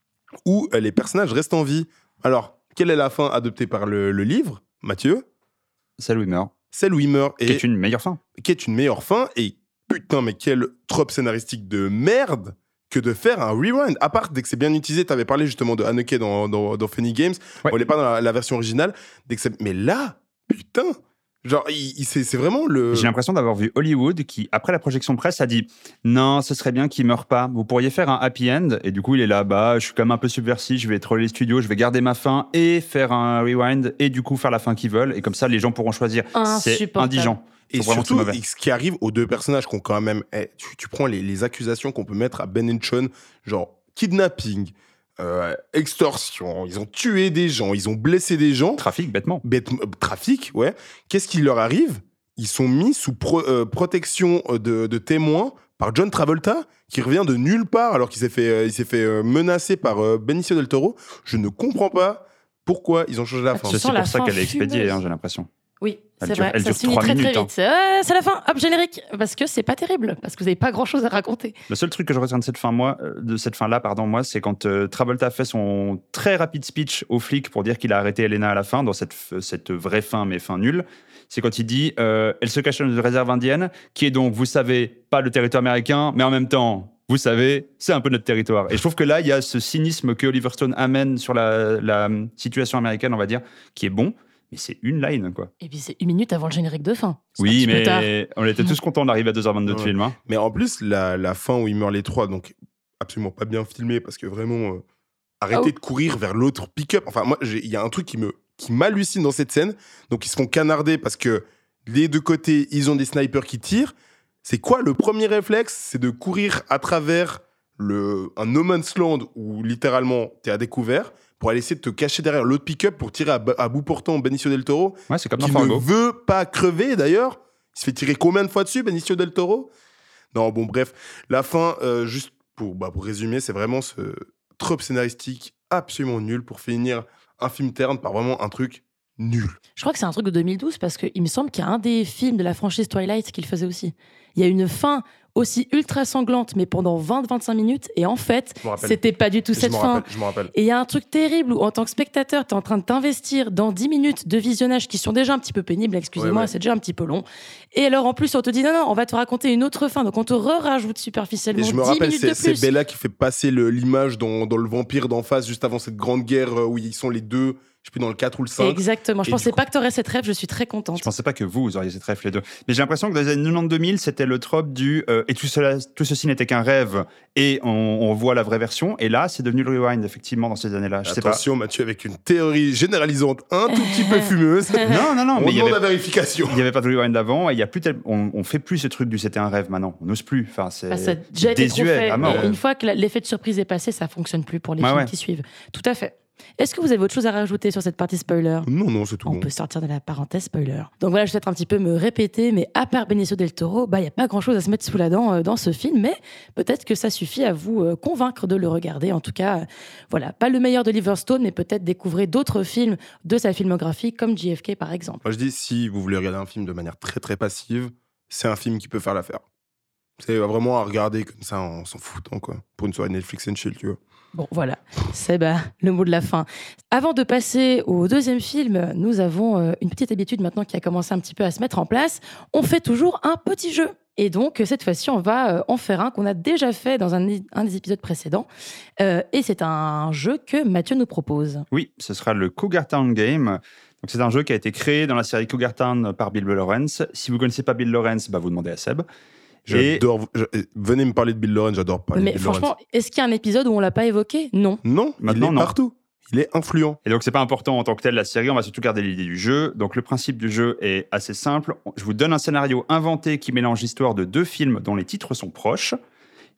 [SPEAKER 7] où euh, les personnages restent en vie. Alors, quelle est la fin adoptée par le, le livre, Mathieu?
[SPEAKER 6] Celle où il meurt.
[SPEAKER 7] Celle où il meurt.
[SPEAKER 6] Qui est une meilleure fin.
[SPEAKER 7] Qui est une meilleure fin. Et putain, mais quel trope scénaristique de merde que de faire un rewind. À part, dès que c'est bien utilisé, tu avais parlé justement de Haneke dans, dans, dans Funny Games.
[SPEAKER 6] Ouais.
[SPEAKER 7] On n'est pas dans la, la version originale. Dès que c'est... Mais là, putain, genre, il, il- c'est, c'est vraiment le...
[SPEAKER 6] J'ai l'impression d'avoir vu Hollywood qui, après la projection presse, a dit non, ce serait bien qu'il meure pas. Vous pourriez faire un happy end. Et du coup, il est là, bah, je suis quand même un peu subversif. Je vais troller les studios, je vais garder ma fin et faire un rewind et du coup faire la fin qu'ils veulent. Et comme ça, les gens pourront choisir. C'est
[SPEAKER 1] Insupportable.
[SPEAKER 6] indigent.
[SPEAKER 7] Et
[SPEAKER 6] Faut vraiment que c'est
[SPEAKER 7] surtout,
[SPEAKER 6] mauvais.
[SPEAKER 7] ce qui arrive aux deux personnages qui ont quand même... eh, tu, tu prends les, les accusations qu'on peut mettre à Ben et Sean, genre kidnapping, euh, extorsion, ils ont tué des gens, ils ont blessé des gens.
[SPEAKER 6] Trafic, bêtement.
[SPEAKER 7] Bête- euh, trafic, ouais. Qu'est-ce qui leur arrive? Ils sont mis sous pro- euh, protection de, de témoins par John Travolta, qui revient de nulle part alors qu'il s'est fait, euh, il s'est fait euh, menacer par euh, Benicio del Toro. Je ne comprends pas pourquoi ils ont changé la
[SPEAKER 1] Ah,
[SPEAKER 7] fin.
[SPEAKER 1] tu
[SPEAKER 6] C'est
[SPEAKER 1] sens
[SPEAKER 6] aussi
[SPEAKER 1] la
[SPEAKER 6] pour ça
[SPEAKER 1] fin
[SPEAKER 6] qu'elle est expédiée,
[SPEAKER 1] fumeuse.
[SPEAKER 6] hein, j'ai l'impression.
[SPEAKER 1] Oui,
[SPEAKER 6] Elle
[SPEAKER 1] c'est
[SPEAKER 6] dure-
[SPEAKER 1] vrai.
[SPEAKER 6] elle
[SPEAKER 1] Ça
[SPEAKER 6] dure
[SPEAKER 1] se finit
[SPEAKER 6] trois
[SPEAKER 1] très très
[SPEAKER 6] minutes, hein.
[SPEAKER 1] vite. C'est ouais, c'est la fin, hop, générique. Parce que c'est pas terrible, parce que vous n'avez pas grand chose à raconter.
[SPEAKER 6] Le seul truc que je retiens de cette fin, moi, euh, de cette fin-là, pardon, moi, c'est quand euh, Travolta fait son très rapide speech aux flics pour dire qu'il a arrêté Elena à la fin, dans cette, f- cette vraie fin, mais fin nulle. C'est quand il dit euh, elle se cache dans une réserve indienne, qui est donc, vous savez, pas le territoire américain, mais en même temps, vous savez, c'est un peu notre territoire. Et je trouve que là, il y a ce cynisme que Oliver Stone amène sur la, la euh, situation américaine, on va dire, qui est bon. Mais c'est une line, quoi.
[SPEAKER 1] Et puis c'est une minute avant le générique de fin. C'est un
[SPEAKER 6] Oui,
[SPEAKER 1] petit peu tard.
[SPEAKER 6] mais on était tous contents d'arriver à deux heures vingt-deux de
[SPEAKER 7] Ouais.
[SPEAKER 6] film. Hein.
[SPEAKER 7] Mais en plus, la, la fin où ils meurent les trois, donc absolument pas bien filmé, parce que vraiment, euh, arrêtez
[SPEAKER 1] Ah oui.
[SPEAKER 7] de courir vers l'autre pick-up. Enfin, moi, j'ai- il y a un truc qui me qui m'hallucine dans cette scène. Donc, ils se font canarder parce que les deux côtés, ils ont des snipers qui tirent. C'est quoi le premier réflexe? C'est de courir à travers le, un no man's land où littéralement, t'es à découvert pour aller essayer de te cacher derrière l'autre pick-up pour tirer à, ba- à bout portant Benicio del Toro.
[SPEAKER 6] Ouais, c'est comme dans
[SPEAKER 7] Qui ne
[SPEAKER 6] Fargo.
[SPEAKER 7] veut pas crever d'ailleurs. Il se fait tirer combien de fois dessus, Benicio del Toro? Non, bon, bref. La fin, euh, juste pour, bah, pour résumer, c'est vraiment ce trope scénaristique absolument nul pour finir un film terne par vraiment un truc nul.
[SPEAKER 1] Je crois que c'est un truc de deux mille douze parce qu'il me semble qu'il y a un des films de la franchise Twilight qu'il faisait aussi. Il y a une fin aussi ultra sanglante, mais pendant vingt à vingt-cinq minutes, et en fait,
[SPEAKER 7] Je me rappelle.
[SPEAKER 1] c'était pas du tout
[SPEAKER 7] Je
[SPEAKER 1] cette
[SPEAKER 7] m'en
[SPEAKER 1] fin.
[SPEAKER 7] rappelle, je m'en rappelle.
[SPEAKER 1] Et il y a un truc terrible où, en tant que spectateur, tu es en train de t'investir dans dix minutes de visionnage qui sont déjà un petit peu pénibles, excusez-moi,
[SPEAKER 7] Ouais, ouais.
[SPEAKER 1] c'est déjà un petit peu long. Et alors, en plus, on te dit non, non, on va te raconter une autre fin. Donc, on te re-rajoute
[SPEAKER 7] Et
[SPEAKER 1] superficiellement
[SPEAKER 7] je me
[SPEAKER 1] dix
[SPEAKER 7] rappelle,
[SPEAKER 1] minutes
[SPEAKER 7] c'est,
[SPEAKER 1] de
[SPEAKER 7] c'est
[SPEAKER 1] plus.
[SPEAKER 7] Bella qui fait passer le- l'image dans, dans le vampire d'en face, juste avant cette grande guerre euh, où ils sont les deux, je sais plus, dans le quatre ou le cinq.
[SPEAKER 1] Exactement. Je
[SPEAKER 7] Et
[SPEAKER 1] pensais
[SPEAKER 7] du
[SPEAKER 1] pas que tu aurais cette rêve, je suis très contente.
[SPEAKER 6] Je pensais pas que vous, vous auriez cette rêve les deux. Mais j'ai l'impression que dans les années quatre-vingt-dix deux mille, c'était le trope du euh, et tout, cela, tout ceci n'était qu'un rêve et on, on voit la vraie version. Et là, c'est devenu le rewind, effectivement, dans ces années-là. Je sais pas.
[SPEAKER 7] Attention, Mathieu, avec une théorie généralisante un tout petit peu fumeuse.
[SPEAKER 6] Non, non, non,
[SPEAKER 7] On
[SPEAKER 6] mais il y
[SPEAKER 7] demande
[SPEAKER 6] avait,
[SPEAKER 7] la vérification.
[SPEAKER 6] il y avait pas de rewind avant et il y a plus tel- on, on fait plus ce truc du c'était un rêve maintenant. On n'ose plus. Enfin, c'est
[SPEAKER 1] Bah, ça a déjà été trop
[SPEAKER 6] désuet
[SPEAKER 1] fait.
[SPEAKER 6] à mort.
[SPEAKER 1] Et une fois que la- l'effet de surprise est passé, ça fonctionne plus pour les
[SPEAKER 6] Ouais,
[SPEAKER 1] films
[SPEAKER 6] ouais.
[SPEAKER 1] qui suivent. Tout à fait. Est-ce que vous avez autre chose à rajouter sur cette partie spoiler?
[SPEAKER 7] Non, non, c'est tout
[SPEAKER 1] On
[SPEAKER 7] bon.
[SPEAKER 1] peut sortir de la parenthèse spoiler. Donc voilà, je vais peut-être un petit peu me répéter, mais à part Benicio del Toro, bah il y a pas grand-chose à se mettre sous la dent euh, dans ce film, mais peut-être que ça suffit à vous euh, convaincre de le regarder. En tout cas, euh, voilà, pas le meilleur d'Oliver Stone, mais peut-être découvrir d'autres films de sa filmographie, comme J F K par exemple.
[SPEAKER 7] Moi, je dis, si vous voulez regarder un film de manière très très passive, c'est un film qui peut faire l'affaire. C'est vraiment à regarder comme ça en s'en foutant, quoi. Pour une soirée Netflix and chill, tu vois.
[SPEAKER 1] Bon, voilà, c'est bah, le mot de la fin. Avant de passer au deuxième film, nous avons euh, une petite habitude maintenant qui a commencé un petit peu à se mettre en place. On fait toujours un petit jeu. Et donc, cette fois-ci, on va euh, en faire un qu'on a déjà fait dans un, un des épisodes précédents. Euh, et c'est un jeu que Mathieu nous propose.
[SPEAKER 6] Oui, ce sera le Cougar Town Game. Donc, c'est un jeu qui a été créé dans la série Cougar Town par Bill Lawrence. Si vous ne connaissez pas Bill Lawrence, bah, vous demandez à Seb. Et-
[SPEAKER 7] J'adore. je- venez me parler de Bill Lawrence, j'adore parler
[SPEAKER 1] Mais
[SPEAKER 7] de Bill
[SPEAKER 1] franchement,
[SPEAKER 7] Lawrence.
[SPEAKER 1] est-ce qu'il y a un épisode où on l'a pas évoqué? Non.
[SPEAKER 7] Non,
[SPEAKER 6] Maintenant,
[SPEAKER 7] il est
[SPEAKER 6] non.
[SPEAKER 7] partout. Il est influent.
[SPEAKER 6] Et donc, c'est pas important en tant que tel, la série. On va surtout garder l'idée du jeu. Donc, le principe du jeu est assez simple. Je vous donne un scénario inventé qui mélange l'histoire de deux films dont les titres sont proches.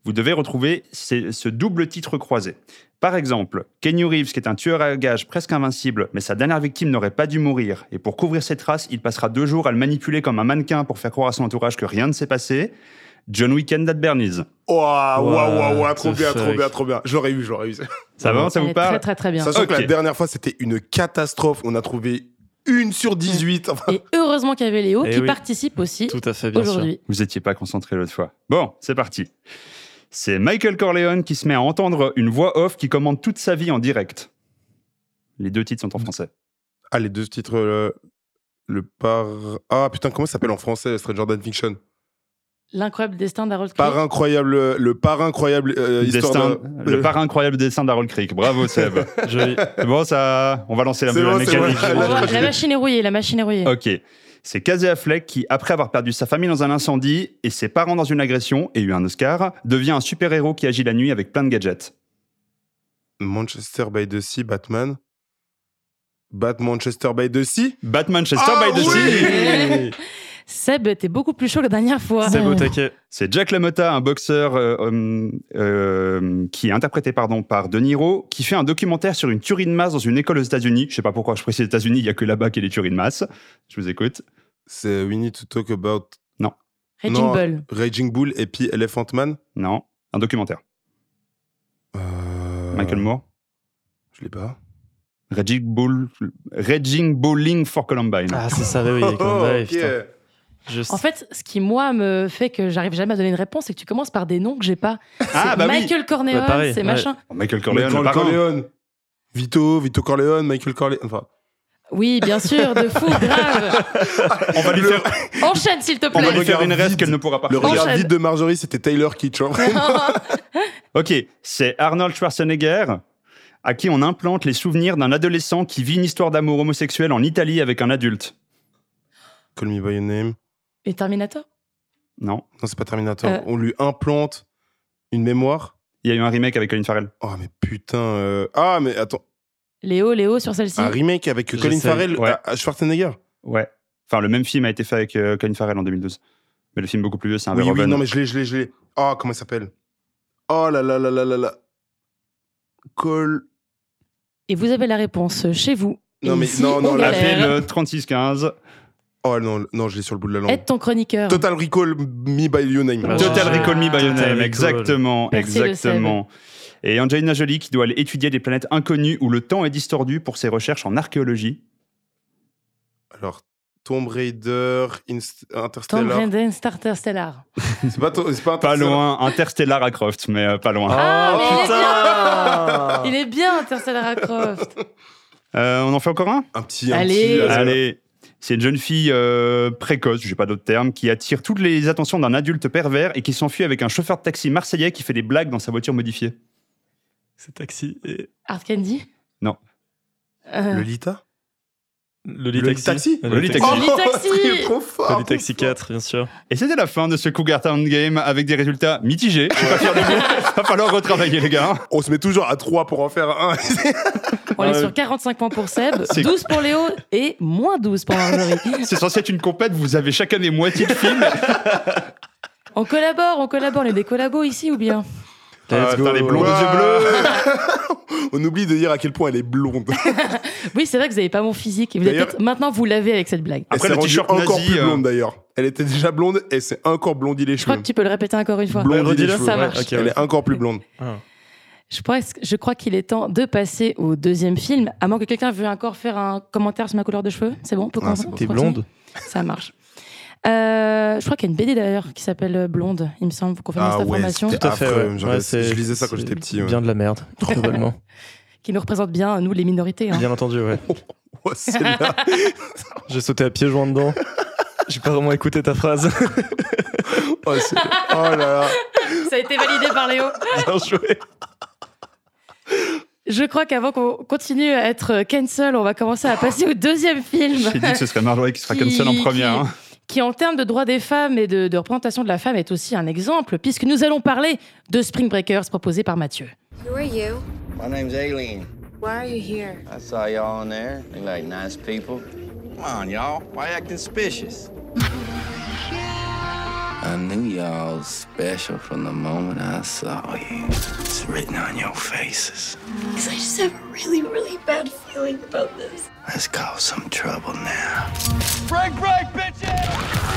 [SPEAKER 6] vous devez retrouver ces- ce double titre croisé. Par exemple, Keanu Reeves, qui est un tueur à gages presque invincible, mais sa dernière victime n'aurait pas dû mourir. Et pour couvrir ses traces, il passera deux jours à le manipuler comme un mannequin pour faire croire à son entourage que rien ne s'est passé. John Weekend at Bernie's.
[SPEAKER 7] Waouh, waouh, waouh, waouh, trop
[SPEAKER 8] the
[SPEAKER 7] bien, trop
[SPEAKER 8] fuck.
[SPEAKER 7] bien, trop bien. Je l'aurais eu, je l'aurais eu.
[SPEAKER 6] Ça va, ça
[SPEAKER 1] Elle
[SPEAKER 6] vous
[SPEAKER 1] est
[SPEAKER 6] parle
[SPEAKER 1] très très très bien.
[SPEAKER 7] Sachant que
[SPEAKER 6] Ok.
[SPEAKER 7] la dernière fois, c'était une catastrophe. On a trouvé une sur dix-huit. Enfin,
[SPEAKER 1] Et heureusement qu'il y avait Léo
[SPEAKER 8] Eh
[SPEAKER 1] qui
[SPEAKER 8] oui.
[SPEAKER 1] participe aussi
[SPEAKER 8] Tout à fait, bien sûr.
[SPEAKER 1] aujourd'hui.
[SPEAKER 6] Vous étiez pas concentré l'autre fois. Bon, c'est parti. C'est Michael Corleone qui se met à entendre une voix off qui commande toute sa vie en direct. Les deux titres sont en français.
[SPEAKER 7] ah, les deux titres. euh, le par. Ah, putain, comment ça s'appelle en français, Stranger Than Fiction?
[SPEAKER 1] L'incroyable destin d'Harold Creek.
[SPEAKER 7] Par incroyable. Le par incroyable. euh, histoire
[SPEAKER 6] Destin-
[SPEAKER 7] d'un-
[SPEAKER 6] le par incroyable destin d'Harold Creek. Bravo Seb.
[SPEAKER 8] Joli.
[SPEAKER 6] C'est bon, ça, on va lancer la,
[SPEAKER 7] C'est
[SPEAKER 6] la
[SPEAKER 7] bon, c'est
[SPEAKER 6] mécanique.
[SPEAKER 7] bon.
[SPEAKER 1] On voit- la machine est rouillée, la machine est rouillée.
[SPEAKER 6] Ok. C'est Casey Affleck qui, après avoir perdu sa famille dans un incendie et ses parents dans une agression et eu un Oscar, devient un super-héros qui agit la nuit avec plein de gadgets.
[SPEAKER 7] Manchester by the Sea, Batman. Bat Manchester by the Sea.
[SPEAKER 6] Batman Chester
[SPEAKER 7] Ah
[SPEAKER 6] by the
[SPEAKER 7] oui
[SPEAKER 6] Sea.
[SPEAKER 1] Seb, t'es beaucoup plus chaud que la dernière fois.
[SPEAKER 8] C'est beau taquet.
[SPEAKER 6] C'est Jack LaMotta, un boxeur euh, euh, euh, qui est interprété pardon, par De Niro, qui fait un documentaire sur une tuerie de masse dans une école aux États-Unis. Je sais pas pourquoi je précise les États-Unis, il y a que là-bas qu'il y a des tueries de masse. Je vous écoute.
[SPEAKER 7] C'est We Need to Talk About.
[SPEAKER 1] Raging
[SPEAKER 7] Non,
[SPEAKER 1] Bull.
[SPEAKER 7] Raging Bull et puis Elephant Man.
[SPEAKER 6] Non, un documentaire.
[SPEAKER 7] Euh,
[SPEAKER 6] Michael Moore.
[SPEAKER 7] Je l'ai pas.
[SPEAKER 6] Raging Bull, Raging Bowling for Columbine.
[SPEAKER 8] Ah, c'est ça, oui, oui. Comme
[SPEAKER 7] Oh,
[SPEAKER 8] bah,
[SPEAKER 7] ok.
[SPEAKER 8] putain. Je
[SPEAKER 1] En fait, ce qui, moi, me fait que j'arrive jamais à donner une réponse, c'est que tu commences par des noms que j'ai pas.
[SPEAKER 6] Ah,
[SPEAKER 1] C'est
[SPEAKER 6] bah oui.
[SPEAKER 1] Michael Corleone,
[SPEAKER 8] Bah, pareil,
[SPEAKER 1] c'est
[SPEAKER 8] ouais.
[SPEAKER 1] machin.
[SPEAKER 6] Michael Corleone,
[SPEAKER 7] Michael
[SPEAKER 6] le parrain.
[SPEAKER 7] Corleone. Vito, Vito Corleone, Michael Corleone. Enfin,
[SPEAKER 1] Oui, bien sûr, de fou, grave.
[SPEAKER 6] On va lui faire,
[SPEAKER 1] Enchaîne, s'il te
[SPEAKER 6] on va
[SPEAKER 1] plaît.
[SPEAKER 6] lui faire une
[SPEAKER 7] Regard
[SPEAKER 6] reste
[SPEAKER 7] vide.
[SPEAKER 6] qu'elle ne pourra pas
[SPEAKER 7] le
[SPEAKER 6] faire.
[SPEAKER 7] regard
[SPEAKER 1] Enchaîne.
[SPEAKER 7] vide de Marjorie, c'était Taylor Kitsch. hein.
[SPEAKER 6] Ok, c'est Arnold Schwarzenegger, à qui on implante les souvenirs d'un adolescent qui vit une histoire d'amour homosexuel en Italie avec un adulte.
[SPEAKER 7] Call me by your name.
[SPEAKER 1] Et Terminator
[SPEAKER 6] Non.
[SPEAKER 7] Non, c'est pas Terminator.
[SPEAKER 1] Euh.
[SPEAKER 7] On lui implante une mémoire.
[SPEAKER 6] Il y a eu un remake avec Colin Farrell.
[SPEAKER 7] Oh, mais putain. euh, Ah, mais attends.
[SPEAKER 1] Léo, Léo sur celle-ci.
[SPEAKER 7] Un remake avec Colin
[SPEAKER 6] J'essaye,
[SPEAKER 7] Farrell
[SPEAKER 6] ouais.
[SPEAKER 7] à- à Schwarzenegger.
[SPEAKER 6] Ouais. Enfin, le même film a été fait avec euh, Colin Farrell en deux mille douze. Mais le film beaucoup plus vieux, c'est un
[SPEAKER 7] Oui, oui,
[SPEAKER 6] Verhoeven.
[SPEAKER 7] non, mais je l'ai, je l'ai, je l'ai. Oh, comment il s'appelle? Oh là là là là là là. Call.
[SPEAKER 1] Et vous avez la réponse chez vous. Et
[SPEAKER 7] Non, mais
[SPEAKER 1] ici,
[SPEAKER 7] non, non,
[SPEAKER 1] on
[SPEAKER 7] la
[SPEAKER 1] galère.
[SPEAKER 6] Appelle le trente-six quinze.
[SPEAKER 7] Oh non, non, je l'ai sur le bout de la langue.
[SPEAKER 1] Aide ton chroniqueur.
[SPEAKER 7] Total Recall Me by Your Name.
[SPEAKER 8] Ah,
[SPEAKER 6] Total
[SPEAKER 8] ouais.
[SPEAKER 6] Recall Me by Your
[SPEAKER 8] Total
[SPEAKER 6] Name,
[SPEAKER 8] Recall.
[SPEAKER 6] exactement,
[SPEAKER 1] Merci, le
[SPEAKER 6] exactement. Et Angelina Jolie qui doit aller étudier des planètes inconnues où le temps est distordu pour ses recherches en archéologie.
[SPEAKER 7] Alors, Tomb Raider, Inst-
[SPEAKER 1] Tomb
[SPEAKER 7] Interstellar.
[SPEAKER 1] Raider, Starter Stellar.
[SPEAKER 7] C'est pas, to- c'est pas
[SPEAKER 6] Pas
[SPEAKER 7] Interstellar.
[SPEAKER 6] loin, Interstellar à Croft, mais euh, pas loin.
[SPEAKER 1] Ah, mais il est
[SPEAKER 8] putain
[SPEAKER 1] Il est bien, Interstellar à Croft.
[SPEAKER 6] Euh, on en fait encore un
[SPEAKER 7] Un petit. un
[SPEAKER 1] Allez.
[SPEAKER 7] petit, euh,
[SPEAKER 6] Allez, c'est une jeune fille euh, précoce, je n'ai pas d'autre terme, qui attire toutes les attentions d'un adulte pervers et qui s'enfuit avec un chauffeur de taxi marseillais qui fait des blagues dans sa voiture modifiée.
[SPEAKER 8] C'est Taxi et
[SPEAKER 1] Art Candy
[SPEAKER 6] Non.
[SPEAKER 1] Euh,
[SPEAKER 7] Lolita.
[SPEAKER 8] le
[SPEAKER 7] Le
[SPEAKER 8] Taxi.
[SPEAKER 7] Taxi
[SPEAKER 8] Le
[SPEAKER 6] Loli
[SPEAKER 8] Taxi.
[SPEAKER 6] Taxi.
[SPEAKER 1] Loli Taxi.
[SPEAKER 7] c'est trop fort.
[SPEAKER 8] Le Taxi quatre, bien sûr.
[SPEAKER 6] Et c'était la fin de ce Cougar Town Game avec des résultats mitigés. Je suis pas fier de vous. Va falloir retravailler, les gars.
[SPEAKER 7] On se met toujours à trois pour en faire un.
[SPEAKER 1] On est
[SPEAKER 6] Ouais.
[SPEAKER 1] sur quarante-cinq points pour Seb,
[SPEAKER 6] C'est-
[SPEAKER 1] douze pour Léo et moins douze pour Marjorie.
[SPEAKER 6] C'est censé être une compète, vous avez chacun des moitiés de films.
[SPEAKER 1] On collabore, on collabore. On est des collabos ici ou bien
[SPEAKER 6] Ah,
[SPEAKER 8] Let's
[SPEAKER 6] putain,
[SPEAKER 8] go.
[SPEAKER 6] les blonds aux
[SPEAKER 7] Ouais.
[SPEAKER 6] yeux bleus.
[SPEAKER 7] On oublie de dire à quel point elle est blonde.
[SPEAKER 1] Oui, c'est vrai que vous n'avez pas mon physique. Et vous avez
[SPEAKER 7] D'ailleurs-
[SPEAKER 1] peut-être- maintenant, vous l'avez avec cette blague.
[SPEAKER 6] Après,
[SPEAKER 7] Elle
[SPEAKER 6] le
[SPEAKER 7] s'est rendue
[SPEAKER 6] t-shirt
[SPEAKER 7] encore
[SPEAKER 6] nazi,
[SPEAKER 7] plus
[SPEAKER 6] euh,
[SPEAKER 7] blonde d'ailleurs. Elle était déjà blonde et c'est encore blondie les
[SPEAKER 1] Je crois
[SPEAKER 7] cheveux.
[SPEAKER 1] que tu peux le répéter encore une fois.
[SPEAKER 7] Blondie les
[SPEAKER 8] redis-le,
[SPEAKER 7] cheveux.
[SPEAKER 1] ça
[SPEAKER 7] ouais.
[SPEAKER 1] marche.
[SPEAKER 8] Ok,
[SPEAKER 7] Elle
[SPEAKER 8] ouais.
[SPEAKER 7] est encore plus blonde.
[SPEAKER 8] Ah.
[SPEAKER 1] Je, pense- je crois qu'il est temps de passer au deuxième film. À moins que quelqu'un veuille encore faire un commentaire sur ma couleur de cheveux. C'est bon, on peut
[SPEAKER 7] Ah,
[SPEAKER 1] commencer
[SPEAKER 7] c'est bon.
[SPEAKER 8] T'es
[SPEAKER 1] Continue
[SPEAKER 8] blonde?
[SPEAKER 1] Ça marche. Euh, je crois qu'il y a une B D d'ailleurs qui s'appelle Blonde, il me semble. Vous confirmez
[SPEAKER 7] Ah
[SPEAKER 1] cette
[SPEAKER 7] ouais,
[SPEAKER 1] information
[SPEAKER 7] c'était
[SPEAKER 8] Tout à fait,
[SPEAKER 7] affreux.
[SPEAKER 8] ouais.
[SPEAKER 7] Genre,
[SPEAKER 8] Ouais,
[SPEAKER 7] je
[SPEAKER 8] c'est-
[SPEAKER 7] lisais ça quand
[SPEAKER 8] c'est
[SPEAKER 7] j'étais petit. ouais.
[SPEAKER 8] Bien de la merde, globalement.
[SPEAKER 1] Qui nous représente bien, nous, les minorités. hein.
[SPEAKER 8] Bien entendu, ouais.
[SPEAKER 7] Oh, celle-là.
[SPEAKER 8] J'ai sauté à pieds joints dedans. J'ai pas vraiment écouté ta phrase.
[SPEAKER 7] Oh, c'est- oh là là.
[SPEAKER 1] Ça a été validé par Léo.
[SPEAKER 8] Bien joué.
[SPEAKER 1] Je crois qu'avant qu'on continue à être cancel, on va commencer à passer au deuxième film.
[SPEAKER 6] J'ai dit que ce serait Marjorie qui sera
[SPEAKER 1] Qui-
[SPEAKER 6] cancel en première.
[SPEAKER 1] qui-
[SPEAKER 6] hein.
[SPEAKER 1] Qui, en termes de droits des femmes et de, de représentation de la femme, est aussi un exemple, puisque nous allons parler de Spring Breakers proposé par Mathieu.
[SPEAKER 12] Who are you?
[SPEAKER 13] My name's Aileen.
[SPEAKER 12] Why are you here?
[SPEAKER 13] I saw y'all in there. You like nice people. Come on, y'all. Why acting suspicious? I knew y'all was special from the moment I saw you. It's written on your faces.
[SPEAKER 12] Because I just have a really, really bad feeling about this.
[SPEAKER 13] Let's cause some trouble now.
[SPEAKER 10] Break, break, bitches!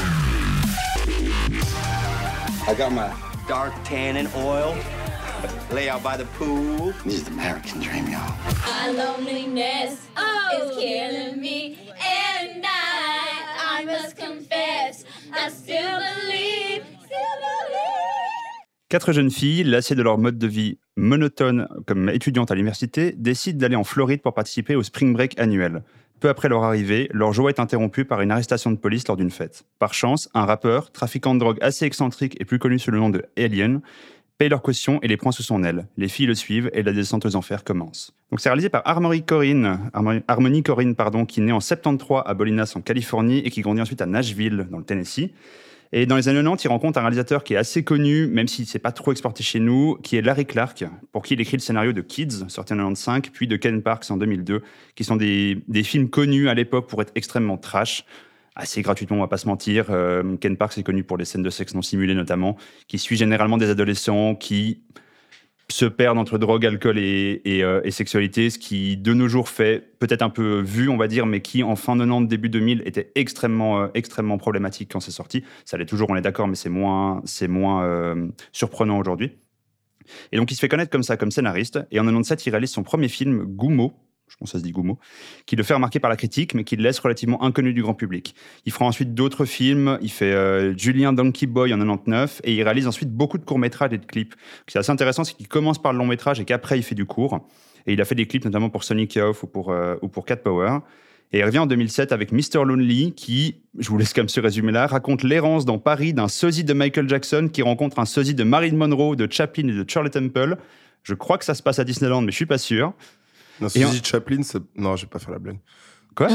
[SPEAKER 13] I got my dark tannin oil. Lay out by the pool. This is the American dream, y'all.
[SPEAKER 14] My loneliness oh. is killing me. And I, I must confess, I still believe, still believe.
[SPEAKER 6] Quatre jeunes filles, lassées de leur mode de vie monotone comme étudiantes à l'université, décident d'aller en Floride pour participer au Spring Break annuel. Peu après leur arrivée, leur joie est interrompue par une arrestation de police lors d'une fête. Par chance, un rappeur, trafiquant de drogue assez excentrique et plus connu sous le nom de Alien, paye leur caution et les prend sous son aile. Les filles le suivent et la descente aux enfers commence. Donc c'est réalisé par Harmony Korine, Harmony Korine pardon, qui naît en soixante-treize à Bolinas en Californie et qui grandit ensuite à Nashville dans le Tennessee. Et dans les années quatre-vingt-dix, il rencontre un réalisateur qui est assez connu, même s'il ne s'est pas trop exporté chez nous, qui est Larry Clark, pour qui il écrit le scénario de Kids, sorti en quatre-vingt-quinze, puis de Ken Parks en deux mille deux, qui sont des, des films connus à l'époque pour être extrêmement trash. Assez gratuitement, on va pas se mentir. Euh, Ken Parks est connu pour les scènes de sexe non simulées notamment, qui suit généralement des adolescents qui se perdent entre drogue, alcool et, et, euh, et sexualité, ce qui de nos jours fait peut-être un peu vu, on va dire, mais qui en fin quatre-vingt-dix, début deux mille était extrêmement, euh, extrêmement problématique quand c'est sorti. Ça l'est toujours, on est d'accord, mais c'est moins, c'est moins euh, surprenant aujourd'hui. Et donc il se fait connaître comme ça, comme scénariste, et en quatre-vingt-dix-sept, il réalise son premier film, Gummo, je pense que ça se dit Gummo, qui le fait remarquer par la critique, mais qui le laisse relativement inconnu du grand public. Il fera ensuite d'autres films, il fait euh, Julien Donkey Boy en quatre-vingt-dix-neuf, et il réalise ensuite beaucoup de courts-métrages et de clips. Ce qui est assez intéressant, c'est qu'il commence par le long-métrage et qu'après, il fait du court. Et il a fait des clips notamment pour Sonic Youth ou pour, euh, ou pour Cat Power. Et il revient en deux mille sept avec mister Lonely, qui, je vous laisse comme ce résumé-là, raconte l'errance dans Paris d'un sosie de Michael Jackson qui rencontre un sosie de Marilyn Monroe, de Chaplin et de Shirley Temple. Je crois que ça se passe à Disneyland, mais je suis pas sûr.
[SPEAKER 7] Non, Suzy en... Chaplin, c'est... Non, je vais pas faire la blague.
[SPEAKER 6] Quoi?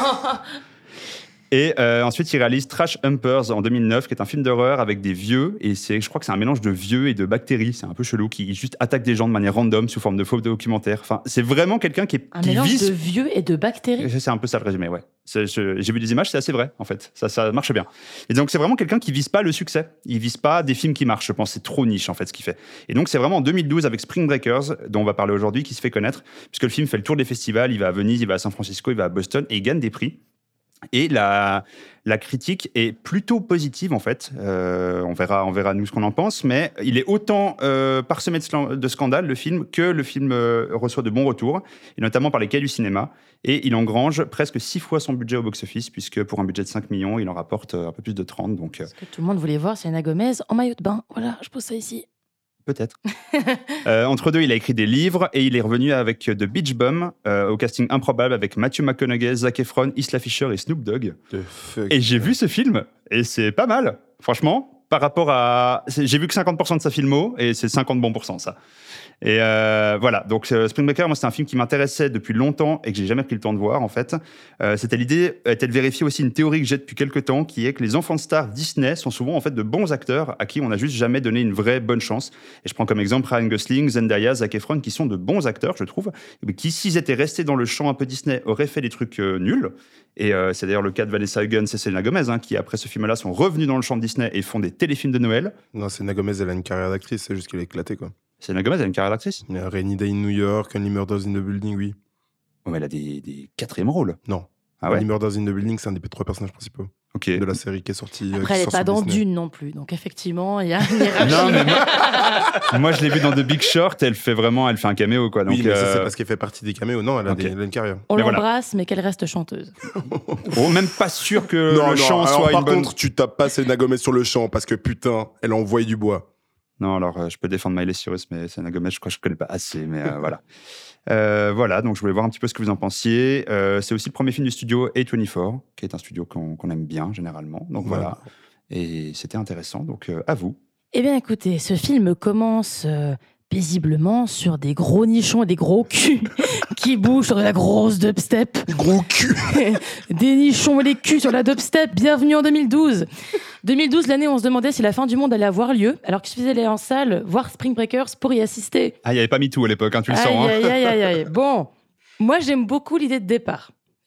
[SPEAKER 6] Et euh, ensuite, il réalise Trash Humpers en deux mille neuf, qui est un film d'horreur avec des vieux, et c'est, je crois que c'est un mélange de vieux et de bactéries, c'est un peu chelou, qui juste attaque des gens de manière random sous forme de faux documentaires. Enfin, c'est vraiment quelqu'un qui est...
[SPEAKER 1] Un
[SPEAKER 6] qui
[SPEAKER 1] mélange
[SPEAKER 6] vise...
[SPEAKER 1] de vieux et de bactéries.
[SPEAKER 6] C'est un peu ça le résumé, ouais. C'est, je, j'ai vu des images, c'est assez vrai, en fait. Ça, ça marche bien. Et donc, c'est vraiment quelqu'un qui vise pas le succès. Il vise pas des films qui marchent, je pense. C'est trop niche, en fait, ce qu'il fait. Et donc, c'est vraiment en deux mille douze, avec Spring Breakers, dont on va parler aujourd'hui, qui se fait connaître, puisque le film fait le tour des festivals, il va à Venise, il va à San Francisco, il va à Boston, et il gagne des prix. Et la, la critique est plutôt positive, en fait. Euh, on verra, on verra nous ce qu'on en pense, mais il est autant euh, parsemé de, sl- de scandales, le film, que le film euh, reçoit de bons retours, et notamment par les cahiers du cinéma. Et il engrange presque six fois son budget au box-office, puisque pour un budget de cinq millions, il en rapporte un peu plus de trente. Donc, euh...
[SPEAKER 1] Ce que tout le monde voulait voir, c'est Selena Gomez en maillot de bain. Voilà, je pose ça ici.
[SPEAKER 6] Peut-être. euh, entre deux, il a écrit des livres et il est revenu avec The Beach Bum euh, au casting improbable avec Matthew McConaughey, Zac Efron, Isla Fisher et Snoop Dogg. Et j'ai vu ce film et c'est pas mal, franchement. Par rapport à, j'ai vu que cinquante pour cent de sa filmo et c'est cinquante bons pour cent ça. Et euh, voilà, donc euh, Spring Breakers, moi c'est un film qui m'intéressait depuis longtemps et que j'ai jamais pris le temps de voir en fait. Euh, c'était l'idée, était de vérifier aussi une théorie que j'ai depuis quelques temps, qui est que les enfants de stars Disney sont souvent en fait de bons acteurs à qui on n'a juste jamais donné une vraie bonne chance. Et je prends comme exemple Ryan Gosling, Zendaya, Zac Efron, qui sont de bons acteurs, je trouve, mais qui s'ils étaient restés dans le champ un peu Disney auraient fait des trucs euh, nuls. Et euh, c'est d'ailleurs le cas de Vanessa Hudgens et Selena Gomez, hein, qui après ce film-là sont revenus dans le champ de Disney et font des téléfilms de Noël.
[SPEAKER 7] Non, Selena Gomez, elle a une carrière d'actrice, c'est juste qu'elle est éclatée, quoi.
[SPEAKER 6] Selena Gomez, elle a une carrière d'actrice.
[SPEAKER 7] Il y a Rainy Day in New York, Only Murders in the Building, oui.
[SPEAKER 6] Oh, mais elle a des, des quatrièmes rôles.
[SPEAKER 7] Non.
[SPEAKER 6] Ah ouais.
[SPEAKER 7] Only Murders in the Building, c'est un des trois personnages principaux
[SPEAKER 6] okay.
[SPEAKER 7] de la série qui est sortie.
[SPEAKER 1] Après, elle n'est pas dans Dune non plus, donc effectivement, il y a une hiérarchie.
[SPEAKER 6] Non, mais moi, moi, je l'ai vue dans The Big Short, elle fait vraiment, elle fait un caméo, quoi. Donc,
[SPEAKER 7] oui, mais ça,
[SPEAKER 6] euh...
[SPEAKER 7] c'est parce qu'elle fait partie des caméos. Non, elle a,
[SPEAKER 6] okay.
[SPEAKER 7] des, elle a une carrière.
[SPEAKER 1] On
[SPEAKER 6] mais
[SPEAKER 1] l'embrasse,
[SPEAKER 6] voilà.
[SPEAKER 1] mais qu'elle reste chanteuse.
[SPEAKER 6] Oh, même pas sûr que
[SPEAKER 7] non,
[SPEAKER 6] le
[SPEAKER 7] non,
[SPEAKER 6] chant
[SPEAKER 7] alors,
[SPEAKER 6] soit
[SPEAKER 7] par
[SPEAKER 6] une bonne...
[SPEAKER 7] contre, tu tapes pas Selena Gomez sur le chant parce que putain, elle a envoyé du bois.
[SPEAKER 6] Non, alors euh, je peux défendre Miley Cyrus, mais Selena Gomez, je crois que je connais pas assez, mais euh, voilà. Euh, voilà, donc je voulais voir un petit peu ce que vous en pensiez. Euh, c'est aussi le premier film du studio A vingt-quatre, qui est un studio qu'on, qu'on aime bien généralement. Donc ouais. Voilà, et c'était intéressant, donc euh, à vous.
[SPEAKER 1] Eh bien écoutez, ce film commence euh, paisiblement sur des gros nichons et des gros culs qui bougent sur de la grosse dubstep.
[SPEAKER 7] Gros cul.
[SPEAKER 1] Des nichons et des culs sur la dubstep. Bienvenue en deux mille douze. deux mille douze, l'année où on se demandait si la fin du monde allait avoir lieu, alors qu'il suffisait d'aller en salle voir Spring Breakers pour y assister.
[SPEAKER 6] Ah, il n'y avait pas MeToo à l'époque, hein, tu le
[SPEAKER 1] aïe,
[SPEAKER 6] sens.
[SPEAKER 1] Aïe,
[SPEAKER 6] hein.
[SPEAKER 1] aïe, aïe, aïe. Bon, moi j'aime beaucoup l'idée de départ.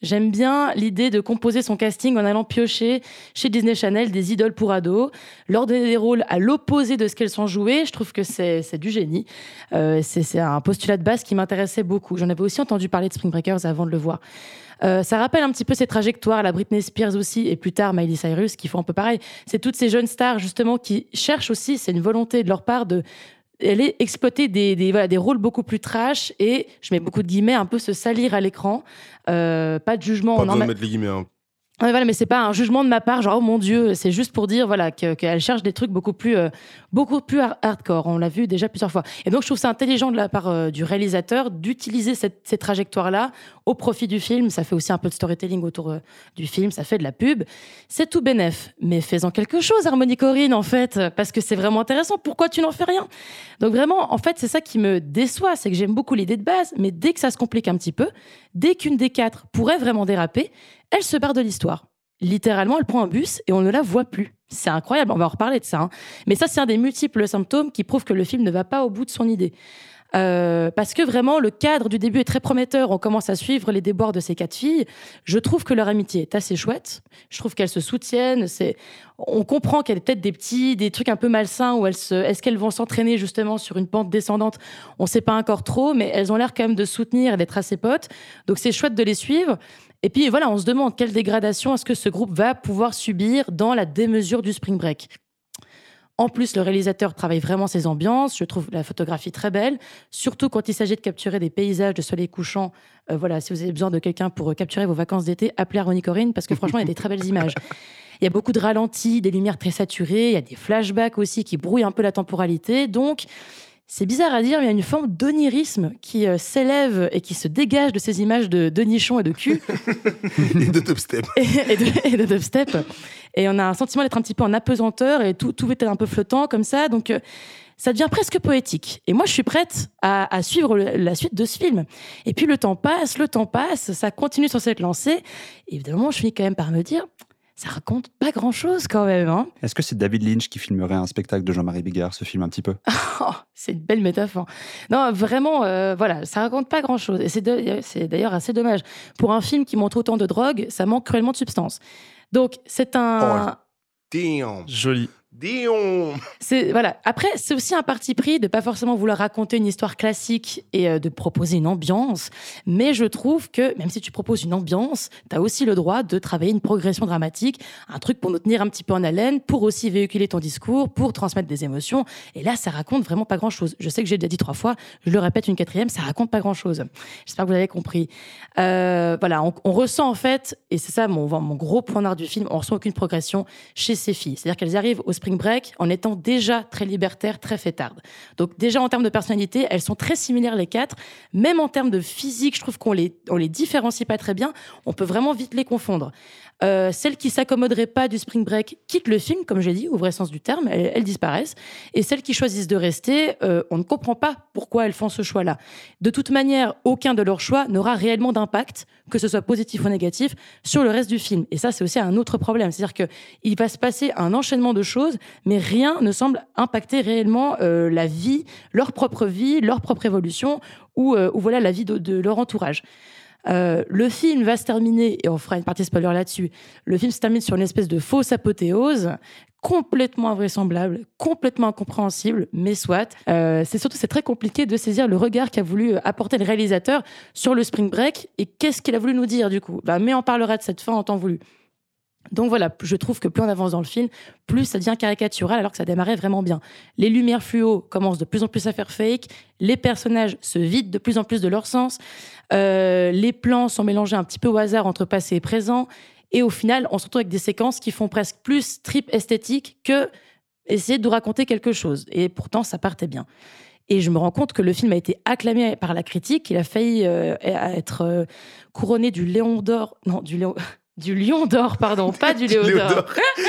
[SPEAKER 1] J'aime bien l'idée de composer son casting en allant piocher chez Disney Channel des idoles pour ados, leur donner des rôles à l'opposé de ce qu'elles sont jouées. Je trouve que c'est, c'est du génie. Euh, c'est, c'est un postulat de base qui m'intéressait beaucoup. J'en avais aussi entendu parler de Spring Breakers avant de le voir. Euh, ça rappelle un petit peu ces trajectoires, la Britney Spears aussi, et plus tard Miley Cyrus, qui font un peu pareil. C'est toutes ces jeunes stars, justement, qui cherchent aussi, c'est une volonté de leur part de aller exploiter des, des, voilà, des rôles beaucoup plus trash et, je mets beaucoup de guillemets, un peu se salir à l'écran. Euh, pas de jugement.
[SPEAKER 7] Pas besoin
[SPEAKER 1] ma...
[SPEAKER 7] de mettre les guillemets, hein.
[SPEAKER 1] Ouais, voilà, mais c'est pas un jugement de ma part, genre oh mon Dieu, c'est juste pour dire voilà que, qu'elle cherche des trucs beaucoup plus euh, beaucoup plus hard- hardcore. On l'a vu déjà plusieurs fois. Et donc je trouve ça intelligent de la part euh, du réalisateur d'utiliser cette, ces trajectoires-là au profit du film. Ça fait aussi un peu de storytelling autour euh, du film, ça fait de la pub. C'est tout bénef, mais fais-en quelque chose, Harmony Korine, en fait, parce que c'est vraiment intéressant. Pourquoi tu n'en fais rien ? Donc vraiment, en fait, c'est ça qui me déçoit, c'est que j'aime beaucoup l'idée de base, mais dès que ça se complique un petit peu, dès qu'une des quatre pourrait vraiment déraper, elle se barre de l'histoire. Littéralement, elle prend un bus et on ne la voit plus. C'est incroyable, on va en reparler de ça. Hein. Mais ça, c'est un des multiples symptômes qui prouvent que le film ne va pas au bout de son idée. Euh, parce que vraiment, le cadre du début est très prometteur. On commence à suivre les déboires de ces quatre filles. Je trouve que leur amitié est assez chouette. Je trouve qu'elles se soutiennent. C'est... On comprend qu'elles ont peut-être des petits, des trucs un peu malsains où elles se... Est-ce qu'elles vont s'entraîner justement sur une pente descendante ? On ne sait pas encore trop, mais elles ont l'air quand même de soutenir et d'être assez potes. Donc c'est chouette de les suivre. Et puis voilà, on se demande quelle dégradation est-ce que ce groupe va pouvoir subir dans la démesure du Spring Break. En plus, le réalisateur travaille vraiment ses ambiances. Je trouve la photographie très belle, surtout quand il s'agit de capturer des paysages de soleil couchant. Euh, voilà, si vous avez besoin de quelqu'un pour capturer vos vacances d'été, appelez Harmony Korine, parce que franchement, il y a des très belles images. Il y a beaucoup de ralentis, des lumières très saturées, il y a des flashbacks aussi qui brouillent un peu la temporalité. Donc, c'est bizarre à dire, mais il y a une forme d'onirisme qui euh, s'élève et qui se dégage de ces images de, de nichons et de cul.
[SPEAKER 7] et de dubstep.
[SPEAKER 1] Et, et, de, et de dubstep. Et on a un sentiment d'être un petit peu en apesanteur et tout, tout est un peu flottant comme ça. Donc, euh, ça devient presque poétique. Et moi, je suis prête à, à suivre le, la suite de ce film. Et puis, le temps passe, le temps passe, ça continue sur cette lancée. Et évidemment, je finis quand même par me dire... Ça raconte pas grand-chose quand même. Hein.
[SPEAKER 6] Est-ce que c'est David Lynch qui filmerait un spectacle de Jean-Marie Bigard, ce film un petit peu ?
[SPEAKER 1] Oh, c'est une belle métaphore. Non, vraiment, euh, voilà, ça raconte pas grand-chose. Et c'est, de, c'est d'ailleurs assez dommage. Pour un film qui montre autant de drogue, ça manque cruellement de substance. Donc, c'est un...
[SPEAKER 7] Oh, damn.
[SPEAKER 8] Joli.
[SPEAKER 7] Damn.
[SPEAKER 1] C'est, voilà. Après, c'est aussi un parti pris de pas forcément vouloir raconter une histoire classique et euh, de proposer une ambiance. Mais je trouve que, même si tu proposes une ambiance, tu as aussi le droit de travailler une progression dramatique, un truc pour nous tenir un petit peu en haleine, pour aussi véhiculer ton discours, pour transmettre des émotions. Et là, ça raconte vraiment pas grand-chose. Je sais que j'ai déjà dit trois fois, je le répète une quatrième, ça raconte pas grand-chose. J'espère que vous l'avez compris. Euh, voilà, on, on ressent en fait, et c'est ça mon, mon gros point d'art du film, on ressent aucune progression chez ces filles. C'est-à-dire qu'elles arrivent au Spring Break en étant déjà très libertaires, très fêtardes. Donc déjà en termes de personnalité, elles sont très similaires les quatre. Même en termes de physique, je trouve qu'on les, on les différencie pas très bien. On peut vraiment vite les confondre. Euh, celles qui s'accommoderaient pas du Spring Break quittent le film, comme j'ai dit, au vrai sens du terme, elles, elles disparaissent. Et celles qui choisissent de rester, euh, on ne comprend pas pourquoi elles font ce choix-là. De toute manière, aucun de leurs choix n'aura réellement d'impact, que ce soit positif ou négatif, sur le reste du film. Et ça, c'est aussi un autre problème. C'est-à-dire qu'il va se passer un enchaînement de choses, mais rien ne semble impacter réellement euh, la vie, leur propre vie, leur propre évolution, ou, euh, ou voilà, la vie de, de leur entourage. Euh, le film va se terminer, et on fera une partie spoiler là-dessus, le film se termine sur une espèce de fausse apothéose, complètement invraisemblable, complètement incompréhensible, mais soit. Euh, c'est surtout, c'est très compliqué de saisir le regard qu'a voulu apporter le réalisateur sur le Spring Break, et qu'est-ce qu'il a voulu nous dire du coup. Bah, mais on parlera de cette fin en temps voulu. Donc voilà, je trouve que plus on avance dans le film, plus ça devient caricatural alors que ça démarrait vraiment bien. Les lumières fluo commencent de plus en plus à faire fake, les personnages se vident de plus en plus de leur sens, euh, les plans sont mélangés un petit peu au hasard entre passé et présent, et au final, on se retrouve avec des séquences qui font presque plus trip esthétique que essayer de nous raconter quelque chose. Et pourtant, ça partait bien. Et je me rends compte que le film a été acclamé par la critique, il a failli euh, être euh, couronné du Léon d'Or... Non, du Léon... Du lion d'or, pardon, pas du Léo d'or.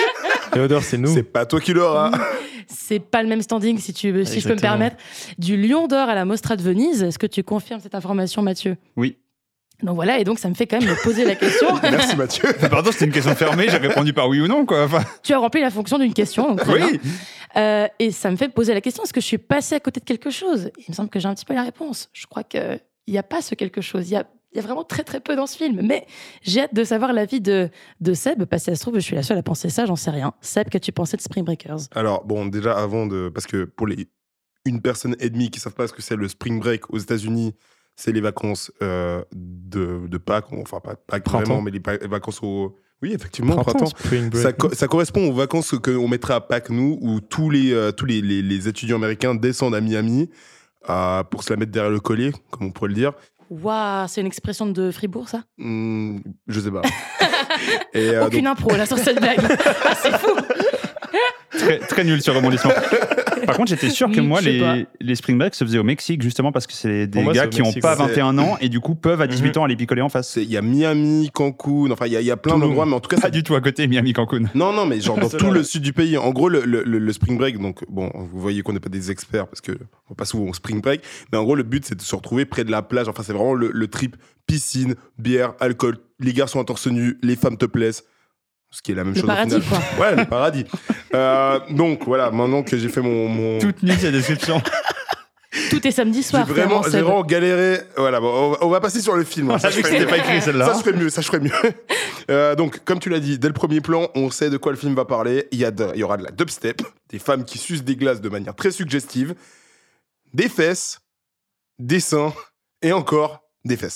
[SPEAKER 8] Léo d'or, c'est nous.
[SPEAKER 7] C'est pas toi qui l'auras.
[SPEAKER 1] C'est pas le même standing, si, tu, si je peux me permettre. Du lion d'or à la Mostra de Venise. Est-ce que tu confirmes cette information, Mathieu ?
[SPEAKER 6] Oui.
[SPEAKER 1] Donc voilà, et donc ça me fait quand même me poser la question.
[SPEAKER 7] Merci Mathieu.
[SPEAKER 6] Pardon, c'était une question fermée, j'ai répondu par oui ou non, quoi. Enfin...
[SPEAKER 1] Tu as rempli la fonction d'une question, donc très
[SPEAKER 6] oui.
[SPEAKER 1] bien. Euh, et ça me fait poser la question, est-ce que je suis passée à côté de quelque chose ? Il me semble que j'ai un petit peu la réponse. Je crois qu'il n'y a pas ce quelque chose. Il y a il y a vraiment très très peu dans ce film. Mais j'ai hâte de savoir l'avis de, de Seb, parce que ça se trouve, je suis la seule à penser ça, j'en sais rien. Seb, qu'as-tu pensé de Spring Breakers ?
[SPEAKER 7] Alors, bon, déjà, avant de. Parce que pour les une personne et demie qui ne savent pas ce que c'est le Spring Break aux États-Unis, c'est les vacances euh, de, de Pâques, enfin pas Pâques
[SPEAKER 8] Printemps.
[SPEAKER 7] vraiment, mais les, pa- les vacances au. Oui, effectivement,
[SPEAKER 8] Printemps,
[SPEAKER 7] printemps.
[SPEAKER 8] Spring Break.
[SPEAKER 7] Ça, co- ça correspond aux vacances qu'on mettrait à Pâques, nous, où tous les, euh, tous les, les, les étudiants américains descendent à Miami euh, pour se la mettre derrière le collier, comme on pourrait le dire.
[SPEAKER 1] Waouh, c'est une expression de Fribourg, ça ?
[SPEAKER 7] Hmm, je sais pas. Et, euh,
[SPEAKER 1] Aucune
[SPEAKER 7] donc-
[SPEAKER 1] impro, là, sur cette blague. Ah, c'est fou.
[SPEAKER 6] Très, très nul sur rebondissement. Par contre, j'étais sûr que moi,
[SPEAKER 1] Je sais pas.
[SPEAKER 6] les, les Spring Break se faisaient au Mexique, justement parce que c'est des
[SPEAKER 8] Pour moi,
[SPEAKER 6] gars
[SPEAKER 8] c'est au
[SPEAKER 6] qui n'ont
[SPEAKER 8] Mexique,
[SPEAKER 6] pas
[SPEAKER 7] ouais.
[SPEAKER 6] vingt et un ans et du coup peuvent à dix-huit ans aller picoler en face.
[SPEAKER 7] C'est- Il y a Miami, Cancun, enfin, il y a, il y a plein
[SPEAKER 6] Tulum.
[SPEAKER 7] d'endroits, mais en tout cas,
[SPEAKER 6] Pas
[SPEAKER 7] ça-
[SPEAKER 6] du tout à côté, Miami, Cancun.
[SPEAKER 7] Non, non, mais genre dans
[SPEAKER 6] C'est
[SPEAKER 7] tout
[SPEAKER 6] vrai.
[SPEAKER 7] le sud du pays. En gros, le, le, le- le spring break, donc bon, vous voyez qu'on n'est pas des experts parce que on va pas souvent au spring break, mais en gros, le but c'est de se retrouver près de la plage. Enfin, c'est vraiment le, le trip piscine, bière, alcool. Les garçons à torse nu, les femmes te plaisent. Ce qui est la même
[SPEAKER 1] Le
[SPEAKER 7] chose
[SPEAKER 1] paradis,
[SPEAKER 7] au final. Ouais, le paradis. Euh, donc voilà, maintenant que j'ai fait mon. mon...
[SPEAKER 6] Toute nulle, cette description.
[SPEAKER 1] Tout est samedi
[SPEAKER 7] J'ai
[SPEAKER 1] soir.
[SPEAKER 7] vraiment,
[SPEAKER 1] clairement,
[SPEAKER 7] j'ai
[SPEAKER 1] Seb.
[SPEAKER 7] vraiment galéré. Voilà, bon, on, va, on va passer sur le film.
[SPEAKER 6] On a vu que c'était pas écrit, celle-là.
[SPEAKER 7] Ça, je ferais mieux, ça, je ferais mieux. Euh, donc, comme tu l'as dit, dès le premier plan, on sait de quoi le film va parler. Il y, a de- il y aura de la dubstep, des femmes qui sucent des glaces de manière très suggestive, des fesses, des seins et encore des fesses.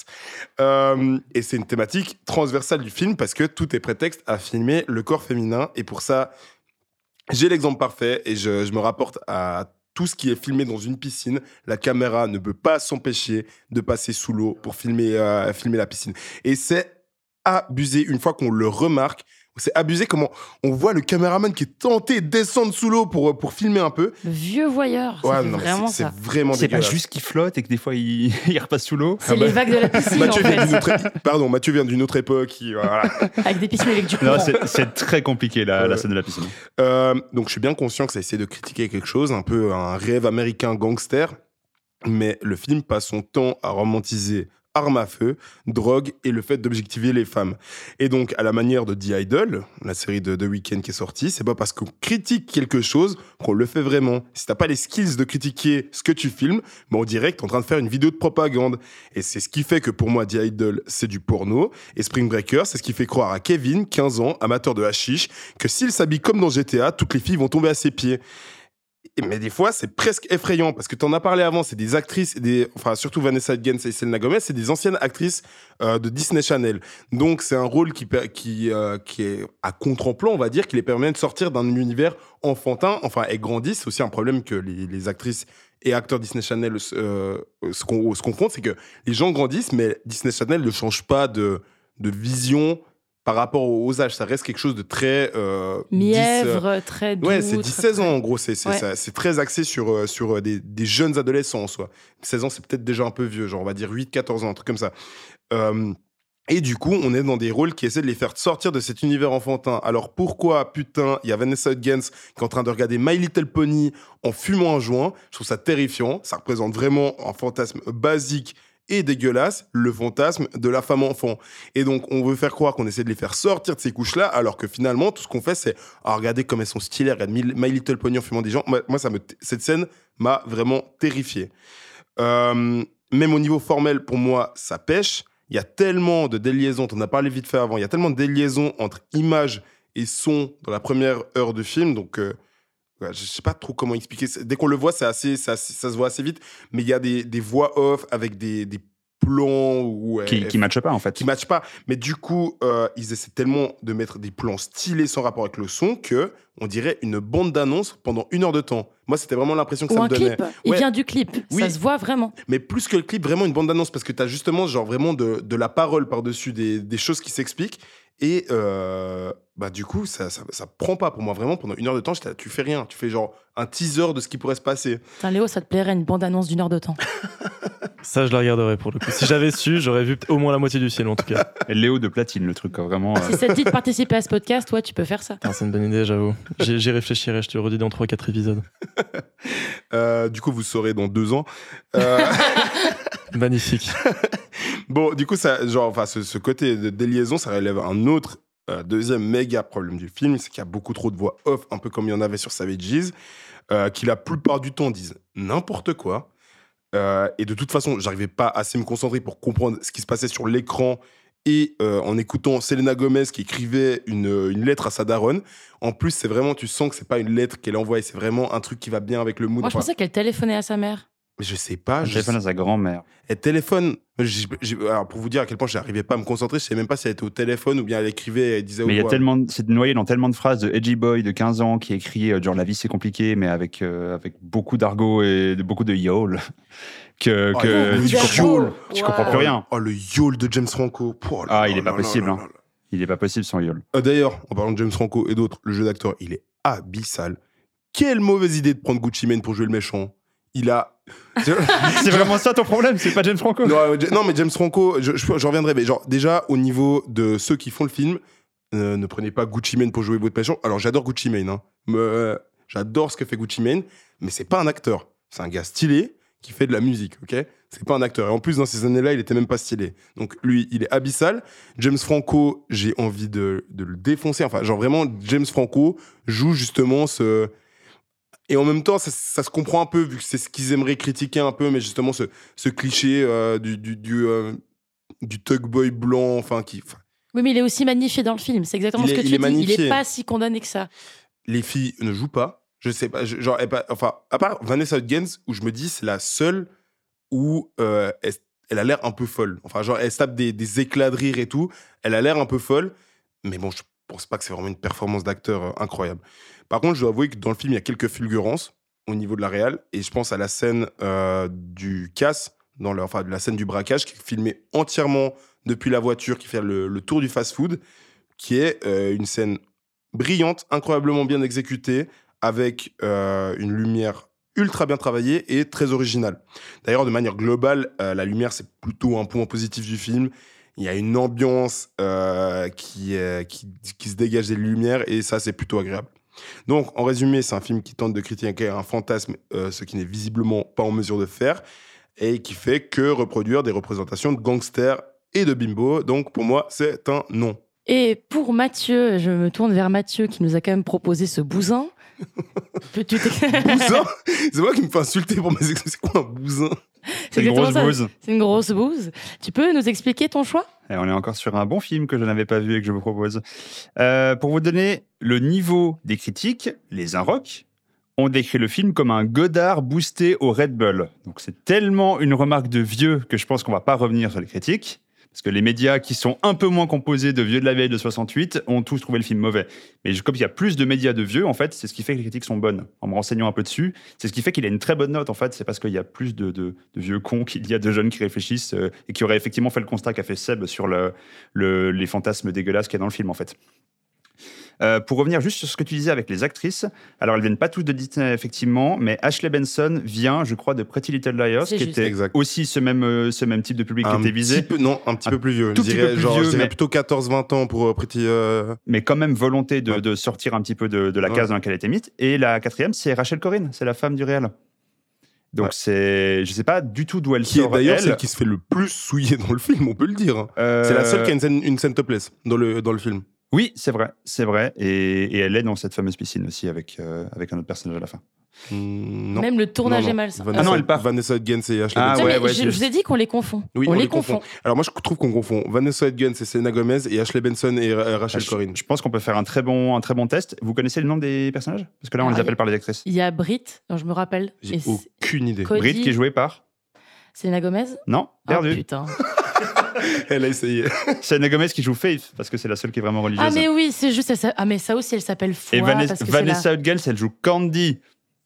[SPEAKER 7] Euh, et c'est une thématique transversale du film parce que tout est prétexte à filmer le corps féminin. Et pour ça, j'ai l'exemple parfait et je, je me rapporte à tout ce qui est filmé dans une piscine. La caméra ne peut pas s'empêcher de passer sous l'eau pour filmer, euh, filmer la piscine. Et c'est abusé une fois qu'on le remarque. C'est abusé comment on voit le caméraman qui est tenté de descendre sous l'eau pour, pour filmer un peu.
[SPEAKER 1] Le vieux voyeur.
[SPEAKER 7] Ouais,
[SPEAKER 1] ça fait
[SPEAKER 7] non, mais
[SPEAKER 1] vraiment
[SPEAKER 7] c'est,
[SPEAKER 1] ça.
[SPEAKER 7] c'est vraiment
[SPEAKER 6] C'est pas
[SPEAKER 7] dégueulasse.
[SPEAKER 6] juste qu'il flotte et que des fois il, il repasse sous l'eau.
[SPEAKER 1] C'est les vagues de la piscine,
[SPEAKER 7] Mathieu
[SPEAKER 1] en
[SPEAKER 7] vient
[SPEAKER 1] fait.
[SPEAKER 7] d'une autre... Pardon, Mathieu vient d'une autre époque. qui- voilà.
[SPEAKER 1] Avec des piscines avec du courant.
[SPEAKER 6] Non, c'est, c'est très compliqué la,
[SPEAKER 7] Ouais.
[SPEAKER 6] la scène de la piscine.
[SPEAKER 7] Euh, donc je suis bien conscient que ça essaie de critiquer quelque chose, un peu un rêve américain gangster, mais le film passe son temps à romantiser armes à feu, drogue et le fait d'objectiver les femmes. Et donc, à la manière de The Idol, la série de The Weeknd qui est sortie, c'est pas parce qu'on critique quelque chose qu'on le fait vraiment. Si t'as pas les skills de critiquer ce que tu filmes, ben on dirait que t'es en train de faire une vidéo de propagande. Et c'est ce qui fait que pour moi, The Idol, c'est du porno. Et Spring Breakers, c'est ce qui fait croire à Kevin, quinze ans, amateur de hashish, que s'il s'habille comme dans G T A, toutes les filles vont tomber à ses pieds. Mais des fois, c'est presque effrayant parce que tu en as parlé avant. C'est des actrices, des, enfin surtout Vanessa Hudgens et Selena Gomez, c'est des anciennes actrices euh, de Disney Channel. Donc c'est un rôle qui per- qui euh, qui est à contre-emploi, on va dire, qui les permet de sortir d'un univers enfantin. Enfin, elles grandissent. C'est aussi un problème que les, les actrices et acteurs Disney Channel euh, se, con- se confondent, c'est que les gens grandissent, mais Disney Channel ne change pas de de vision par rapport aux âges. Ça reste quelque chose de très... Euh,
[SPEAKER 1] Mièvre,
[SPEAKER 7] dix, euh,
[SPEAKER 1] très doux.
[SPEAKER 7] Ouais, c'est dix seize
[SPEAKER 1] très-
[SPEAKER 7] ans en gros. C'est, c'est,
[SPEAKER 1] Ouais.
[SPEAKER 7] ça- c'est très axé sur, euh, sur euh, des, des jeunes adolescents en soi. seize ans, c'est peut-être déjà un peu vieux, genre on va dire huit quatorze ans, un truc comme ça. Euh, et du coup, on est dans des rôles qui essaient de les faire sortir de cet univers enfantin. Alors pourquoi, putain, il y a Vanessa Hudgens qui est en train de regarder My Little Pony en fumant un joint. Je trouve ça terrifiant. Ça représente vraiment un fantasme basique et dégueulasse, le fantasme de la femme enfant. Et donc, on veut faire croire qu'on essaie de les faire sortir de ces couches-là, alors que finalement, tout ce qu'on fait, c'est ah, regardez comme elles sont stylées, regarde My My Little Pony en fumant des gens. Moi, moi, ça me, cette scène m'a vraiment terrifié. Euh, même au niveau formel, pour moi, ça pêche. Il y a tellement de déliaisons, on en a parlé vite fait avant, il y a tellement de déliaisons entre images et son dans la première heure de film, donc... Euh, Ouais, je sais pas trop comment expliquer. Dès qu'on le voit, c'est assez, c'est assez- ça se voit assez vite. Mais il y a des, des voix off avec des, des plans où,
[SPEAKER 6] Qui,
[SPEAKER 7] euh,
[SPEAKER 6] qui matchent pas en fait.
[SPEAKER 7] qui matchent pas. Mais du coup, euh, ils essaient tellement de mettre des plans stylés sans rapport avec le son que on dirait une bande d'annonce pendant une heure de temps. Moi, c'était vraiment l'impression que
[SPEAKER 1] Ou
[SPEAKER 7] ça
[SPEAKER 1] un
[SPEAKER 7] me donnait.
[SPEAKER 1] clip. Il
[SPEAKER 7] Ouais.
[SPEAKER 1] vient du clip.
[SPEAKER 7] Oui.
[SPEAKER 1] Ça se voit vraiment.
[SPEAKER 7] Mais plus que le clip, vraiment une bande d'annonce parce que tu as justement genre vraiment de, de la parole par-dessus des, des choses qui s'expliquent. Et euh, bah, du coup, ça, ça, ça prend pas pour moi. Vraiment, pendant une heure de temps, j'étais là, tu fais rien. Tu fais genre un teaser de ce qui pourrait se passer.
[SPEAKER 1] Putain, Léo, ça te plairait une bande-annonce d'une heure de temps.
[SPEAKER 8] Ça, je la regarderais pour le coup. Si j'avais su, j'aurais vu au moins la moitié du film en tout cas.
[SPEAKER 6] Et Léo de platine, le truc, quoi, vraiment. euh,
[SPEAKER 1] Si ça te dit de participer à ce podcast, toi, tu peux faire ça.
[SPEAKER 8] Putain, c'est une bonne idée, j'avoue. J'y, j'y réfléchirai, je te le redis dans trois quatre épisodes.
[SPEAKER 7] Euh, du coup, vous saurez dans deux ans. Euh,
[SPEAKER 8] Magnifique.
[SPEAKER 7] bon, du coup, ça, genre, enfin, ce, ce côté de déliaison, ça relève un autre euh, deuxième méga problème du film, c'est qu'il y a beaucoup trop de voix off, un peu comme il y en avait sur Savages, euh, qui la plupart du temps disent n'importe quoi. Euh, et de toute façon, j'arrivais pas assez à me concentrer pour comprendre ce qui se passait sur l'écran. Et euh, en écoutant Selena Gomez qui écrivait une, une lettre à sa daronne, en plus, c'est vraiment, tu sens que c'est pas une lettre qu'elle envoie, c'est vraiment un truc qui va bien avec le mood.
[SPEAKER 1] Moi, je
[SPEAKER 7] Enfin,
[SPEAKER 1] pensais qu'elle téléphonait à sa mère.
[SPEAKER 7] mais je sais pas.
[SPEAKER 6] Elle
[SPEAKER 7] je
[SPEAKER 6] téléphone
[SPEAKER 7] sais-
[SPEAKER 6] à sa grand-mère.
[SPEAKER 7] Elle téléphone. J'ai- j'ai- alors, pour vous dire à quel point j'arrivais pas à me concentrer, je sais même pas si elle était au téléphone ou bien elle écrivait et elle disait.
[SPEAKER 6] Mais il y a
[SPEAKER 7] oh,
[SPEAKER 6] tellement, de- c'est noyé dans tellement de phrases de Edgy Boy de quinze ans qui écrit euh, genre la vie c'est compliqué, mais avec, euh, avec beaucoup d'argot et de, beaucoup de yole, que,
[SPEAKER 7] Oh,
[SPEAKER 6] que
[SPEAKER 7] le
[SPEAKER 6] tu,
[SPEAKER 7] yole.
[SPEAKER 6] comprends, tu comprends plus rien.
[SPEAKER 7] Oh, le yole de James Franco. Oh là
[SPEAKER 6] Ah, il
[SPEAKER 7] là
[SPEAKER 6] est pas
[SPEAKER 7] là
[SPEAKER 6] possible.
[SPEAKER 7] là
[SPEAKER 6] hein.
[SPEAKER 7] là là.
[SPEAKER 6] Il est pas possible sans yole.
[SPEAKER 7] Euh, D'ailleurs, en parlant de James Franco et d'autres, le jeu d'acteur, il est abyssal. Quelle mauvaise idée de prendre Gucci Mane pour jouer le méchant. Il a.
[SPEAKER 6] C'est vraiment ça ton problème, c'est pas James Franco.
[SPEAKER 7] Non, euh, Ja- non, mais James Franco, je, je, je reviendrai. Mais genre, déjà, au niveau de ceux qui font le film, euh, ne prenez pas Gucci Mane pour jouer votre méchant. Alors, j'adore Gucci Mane. Hein. Mais, euh, j'adore ce que fait Gucci Mane, mais c'est pas un acteur. C'est un gars stylé qui fait de la musique, ok? C'est pas un acteur. Et en plus, dans ces années-là, il était même pas stylé. Donc, lui, il est abyssal. James Franco, j'ai envie de, de le défoncer. Enfin, genre, vraiment, James Franco joue justement ce. Et en même temps, ça, ça se comprend un peu, vu que c'est ce qu'ils aimeraient critiquer un peu, mais justement, ce, ce cliché euh, du, du, du, euh, du thug boy blanc, enfin, qui. Enfin,
[SPEAKER 1] Oui, mais il est aussi magnifié dans le film. C'est exactement
[SPEAKER 7] Il
[SPEAKER 1] ce
[SPEAKER 7] est-
[SPEAKER 1] que
[SPEAKER 7] il
[SPEAKER 1] tu
[SPEAKER 7] est
[SPEAKER 1] dis.
[SPEAKER 7] magnifié.
[SPEAKER 1] Il est pas si condamné que ça.
[SPEAKER 7] les filles ne jouent pas. Je sais pas, je- genre, elle pas- enfin, à part Vanessa Hudgens, où je me dis, c'est la seule où euh, elle, elle a l'air un peu folle. Enfin, genre, elle se tape des, des éclats de rire et tout. Elle a l'air un peu folle. Mais bon, je pense pas que c'est vraiment une performance d'acteur euh, incroyable. Par contre, je dois avouer que dans le film, il y a quelques fulgurances au niveau de la réal. Et je pense à la scène euh, du casse, dans le, enfin, de la scène du braquage, qui est filmée entièrement depuis la voiture, qui fait le, le tour du fast-food, qui est euh, une scène brillante, incroyablement bien exécutée, avec euh, une lumière ultra bien travaillée et très originale. D'ailleurs, de manière globale, euh, la lumière, c'est plutôt un point positif du film. Il y a une ambiance euh, qui, euh, qui, qui se dégage des lumières et ça, c'est plutôt agréable. Donc, en résumé, c'est un film qui tente de critiquer un fantasme, euh, ce qui n'est visiblement pas en mesure de faire, et qui fait que reproduire des représentations de gangsters et de bimbo. Donc, pour moi, c'est un non.
[SPEAKER 1] Et pour Mathieu, je me tourne vers Mathieu qui nous a quand même proposé ce bousin. Peux-tu t'ex-
[SPEAKER 7] Bousin. C'est moi qui me fais insulter pour mes expressions. C'est quoi un bousin?
[SPEAKER 6] C'est une
[SPEAKER 1] exactement
[SPEAKER 6] grosse
[SPEAKER 1] ça.
[SPEAKER 6] bouse.
[SPEAKER 1] C'est une grosse bouse. Tu peux nous expliquer ton choix?
[SPEAKER 6] Et on est encore sur un bon film que je n'avais pas vu et que je vous propose. Euh, pour vous donner le niveau des critiques, les Inrocks ont décrit le film comme un Godard boosté au Red Bull. Donc c'est tellement une remarque de vieux que je pense qu'on va pas revenir sur les critiques. Parce que les médias qui sont un peu moins composés de vieux de la vieille de soixante-huit ont tous trouvé le film mauvais. Mais comme il y a plus de médias de vieux, en fait, c'est ce qui fait que les critiques sont bonnes. En me renseignant un peu dessus, c'est ce qui fait qu'il a une très bonne note, en fait. C'est parce qu'il y a plus de, de, de vieux cons qu'il y a de jeunes qui réfléchissent euh, et qui auraient effectivement fait le constat qu'a fait Seb sur le, le, les fantasmes dégueulasses qu'il y a dans le film, en fait. Euh, pour revenir juste sur ce que tu disais avec les actrices, alors elles viennent pas toutes de Disney effectivement, mais Ashley Benson vient, je crois, de Pretty Little Liars,
[SPEAKER 1] C'est
[SPEAKER 6] qui
[SPEAKER 1] juste.
[SPEAKER 6] était
[SPEAKER 7] Exact.
[SPEAKER 6] aussi ce même, euh, ce même type de public
[SPEAKER 7] Un
[SPEAKER 6] qui était visé,
[SPEAKER 7] petit peu- non, un petit
[SPEAKER 6] Un
[SPEAKER 7] peu plus vieux.
[SPEAKER 6] tout
[SPEAKER 7] je
[SPEAKER 6] petit
[SPEAKER 7] dirais,
[SPEAKER 6] peu plus
[SPEAKER 7] genre,
[SPEAKER 6] vieux,
[SPEAKER 7] je dirais
[SPEAKER 6] mais-
[SPEAKER 7] plutôt quatorze vingt ans pour euh, Pretty. euh,
[SPEAKER 6] mais quand même volonté de,
[SPEAKER 7] Ouais.
[SPEAKER 6] de sortir un petit peu de, de la
[SPEAKER 7] Ouais.
[SPEAKER 6] case dans laquelle elle était mise. Et la quatrième, c'est Rachel Corrin, c'est la femme du réal. Donc
[SPEAKER 7] Ouais.
[SPEAKER 6] c'est, je sais pas du tout d'où elle
[SPEAKER 7] Qui est
[SPEAKER 6] sort.
[SPEAKER 7] d'ailleurs
[SPEAKER 6] elle.
[SPEAKER 7] celle qui se fait le plus souiller dans le film, on peut le dire. hein.
[SPEAKER 6] Euh,
[SPEAKER 7] C'est la seule qui a une scène, une scène topless dans le, dans le film.
[SPEAKER 6] Oui, c'est vrai, c'est vrai. Et, et elle est dans cette fameuse piscine aussi avec, euh, avec un autre personnage à la fin.
[SPEAKER 7] Mm, non.
[SPEAKER 1] Même le tournage
[SPEAKER 7] Non, non.
[SPEAKER 1] est malsain.
[SPEAKER 7] Vanessa,
[SPEAKER 6] Ah non, elle part.
[SPEAKER 7] Vanessa Hudgens et Ashley
[SPEAKER 6] Ah
[SPEAKER 7] Benson.
[SPEAKER 1] Non,
[SPEAKER 6] ouais,
[SPEAKER 1] mais
[SPEAKER 6] ouais,
[SPEAKER 1] je,
[SPEAKER 6] je-
[SPEAKER 1] je vous ai dit qu'on les confond.
[SPEAKER 7] Oui,
[SPEAKER 1] on, les confond.
[SPEAKER 7] Alors moi, je trouve qu'on confond Vanessa Hudgens et Selena Gomez et Ashley Benson et euh, Rachel
[SPEAKER 6] Ah, je,
[SPEAKER 7] Corrin.
[SPEAKER 6] je pense qu'on peut faire un très bon, un très bon test. Vous connaissez le nom des personnages? Parce que là, on
[SPEAKER 1] Ah,
[SPEAKER 6] les appelle
[SPEAKER 1] il-
[SPEAKER 6] par les actrices.
[SPEAKER 1] Il y a Brit, dont je me rappelle.
[SPEAKER 7] J'ai
[SPEAKER 1] Et c'est-
[SPEAKER 7] aucune idée.
[SPEAKER 1] Cody-
[SPEAKER 6] Brit qui est jouée par...
[SPEAKER 1] Selena Gomez.
[SPEAKER 6] Non,
[SPEAKER 1] Oh
[SPEAKER 6] perdu.
[SPEAKER 1] putain.
[SPEAKER 7] Elle a essayé.
[SPEAKER 6] Selena Gomez qui joue Faith, parce que c'est la seule qui est vraiment religieuse.
[SPEAKER 1] Ah mais oui, c'est juste. elle s'a- Ah mais ça aussi, elle s'appelle Foi.
[SPEAKER 6] Et Vanessa,
[SPEAKER 1] parce que c'est
[SPEAKER 6] Vanessa Hudgens, elle joue Candy.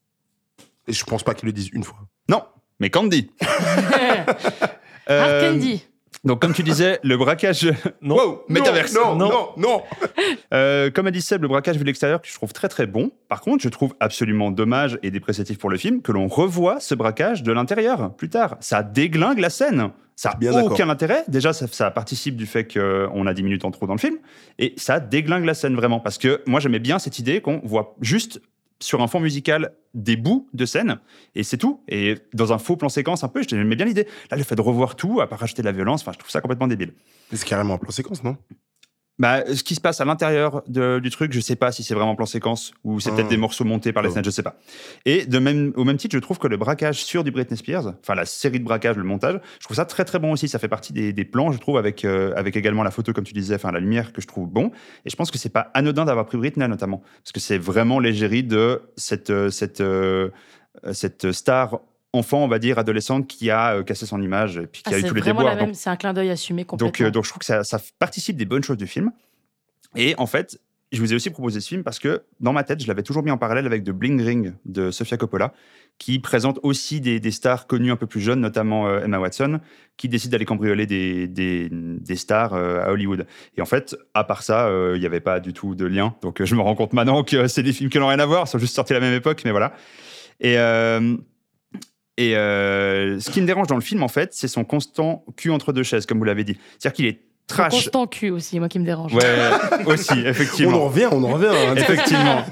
[SPEAKER 7] Et je pense pas qu'ils le disent une fois.
[SPEAKER 6] Non, mais Candy.
[SPEAKER 1] la...
[SPEAKER 6] Euh,
[SPEAKER 1] Hard Candy.
[SPEAKER 6] Donc, comme tu disais, le braquage.
[SPEAKER 8] Non.
[SPEAKER 6] Wow, métaverse.
[SPEAKER 7] Non, non, non, non.
[SPEAKER 6] Euh, comme a dit Seb, le braquage vu de l'extérieur, que je trouve très très bon. Par contre, je trouve absolument dommage et dépréciatif pour le film que l'on revoie ce braquage de l'intérieur plus tard. Ça déglingue la scène. Ça
[SPEAKER 7] Bien
[SPEAKER 6] n'a
[SPEAKER 7] d'accord.
[SPEAKER 6] aucun intérêt. Déjà, ça, ça participe du fait qu'on a dix minutes en trop dans le film. Et ça déglingue la scène vraiment. Parce que moi, j'aimais bien cette idée qu'on voit juste sur un fond musical des bouts de scène. Et c'est tout. Et dans un faux plan séquence un peu, j'aimais bien l'idée. Là, le fait de revoir tout, à part rajouter de la violence, enfin, je trouve ça complètement débile.
[SPEAKER 7] Mais c'est carrément un plan séquence, non?
[SPEAKER 6] Bah, ce qui se passe à l'intérieur de, du truc, je sais pas si c'est vraiment plan séquence ou c'est
[SPEAKER 7] Ah.
[SPEAKER 6] peut-être des morceaux montés par les
[SPEAKER 7] Oh.
[SPEAKER 6] scènes, je sais pas. Et de même, au même titre, je trouve que le braquage sur du Britney Spears, enfin la série de braquages, le montage, je trouve ça très très bon aussi. Ça fait partie des, des plans, je trouve, avec, euh, avec également la photo, comme tu disais, enfin la lumière que je trouve bon. Et je pense que c'est pas anodin d'avoir pris Britney notamment, parce que c'est vraiment l'égérie de cette, euh, cette, euh, cette star enfant, on va dire, adolescente, qui a euh, cassé son image et puis qui
[SPEAKER 1] Ah,
[SPEAKER 6] a eu
[SPEAKER 1] c'est
[SPEAKER 6] tous les
[SPEAKER 1] vraiment
[SPEAKER 6] déboires.
[SPEAKER 1] la même,
[SPEAKER 6] Donc,
[SPEAKER 1] c'est un clin d'œil assumé complètement.
[SPEAKER 6] donc, euh, donc je trouve que ça, ça participe des bonnes choses du film. Et en fait, je vous ai aussi proposé ce film parce que dans ma tête, je l'avais toujours mis en parallèle avec The Bling Ring de Sofia Coppola, qui présente aussi des, des stars connues un peu plus jeunes, notamment euh, Emma Watson, qui décide d'aller cambrioler des, des, des stars euh, à Hollywood. Et en fait, à part ça, il euh, n'y avait pas du tout de lien. Donc euh, je me rends compte maintenant que c'est des films qui n'ont rien à voir, ils sont juste sortis à la même époque, mais voilà. Et... Euh, Et euh, ce qui me dérange dans le film, en fait, c'est son constant cul entre deux chaises, comme vous l'avez dit. C'est-à-dire qu'il est
[SPEAKER 1] Son
[SPEAKER 6] trash.
[SPEAKER 1] constant cul aussi, moi qui me dérange.
[SPEAKER 6] Ouais, aussi, effectivement.
[SPEAKER 7] On en revient, on en revient. hein.
[SPEAKER 6] Effectivement.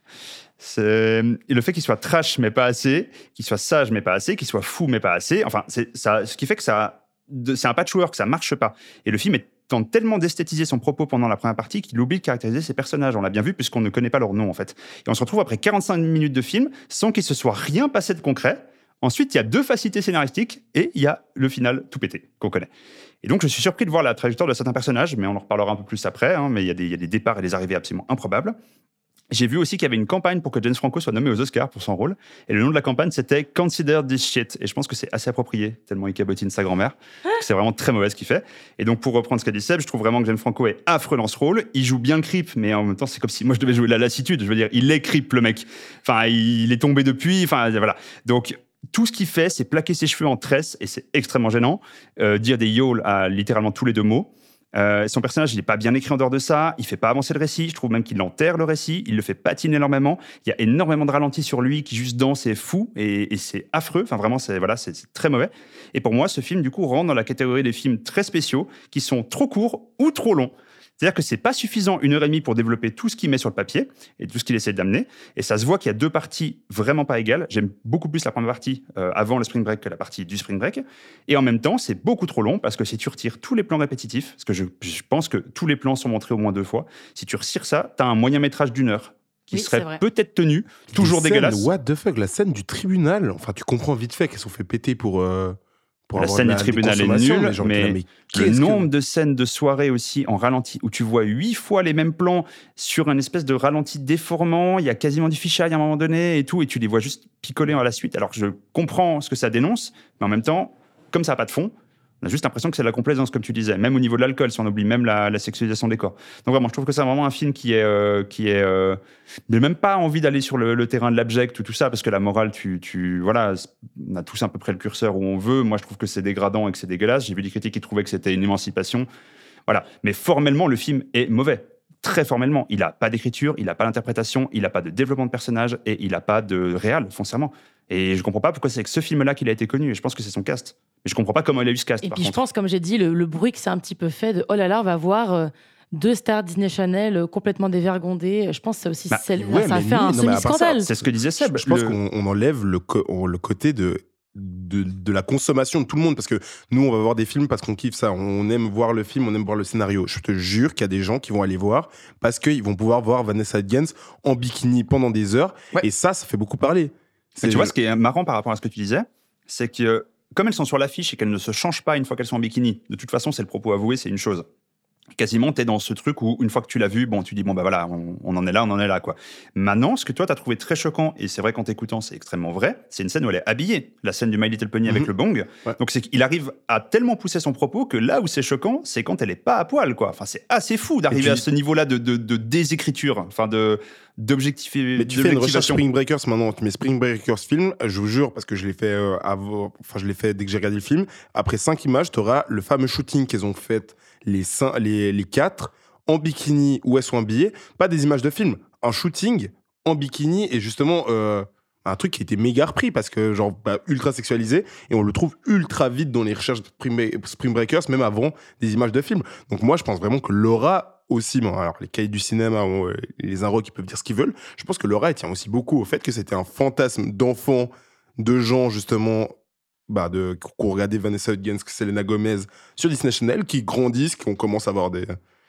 [SPEAKER 6] C'est... Et le fait qu'il soit trash, mais pas assez, qu'il soit sage, mais pas assez, qu'il soit fou, mais pas assez, enfin, c'est ça, ce qui fait que ça, de, c'est un patchwork, ça marche pas. Et le film est tente tellement d'esthétiser son propos pendant la première partie qu'il oublie de caractériser ses personnages. On l'a bien vu puisqu'on ne connaît pas leur nom, en fait. Et on se retrouve après quarante-cinq minutes de film sans qu'il se soit rien passé de concret. Ensuite, il y a deux facilités scénaristiques et il y a le final tout pété qu'on connaît. Et donc, je suis surpris de voir la trajectoire de certains personnages, mais on en reparlera un peu plus après. Hein, mais il y, a des, il y a des départs et des arrivées absolument improbables. J'ai vu aussi qu'il y avait une campagne pour que James Franco soit nommé aux Oscars pour son rôle. Et le nom de la campagne, c'était Consider This Shit. Et je pense que c'est assez approprié, tellement il cabotine sa grand-mère. C'est vraiment très mauvais ce qu'il fait. Et donc, pour reprendre ce qu'a dit Seb, je trouve vraiment que James Franco est affreux dans ce rôle. Il joue bien Creep, mais en même temps, c'est comme si moi je devais jouer la lassitude. Je veux dire, il est Creep, le mec. Enfin, il est tombé depuis. Enfin, voilà. Donc, tout ce qu'il fait, c'est plaquer ses cheveux en tresse, et c'est extrêmement gênant. Euh, dire des yoles à littéralement tous les deux mots. Euh, son personnage, il n'est pas bien écrit en dehors de ça. Il fait pas avancer le récit. Je trouve même qu'il enterre le récit. Il le fait patiner énormément. Il y a énormément de ralentis sur lui qui juste danse et est fou et, et c'est affreux. Enfin, vraiment, c'est voilà, c'est, c'est très mauvais. Et pour moi, ce film, du coup, rentre dans la catégorie des films très spéciaux qui sont trop courts ou trop longs. C'est-à-dire que c'est pas suffisant une heure et demie pour développer tout ce qu'il met sur le papier et tout ce qu'il essaie d'amener. Et ça se voit qu'il y a deux parties vraiment pas égales. J'aime beaucoup plus la première partie euh, avant le Spring Break que la partie du Spring Break. Et en même temps, c'est beaucoup trop long parce que si tu retires tous les plans répétitifs, parce que je, je pense que tous les plans sont montrés au moins deux fois, si tu retires ça, t'as un moyen métrage d'une heure qui
[SPEAKER 1] Oui,
[SPEAKER 6] serait peut-être tenu, toujours
[SPEAKER 7] Les
[SPEAKER 6] dégueulasse.
[SPEAKER 7] scènes, what the fuck, la scène du tribunal. Enfin, tu comprends vite fait qu'elles sont fait péter pour. Euh... Pour
[SPEAKER 6] La
[SPEAKER 7] avoir
[SPEAKER 6] scène
[SPEAKER 7] de
[SPEAKER 6] du tribunal est
[SPEAKER 7] déconsommation,
[SPEAKER 6] nulle,
[SPEAKER 7] genre,
[SPEAKER 6] mais,
[SPEAKER 7] là, mais
[SPEAKER 6] le
[SPEAKER 7] qu'est-ce que-
[SPEAKER 6] nombre de scènes de soirée aussi en ralenti où tu vois huit fois les mêmes plans sur un espèce de ralenti déformant, il y a quasiment du fisheye à un moment donné et tout, et tu les vois juste picoler à la suite. Alors que je comprends ce que ça dénonce, mais en même temps, comme ça n'a pas de fond, on a juste l'impression que c'est de la complaisance, comme tu disais, même au niveau de l'alcool, si on oublie même la, la sexualisation des corps. Donc vraiment, je trouve que c'est vraiment un film qui est... Euh, qui est euh, j'ai même pas envie d'aller sur le, le terrain de l'abject ou tout ça, parce que la morale, tu, tu, voilà, on a tous à peu près le curseur où on veut. Moi, je trouve que c'est dégradant et que c'est dégueulasse. J'ai vu des critiques qui trouvaient que c'était une émancipation. Voilà. Mais formellement, le film est mauvais. Très formellement. Il n'a pas d'écriture, il n'a pas d'interprétation, il n'a pas de développement de personnage et il n'a pas de réal, foncièrement. Et je comprends pas pourquoi c'est avec ce film-là qu'il a été connu. Et je pense que c'est son cast. Mais je comprends pas comment il a eu ce cast.
[SPEAKER 1] Et
[SPEAKER 6] par
[SPEAKER 1] puis je
[SPEAKER 6] contre.
[SPEAKER 1] pense, comme j'ai dit, le, le bruit que c'est un petit peu fait de oh là là, on va voir euh, deux stars Disney Channel euh, complètement dévergondées. Je pense que ça aussi,
[SPEAKER 7] Bah,
[SPEAKER 1] c'est-
[SPEAKER 7] ouais,
[SPEAKER 1] ça a
[SPEAKER 7] mais
[SPEAKER 1] fait
[SPEAKER 7] nous,
[SPEAKER 1] un
[SPEAKER 7] non, mais à part ça,
[SPEAKER 1] semi-scandale.
[SPEAKER 6] C'est ce que disait Seb.
[SPEAKER 7] Je, je pense
[SPEAKER 6] Le-
[SPEAKER 7] qu'on on enlève le, co- on- le côté de, de, de la consommation de tout le monde. Parce que nous, on va voir des films parce qu'on kiffe ça. On aime voir le film, on aime voir le scénario. Je te jure qu'il y a des gens qui vont aller voir parce qu'ils vont pouvoir voir Vanessa Hudgens en bikini pendant des heures.
[SPEAKER 6] Ouais.
[SPEAKER 7] Et ça, ça fait beaucoup parler.
[SPEAKER 6] Mais tu vois, ce qui est marrant par rapport à ce que tu disais, c'est que euh, comme elles sont sur l'affiche et qu'elles ne se changent pas une fois qu'elles sont en bikini, de toute façon, c'est le propos avoué, c'est une chose. Quasiment, tu es dans ce truc où, une fois que tu l'as vu, bon, tu dis, bon, bah voilà, on, on en est là, on en est là, quoi. Maintenant, ce que toi, tu as trouvé très choquant, et c'est vrai qu'en t'écoutant, c'est extrêmement vrai, c'est une scène où elle est habillée, la scène du My Little Pony avec
[SPEAKER 7] Mhm.
[SPEAKER 6] le bong.
[SPEAKER 7] Ouais.
[SPEAKER 6] Donc, c'est qu'il arrive à tellement pousser son propos que là où c'est choquant, c'est quand elle est pas à poil, quoi. Enfin, c'est assez fou d'arriver
[SPEAKER 7] puis-
[SPEAKER 6] à ce niveau-là de, de, de désécriture, enfin, de, d'objectifi-
[SPEAKER 7] Mais tu fais une recherche
[SPEAKER 6] d'objectivation.
[SPEAKER 7] Spring Breakers maintenant, tu mets Spring Breakers film, je vous jure, parce que je l'ai fait euh, avant, enfin je l'ai fait dès que j'ai regardé le film, après cinq images, tu auras le fameux shooting qu'ils ont fait les, cin- les, les quatre en bikini où elles sont habillées, pas des images de film, un shooting en bikini et justement euh, un truc qui était méga repris parce que genre bah, ultra sexualisé et on le trouve ultra vite dans les recherches de Spring Spring Breakers, même avant des images de films. Donc moi je pense vraiment que Laura aussi, bon, alors les cahiers du cinéma, bon, les inros qui peuvent dire ce qu'ils veulent, je pense que Laura elle tient aussi beaucoup au fait que c'était un fantasme d'enfants, de gens justement bah de qu'on regardait Vanessa Hudgens, Selena Gomez sur Disney Channel, qui grandissent, qu'on commence à avoir des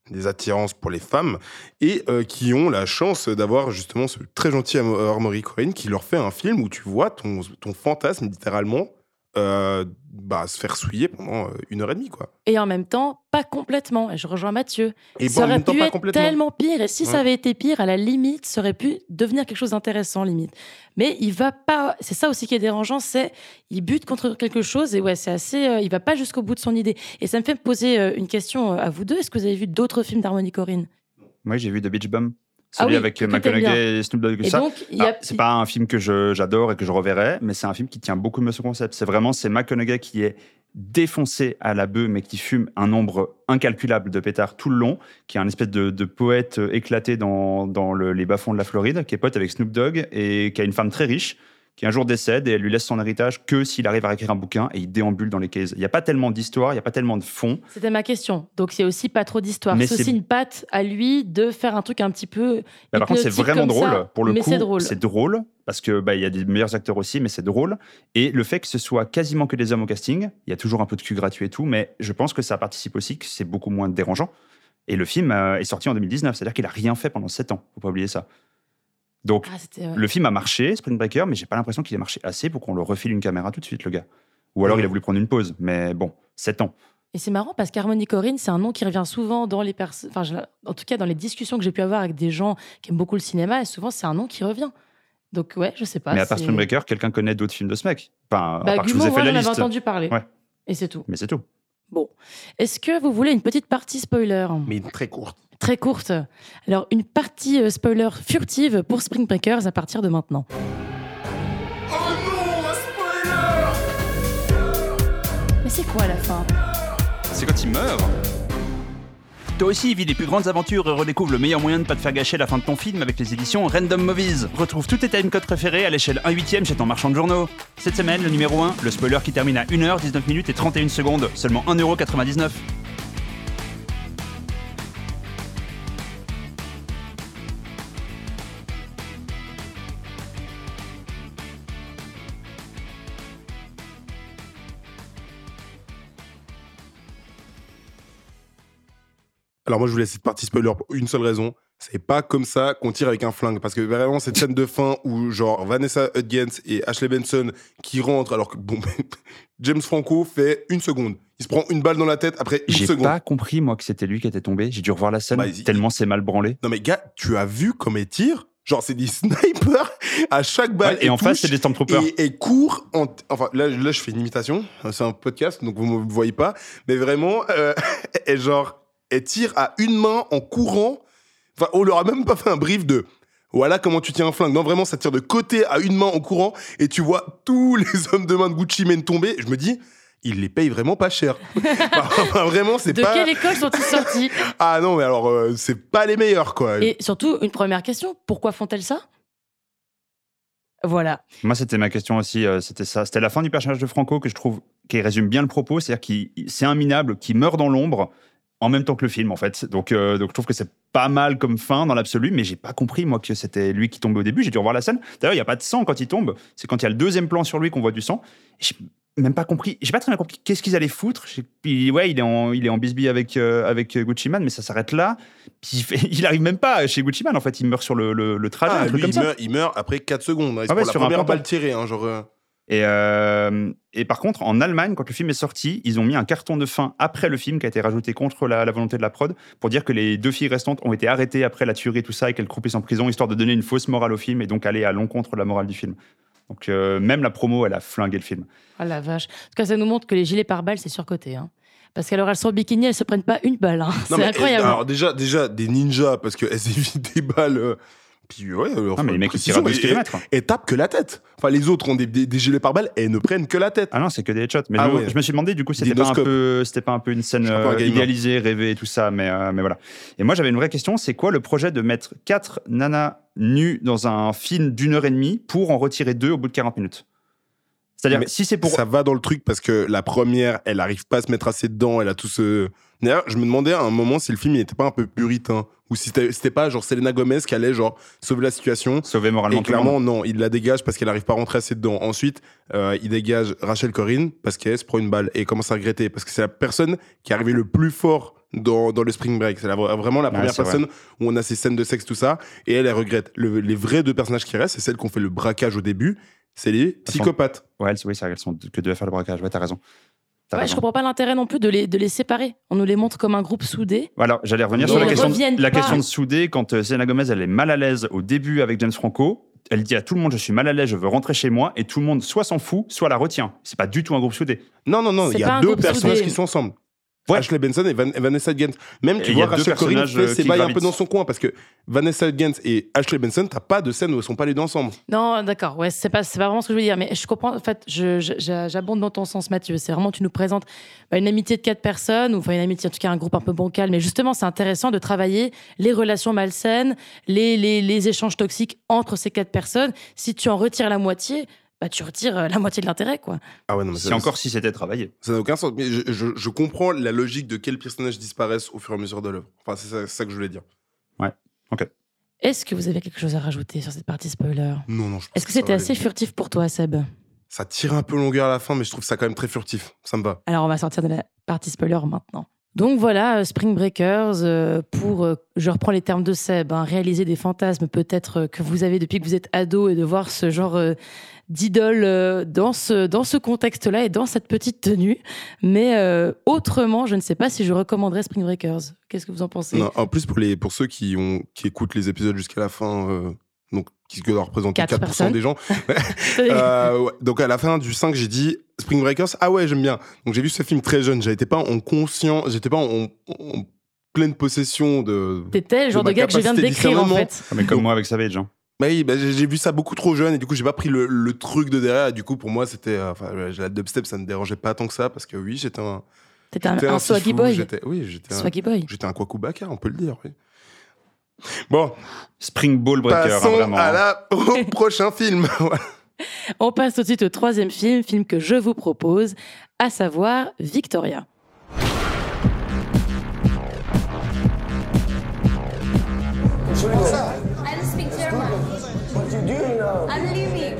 [SPEAKER 7] des attirances pour les femmes et euh, qui ont la chance d'avoir justement ce très gentil Amaury Corinne qui leur fait un film où tu vois ton, ton fantasme littéralement euh, bah, se faire souiller pendant une heure et demie, quoi.
[SPEAKER 1] Et en même temps, pas complètement. Et je rejoins Mathieu.
[SPEAKER 7] Et
[SPEAKER 1] ça
[SPEAKER 7] bon, en
[SPEAKER 1] aurait
[SPEAKER 7] même temps,
[SPEAKER 1] pu
[SPEAKER 7] pas
[SPEAKER 1] être
[SPEAKER 7] complètement.
[SPEAKER 1] tellement pire. Et si
[SPEAKER 7] Ouais.
[SPEAKER 1] ça avait été pire, à la limite, ça aurait pu devenir quelque chose d'intéressant, limite. Mais il va pas. C'est ça aussi qui est dérangeant, c'est il bute contre quelque chose et ouais, c'est assez. Euh, il va pas jusqu'au bout de son idée. Et ça me fait me poser euh, une question euh, à vous deux. Est-ce que vous avez vu d'autres films d'Harmony Korine?
[SPEAKER 6] Moi, j'ai vu The Beach Bum.
[SPEAKER 1] Ah
[SPEAKER 6] Celui
[SPEAKER 1] oui,
[SPEAKER 6] avec
[SPEAKER 1] que t'aimes bien.
[SPEAKER 6] McConaughey et Snoop Dogg.
[SPEAKER 1] Et
[SPEAKER 6] ça.
[SPEAKER 1] donc, il y a-
[SPEAKER 6] Ah, c'est pas un film que je- j'adore et que je reverrai, mais c'est un film qui tient beaucoup mieux ce concept. C'est vraiment c'est McConaughey qui est défoncé à la bœuf, mais qui fume un nombre incalculable de pétards tout le long, qui est un espèce de, de poète éclaté dans, dans le- les bas-fonds de la Floride, qui est pote avec Snoop Dogg et qui a une femme très riche, qui un jour décède et elle lui laisse son héritage que s'il arrive à écrire un bouquin et il déambule dans les cases. Il n'y a pas tellement d'histoire, il n'y a pas tellement de fond.
[SPEAKER 1] C'était ma question. Donc, c'est aussi pas trop d'histoire.
[SPEAKER 6] Mais
[SPEAKER 1] C'est aussi
[SPEAKER 6] c'est-
[SPEAKER 1] une patte à lui de faire un truc un petit peu.
[SPEAKER 6] Bah, par contre, c'est
[SPEAKER 1] hypnotique
[SPEAKER 6] vraiment
[SPEAKER 1] comme
[SPEAKER 6] drôle.
[SPEAKER 1] ça,
[SPEAKER 6] Pour le
[SPEAKER 1] mais
[SPEAKER 6] coup,
[SPEAKER 1] c'est drôle.
[SPEAKER 6] c'est drôle parce que bah, il y a des meilleurs acteurs aussi, mais c'est drôle. Et le fait que ce soit quasiment que des hommes au casting, il y a toujours un peu de cul gratuit et tout, mais je pense que ça participe aussi que c'est beaucoup moins dérangeant. Et le film euh, est sorti en deux mille dix-neuf, c'est-à-dire qu'il a rien fait pendant sept ans. Faut pas oublier ça. Donc,
[SPEAKER 1] Ah, c'était, ouais.
[SPEAKER 6] le film a marché, Spring Breaker, mais j'ai pas l'impression qu'il ait marché assez pour qu'on le refile une caméra tout de suite, le gars. Ou alors
[SPEAKER 7] Ouais.
[SPEAKER 6] il a voulu prendre une pause, mais bon, sept ans.
[SPEAKER 1] Et c'est marrant parce qu'Harmony Korine, c'est un nom qui revient souvent dans les pers- enfin, je- en tout cas dans les discussions que j'ai pu avoir avec des gens qui aiment beaucoup le cinéma, et souvent c'est un nom qui revient. Donc ouais, je sais pas.
[SPEAKER 6] mais à part
[SPEAKER 1] c'est-
[SPEAKER 6] Spring Breaker, quelqu'un connaît d'autres films de ce mec. Enfin,
[SPEAKER 1] Bah,
[SPEAKER 6] à part que je vous
[SPEAKER 1] Gumeau,
[SPEAKER 6] ai fait
[SPEAKER 1] moi,
[SPEAKER 6] la
[SPEAKER 1] j'en avais
[SPEAKER 6] liste.
[SPEAKER 1] entendu parler.
[SPEAKER 6] Ouais,
[SPEAKER 1] Et c'est tout.
[SPEAKER 6] mais c'est tout.
[SPEAKER 1] Bon, est-ce que vous voulez une petite partie spoiler?
[SPEAKER 7] Mais très courte.
[SPEAKER 1] Très courte. Alors une partie euh, spoiler furtive pour Spring Breakers à partir de maintenant. Mais c'est quoi la fin?
[SPEAKER 11] C'est quand il meurt. Toi aussi, vis les plus grandes aventures et redécouvre le meilleur moyen de ne pas te faire gâcher la fin de ton film avec les éditions Random Movies. Retrouve tous tes timecodes préférés à l'échelle un huitième chez ton marchand de journaux. Cette semaine, le numéro un, le spoiler qui termine à une heure dix-neuf minutes et trente et une secondes, seulement un euro quatre-vingt-dix-neuf.
[SPEAKER 7] Alors moi, je voulais cette partie spoiler pour une seule raison. C'est pas comme ça qu'on tire avec un flingue. Parce que vraiment, cette scène de fin où, genre, Vanessa Hudgens et Ashley Benson qui rentrent, alors que, bon, James Franco fait une seconde. Il se prend une balle dans la tête après une
[SPEAKER 6] J'ai
[SPEAKER 7] seconde.
[SPEAKER 6] pas compris, moi, que c'était lui qui était tombé. J'ai dû revoir la scène,
[SPEAKER 7] Bah, il-
[SPEAKER 6] tellement c'est mal branlé.
[SPEAKER 7] Non mais gars, tu as vu comment il tire? Genre, c'est des snipers à chaque balle.
[SPEAKER 6] Ouais, et en face,
[SPEAKER 7] touche,
[SPEAKER 6] c'est des Stormtroopers.
[SPEAKER 7] Et, et court. En... Enfin, là, là, je fais une imitation. C'est un podcast, donc vous ne me voyez pas. Mais vraiment, euh, et genre, elle tire à une main en courant. Enfin, on leur a même pas fait un brief de voilà comment tu tiens un flingue. Non, vraiment, ça tire de côté à une main en courant. Et tu vois tous les hommes de main de Gucci Mane tomber. Je me dis, ils les payent vraiment pas cher. Enfin, vraiment, c'est
[SPEAKER 1] De
[SPEAKER 7] pas.
[SPEAKER 1] quelle école sont-ils sortis?
[SPEAKER 7] Ah non, mais alors, euh, c'est pas les meilleurs, quoi.
[SPEAKER 1] Et surtout, une première question, pourquoi font-elles ça? Voilà.
[SPEAKER 6] Moi, c'était ma question aussi. euh, c'était ça. C'était la fin du personnage de Franco que je trouve qui résume bien le propos. C'est-à-dire qu'il c'est un minable qui meurt dans l'ombre en même temps que le film, en fait. Donc, euh, donc je trouve que c'est pas mal comme fin dans l'absolu, mais j'ai pas compris, moi, que c'était lui qui tombait au début. J'ai dû revoir la scène. D'ailleurs, il n'y a pas de sang quand il tombe. C'est quand il y a le deuxième plan sur lui qu'on voit du sang. J'ai même pas compris. J'ai pas très bien compris qu'est-ce qu'ils allaient foutre. J'ai- Puis, ouais, il est en, il est en bisbille avec, euh, avec Gucci Mane, mais ça s'arrête là. Puis il, fait- il arrive même pas chez Gucci Mane, en fait. Il meurt sur le, le, le trajet,
[SPEAKER 7] Ah,
[SPEAKER 6] un truc
[SPEAKER 7] lui,
[SPEAKER 6] comme
[SPEAKER 7] il
[SPEAKER 6] ça.
[SPEAKER 7] meurt, il meurt après quatre secondes. hein. Il se
[SPEAKER 6] Ah ouais,
[SPEAKER 7] prend la
[SPEAKER 6] sur un
[SPEAKER 7] première
[SPEAKER 6] planton.
[SPEAKER 7] balle tirée. Hein, genre, euh,
[SPEAKER 6] Et, euh, et par contre, en Allemagne, quand le film est sorti, ils ont mis un carton de fin après le film qui a été rajouté contre la, la volonté de la prod pour dire que les deux filles restantes ont été arrêtées après la tuerie et tout ça et qu'elles croupissent en prison, histoire de donner une fausse morale au film et donc aller à l'encontre de la morale du film. Donc euh, même la promo, elle a flingué le film.
[SPEAKER 1] Oh la vache. En tout cas, ça nous montre que les gilets pare-balles, c'est surcoté. Hein. Parce qu'alors, elles sont en bikini, elles se prennent pas une balle. Hein.
[SPEAKER 7] Non,
[SPEAKER 1] C'est
[SPEAKER 7] mais,
[SPEAKER 1] incroyable.
[SPEAKER 7] Alors déjà, déjà des ninjas parce qu'elles évitent des balles. euh, Puis ouais, euh, enfin,
[SPEAKER 6] mais les mecs, ils
[SPEAKER 7] précision,
[SPEAKER 6] tirent à douze
[SPEAKER 7] et-
[SPEAKER 6] kilomètres.
[SPEAKER 7] Et, et tapent que la tête. Enfin, les autres ont des, des, des gilets pare-balles et ne prennent que la tête.
[SPEAKER 6] Ah non, c'est que des headshots. Mais
[SPEAKER 7] Ah
[SPEAKER 6] je,
[SPEAKER 7] ouais.
[SPEAKER 6] je me suis demandé, du coup, c'était pas, un
[SPEAKER 7] Dinoscope.
[SPEAKER 6] peu, c'était pas un peu une scène
[SPEAKER 7] Je suis un peu un
[SPEAKER 6] euh,
[SPEAKER 7] gamer.
[SPEAKER 6] idéalisée, rêvée et tout ça, mais, euh, mais voilà. Et moi, j'avais une vraie question, c'est quoi le projet de mettre quatre nanas nues dans un film d'une heure et demie pour en retirer deux au bout de quarante minutes? C'est-à-dire,
[SPEAKER 7] Mais
[SPEAKER 6] si c'est pour...
[SPEAKER 7] Ça va dans le truc parce que la première, elle arrive pas à se mettre assez dedans, elle a tout ce. D'ailleurs, je me demandais à un moment si le film il était pas un peu puritain ou si c'était c'était pas genre Selena Gomez qui allait genre sauver la situation.
[SPEAKER 6] Sauver moralement
[SPEAKER 7] Et
[SPEAKER 6] tout le monde.
[SPEAKER 7] clairement, non, il la dégage parce qu'elle arrive pas à rentrer assez dedans. Ensuite, euh, il dégage Rachel Corrine parce qu'elle se prend une balle et commence à regretter parce que c'est la personne qui est arrivée le plus fort dans, dans le Spring Break. C'est la, vraiment la
[SPEAKER 6] Ouais,
[SPEAKER 7] première
[SPEAKER 6] c'est
[SPEAKER 7] personne
[SPEAKER 6] vrai.
[SPEAKER 7] où on a ces scènes de sexe, tout ça. Et elle, elle regrette. Le- les vrais deux personnages qui restent, c'est celles qui ont fait le braquage au début. C'est les psychopathes.
[SPEAKER 6] Ouais, elles- oui, c'est vrai, elles sont que deux à faire le braquage. Ouais, t'as raison. T'as
[SPEAKER 1] Ouais,
[SPEAKER 6] raison.
[SPEAKER 1] je comprends pas l'intérêt non plus de les, de les séparer. On nous les montre comme un groupe soudé.
[SPEAKER 6] Voilà, j'allais revenir
[SPEAKER 1] Et
[SPEAKER 6] sur la
[SPEAKER 1] elles
[SPEAKER 6] question,
[SPEAKER 1] reviennent
[SPEAKER 6] de, la
[SPEAKER 1] pas.
[SPEAKER 6] question de souder. Quand euh, Selena Gomez, elle est mal à l'aise au début avec James Franco, elle dit à tout le monde, je suis mal à l'aise, je veux rentrer chez moi, et tout le monde soit s'en fout, soit la retient. C'est pas du tout un groupe soudé.
[SPEAKER 7] Non, non, non,
[SPEAKER 1] C'est
[SPEAKER 7] il y
[SPEAKER 1] pas
[SPEAKER 7] a
[SPEAKER 1] un
[SPEAKER 7] deux
[SPEAKER 1] groupe
[SPEAKER 7] personnages
[SPEAKER 1] soudé.
[SPEAKER 7] qui sont ensemble.
[SPEAKER 6] Ouais.
[SPEAKER 7] Ashley Benson et, Van- et Vanessa Hudgens. Même, tu
[SPEAKER 6] Et il y
[SPEAKER 7] vois,
[SPEAKER 6] a deux
[SPEAKER 7] Rachel Corrie
[SPEAKER 6] personnages,
[SPEAKER 7] fait
[SPEAKER 6] euh,
[SPEAKER 7] ses
[SPEAKER 6] qui
[SPEAKER 7] bails un peu
[SPEAKER 6] gravitent.
[SPEAKER 7] dans son coin parce que Vanessa Hudgens et Ashley Benson, t'as pas de scène où elles sont pas les deux ensemble.
[SPEAKER 1] Non, d'accord. Ouais, c'est pas, c'est pas vraiment ce que je veux dire. Mais je comprends. En fait, je, je- j'a- j'abonde dans ton sens, Mathieu. C'est vraiment, tu nous présentes bah, une amitié de quatre personnes, ou enfin une amitié, en tout cas un groupe un peu bancal. Mais justement, c'est intéressant de travailler les relations malsaines, les, les, les échanges toxiques entre ces quatre personnes. Si tu en retires la moitié, bah, tu retires euh, la moitié de l'intérêt, quoi.
[SPEAKER 7] Ah ouais, non, mais
[SPEAKER 6] C'est
[SPEAKER 7] ça-
[SPEAKER 6] encore si c'était travaillé.
[SPEAKER 7] Ça n'a aucun sens. Mais je, je- je comprends la logique de quels personnages disparaissent au fur et à mesure de l'œuvre. Enfin, c'est ça, c'est ça que je voulais dire.
[SPEAKER 6] Ouais, ok.
[SPEAKER 1] Est-ce que vous avez quelque chose à rajouter sur cette partie spoiler?
[SPEAKER 7] Non, non, je pense
[SPEAKER 1] Est-ce que
[SPEAKER 7] ça
[SPEAKER 1] c'était
[SPEAKER 7] va
[SPEAKER 1] assez
[SPEAKER 7] aller.
[SPEAKER 1] furtif pour toi, Seb?
[SPEAKER 7] Ça tire un peu longueur à la fin, mais je trouve ça quand même très furtif. Ça me va.
[SPEAKER 1] Alors, on va sortir de la partie spoiler maintenant. Donc voilà, euh, Spring Breakers, euh, pour, euh, je reprends les termes de Seb, hein, réaliser des fantasmes peut-être euh, que vous avez depuis que vous êtes ado, et de voir ce genre euh, d'idole euh, dans ce, dans ce contexte-là et dans cette petite tenue. Mais euh, autrement, je ne sais pas si je recommanderais Spring Breakers. Qu'est-ce que vous en pensez?
[SPEAKER 7] Non, en plus, pour, les, pour ceux qui, ont, qui écoutent les épisodes jusqu'à la fin, euh, donc qui doit représenter
[SPEAKER 1] Quatre
[SPEAKER 7] quatre pour cent
[SPEAKER 1] personnes.
[SPEAKER 7] des gens. Euh, ouais. Donc à la fin du cinq, j'ai dit Spring Breakers, ah ouais, j'aime bien. Donc j'ai vu ce film très jeune, j'étais pas en conscient, j'étais pas en, en pleine possession de.
[SPEAKER 1] T'étais le genre de,
[SPEAKER 7] ma
[SPEAKER 1] gars que je viens de
[SPEAKER 7] capacité
[SPEAKER 1] décrire, en
[SPEAKER 7] discernement.
[SPEAKER 1] fait.
[SPEAKER 6] Ah, mais comme moi avec Savage. Hein.
[SPEAKER 7] Bah oui, bah, j'ai j'ai vu ça beaucoup trop jeune et du coup j'ai pas pris le, le truc de derrière. Et du coup pour moi c'était, euh, enfin la dubstep ça me dérangeait pas tant que ça parce que oui j'étais un.
[SPEAKER 1] T'étais un,
[SPEAKER 7] j'étais
[SPEAKER 1] un swaggy
[SPEAKER 7] fifou,
[SPEAKER 1] boy.
[SPEAKER 7] j'étais- Oui, j'étais un,
[SPEAKER 1] Swaggy boy.
[SPEAKER 7] j'étais un Kwaku Baka, on peut le dire. Oui. Bon,
[SPEAKER 6] Spring Ball Breaker, hein,
[SPEAKER 7] passons
[SPEAKER 6] vraiment.
[SPEAKER 7] à la, au prochain film. Voilà.
[SPEAKER 1] On passe tout de suite au troisième film, film que je vous propose, à savoir Victoria.
[SPEAKER 14] I don't speak German.
[SPEAKER 13] What you doing now?
[SPEAKER 14] I'm leaving.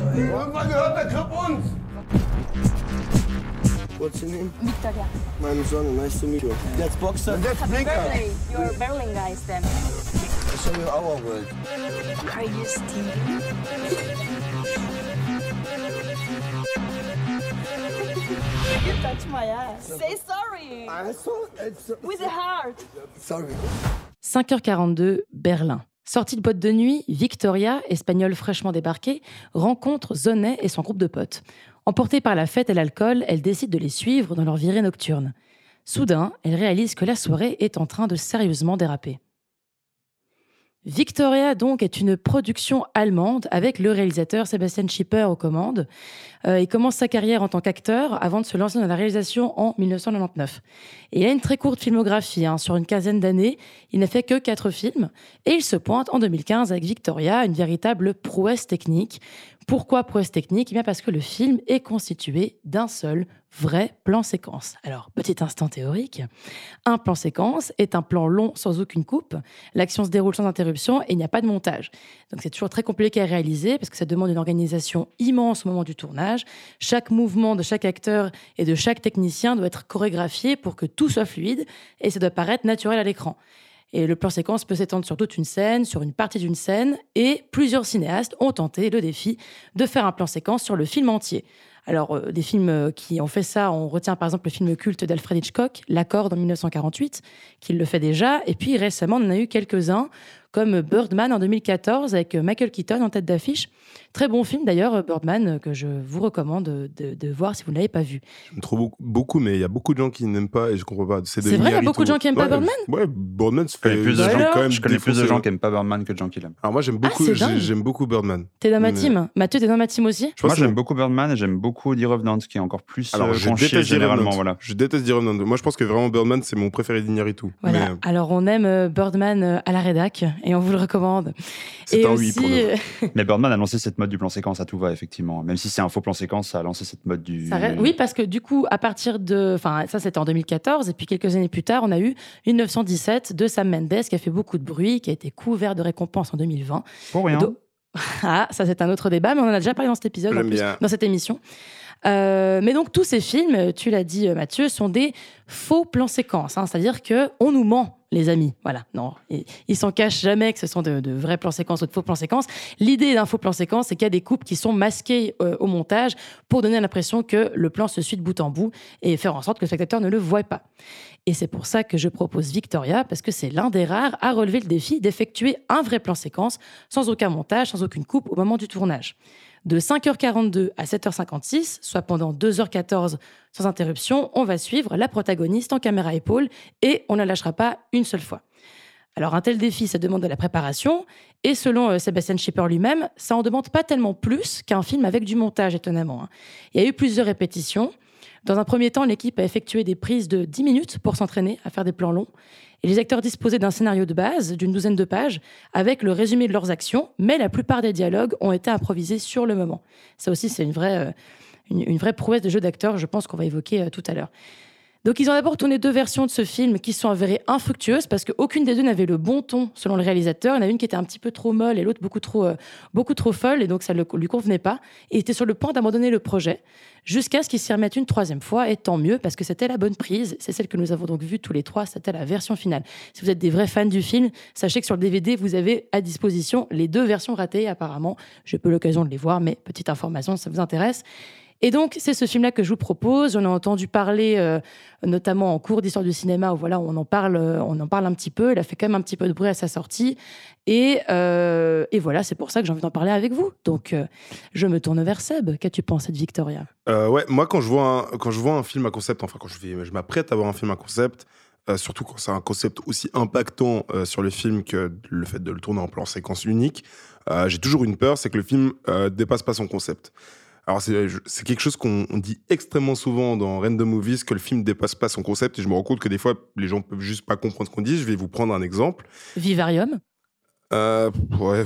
[SPEAKER 13] What's your name?
[SPEAKER 14] Victoria.
[SPEAKER 13] My name's Ronald. Nice to meet you. That's Boxer. That's
[SPEAKER 14] Happy
[SPEAKER 13] Blinker.
[SPEAKER 14] birthday. You're Berlin guys then.
[SPEAKER 13] I'll show you our world.
[SPEAKER 14] Are you Steve? You touch my ass. Say sorry.
[SPEAKER 13] I'm so, it's,
[SPEAKER 14] With a heart.
[SPEAKER 13] sorry.
[SPEAKER 1] cinq heures quarante-deux, Berlin. Sortie de boîte de nuit, Victoria, espagnole fraîchement débarquée, rencontre Zonet et son groupe de potes. Emportée par la fête et l'alcool, elle décide de les suivre dans leur virée nocturne. Soudain, elle réalise que la soirée est en train de sérieusement déraper. Victoria, donc, est une production allemande avec le réalisateur Sebastian Schipper aux commandes. Euh, il commence sa carrière en tant qu'acteur avant de se lancer dans la réalisation en dix-neuf cent quatre-vingt-dix-neuf. Et il a une très courte filmographie, hein, sur une quinzaine d'années. Il n'a fait que quatre films. Et il se pointe en deux mille quinze avec Victoria, une véritable prouesse technique. Pourquoi prouesse technique? Eh bien parce que le film est constitué d'un seul vrai plan séquence. Alors, petit instant théorique. Un plan séquence est un plan long sans aucune coupe. L'action se déroule sans interruption et il n'y a pas de montage. Donc c'est toujours très compliqué à réaliser parce que ça demande une organisation immense au moment du tournage. Chaque mouvement de chaque acteur et de chaque technicien doit être chorégraphié pour que tout soit fluide et ça doit paraître naturel à l'écran. Et le plan séquence peut s'étendre sur toute une scène, sur une partie d'une scène, et plusieurs cinéastes ont tenté le défi de faire un plan séquence sur le film entier. Alors, euh, des films euh, qui ont fait ça, on retient par exemple le film culte d'Alfred Hitchcock, L'accord en dix-neuf cent quarante-huit, qui le fait déjà, et puis récemment on en a eu quelques-uns, comme Birdman en deux mille quatorze, avec Michael Keaton en tête d'affiche. Très bon film d'ailleurs, Birdman, que je vous recommande de, de, de voir si vous ne l'avez pas vu.
[SPEAKER 7] J'aime trop beaucoup, beaucoup, mais il y a beaucoup de gens qui n'aiment pas et je comprends pas.
[SPEAKER 1] C'est vrai, il y a beaucoup de gens qui aiment pas
[SPEAKER 7] Ouais,
[SPEAKER 1] Birdman
[SPEAKER 7] Ouais, Birdman, ça
[SPEAKER 6] Je connais
[SPEAKER 7] fait
[SPEAKER 6] plus de
[SPEAKER 7] j'ai
[SPEAKER 6] gens,
[SPEAKER 7] quand même
[SPEAKER 6] je connais plus de
[SPEAKER 7] défoncé,
[SPEAKER 6] gens
[SPEAKER 7] hein.
[SPEAKER 6] qui aiment pas Birdman que de gens qui l'aiment.
[SPEAKER 7] Alors moi j'aime beaucoup,
[SPEAKER 1] c'est
[SPEAKER 7] j'ai-
[SPEAKER 1] dingue.
[SPEAKER 7] j'aime beaucoup Birdman.
[SPEAKER 1] T'es dans ma
[SPEAKER 7] Mais-
[SPEAKER 1] team. Mathieu, t'es dans ma team aussi?
[SPEAKER 7] Je pense
[SPEAKER 6] Moi
[SPEAKER 7] que
[SPEAKER 6] j'aime beaucoup Birdman et j'aime beaucoup The Revenant qui est encore plus
[SPEAKER 7] Alors,
[SPEAKER 6] euh,
[SPEAKER 7] je
[SPEAKER 6] penché
[SPEAKER 7] déteste The
[SPEAKER 6] généralement.
[SPEAKER 7] Revenant.
[SPEAKER 6] Voilà.
[SPEAKER 7] Je déteste The Revenant. Moi, je pense que vraiment Birdman, c'est mon préféré d'Iñárritu.
[SPEAKER 1] Voilà.
[SPEAKER 7] Mais, euh,
[SPEAKER 1] Alors, on aime euh, Birdman euh, à la rédac et on vous le recommande.
[SPEAKER 7] C'est
[SPEAKER 1] Et
[SPEAKER 7] un oui
[SPEAKER 1] aussi,
[SPEAKER 7] pour nous.
[SPEAKER 1] euh,
[SPEAKER 6] Mais Birdman a lancé cette mode du plan séquence à tout va, effectivement. Même si c'est un faux plan séquence, ça a lancé cette mode du.
[SPEAKER 1] ça reste- Oui, parce que du coup, à partir de. Enfin, ça, c'était en deux mille quatorze. Et puis, quelques années plus tard, on a eu dix-neuf cent dix-sept de Sam Mendes qui a fait beaucoup de bruit, qui a été couvert de récompenses en deux mille vingt.
[SPEAKER 6] Pour rien.
[SPEAKER 1] Do- Ah, ça, c'est un autre débat, mais on en a déjà parlé dans cet épisode, en
[SPEAKER 7] J'aime
[SPEAKER 1] plus,
[SPEAKER 7] bien.
[SPEAKER 1] dans cette émission. Euh, mais donc tous ces films, tu l'as dit Mathieu, sont des faux plans séquences, hein, c'est-à-dire qu'on nous ment, les amis. Voilà, non, ils, ils s'en cachent jamais que ce sont de, de vrais plans séquences ou de faux plans séquences. L'idée d'un faux plan séquence, c'est qu'il y a des coupes qui sont masquées euh, au montage pour donner l'impression que le plan se suit de bout en bout et faire en sorte que le spectateur ne le voit pas. Et c'est pour ça que je propose Victoria, parce que c'est l'un des rares à relever le défi d'effectuer un vrai plan séquence sans aucun montage, sans aucune coupe au moment du tournage. De cinq heures quarante-deux à sept heures cinquante-six, soit pendant deux heures quatorze sans interruption, on va suivre la protagoniste en caméra épaule et on ne la lâchera pas une seule fois. Alors un tel défi, ça demande de la préparation et selon euh, Sebastian Schipper lui-même, ça en demande pas tellement plus qu'un film avec du montage, étonnamment. Hein. Il y a eu plusieurs répétitions. Dans un premier temps, l'équipe a effectué des prises de dix minutes pour s'entraîner à faire des plans longs. Et les acteurs disposaient d'un scénario de base d'une douzaine de pages avec le résumé de leurs actions, mais la plupart des dialogues ont été improvisés sur le moment. Ça aussi, c'est une vraie, euh, une, une vraie prouesse de jeu d'acteurs, je pense qu'on va évoquer euh, tout à l'heure. Donc ils ont d'abord tourné deux versions de ce film qui sont avérées infructueuses parce qu'aucune des deux n'avait le bon ton selon le réalisateur. Il y en a une qui était un petit peu trop molle et l'autre beaucoup trop, euh, beaucoup trop folle et donc ça ne lui convenait pas. Et il était sur le point d'abandonner le projet jusqu'à ce qu'il s'y remette une troisième fois et tant mieux parce que c'était la bonne prise. C'est celle que nous avons donc vue tous les trois, c'était la version finale. Si vous êtes des vrais fans du film, sachez que sur le D V D, vous avez à disposition les deux versions ratées apparemment. J'ai peu l'occasion de les voir, mais petite information si ça vous intéresse. Et donc, c'est ce film-là que je vous propose. On a entendu parler, euh, notamment en cours d'histoire du cinéma, où voilà, on en parle, on en parle un petit peu. Il a fait quand même un petit peu de bruit à sa sortie. Et, euh, et voilà, c'est pour ça que j'ai envie d'en parler avec vous. Donc, euh, je me tourne vers Seb. Qu'as-tu pensé de Victoria ?
[SPEAKER 7] euh, Ouais, moi, quand je vois un, quand je vois un film à concept, enfin, quand je, vais, je m'apprête à voir un film à concept, euh, surtout quand c'est un concept aussi impactant euh, sur le film que le fait de le tourner en plan séquence unique, euh, j'ai toujours une peur, c'est que le film euh, dépasse pas son concept. Alors, c'est, c'est quelque chose qu'on dit extrêmement souvent dans Random Movies, que le film ne dépasse pas son concept. Et je me rends compte que des fois, les gens ne peuvent juste pas comprendre ce qu'on dit. Je vais vous prendre un exemple.
[SPEAKER 1] Vivarium
[SPEAKER 7] euh, Ouais,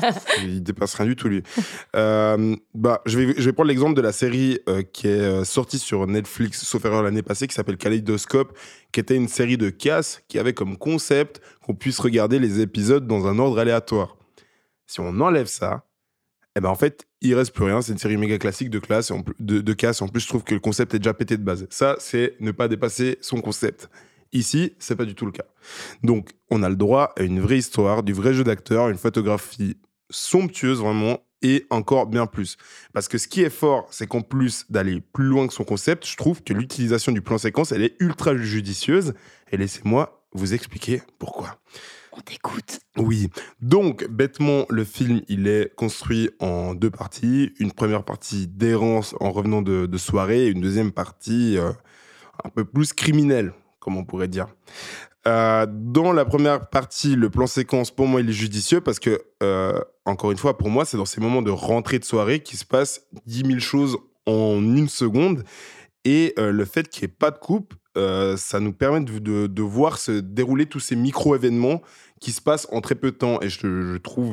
[SPEAKER 7] il dépasse rien du tout, lui. euh, bah, je, vais, je vais prendre l'exemple de la série euh, qui est euh, sortie sur Netflix, sauf erreur, l'année passée, qui s'appelle Kaleidoscope, qui était une série de casse qui avait comme concept qu'on puisse regarder les épisodes dans un ordre aléatoire. Si on enlève ça, eh ben en fait, il reste plus rien. C'est une série méga classique de classe, et en plus, de, de casse. En plus, je trouve que le concept est déjà pété de base. Ça, c'est ne pas dépasser son concept. Ici, c'est pas du tout le cas. Donc, on a le droit à une vraie histoire, du vrai jeu d'acteur, une photographie somptueuse vraiment, et encore bien plus. Parce que ce qui est fort, c'est qu'en plus d'aller plus loin que son concept, je trouve que l'utilisation du plan séquence, elle est ultra judicieuse. Et laissez-moi vous expliquer pourquoi.
[SPEAKER 1] On t'écoute.
[SPEAKER 7] Oui. Donc, bêtement, le film, il est construit en deux parties. Une première partie d'errance en revenant de, de soirée et une deuxième partie euh, un peu plus criminelle, comme on pourrait dire. Euh, dans la première partie, le plan séquence, pour moi, il est judicieux parce que, euh, encore une fois, pour moi, c'est dans ces moments de rentrée de soirée qu'il se passe dix mille choses en une seconde. Et euh, le fait qu'il n'y ait pas de coupe, euh, ça nous permet de, de, de voir se dérouler tous ces micro-événements qui se passent en très peu de temps. Et je, je trouve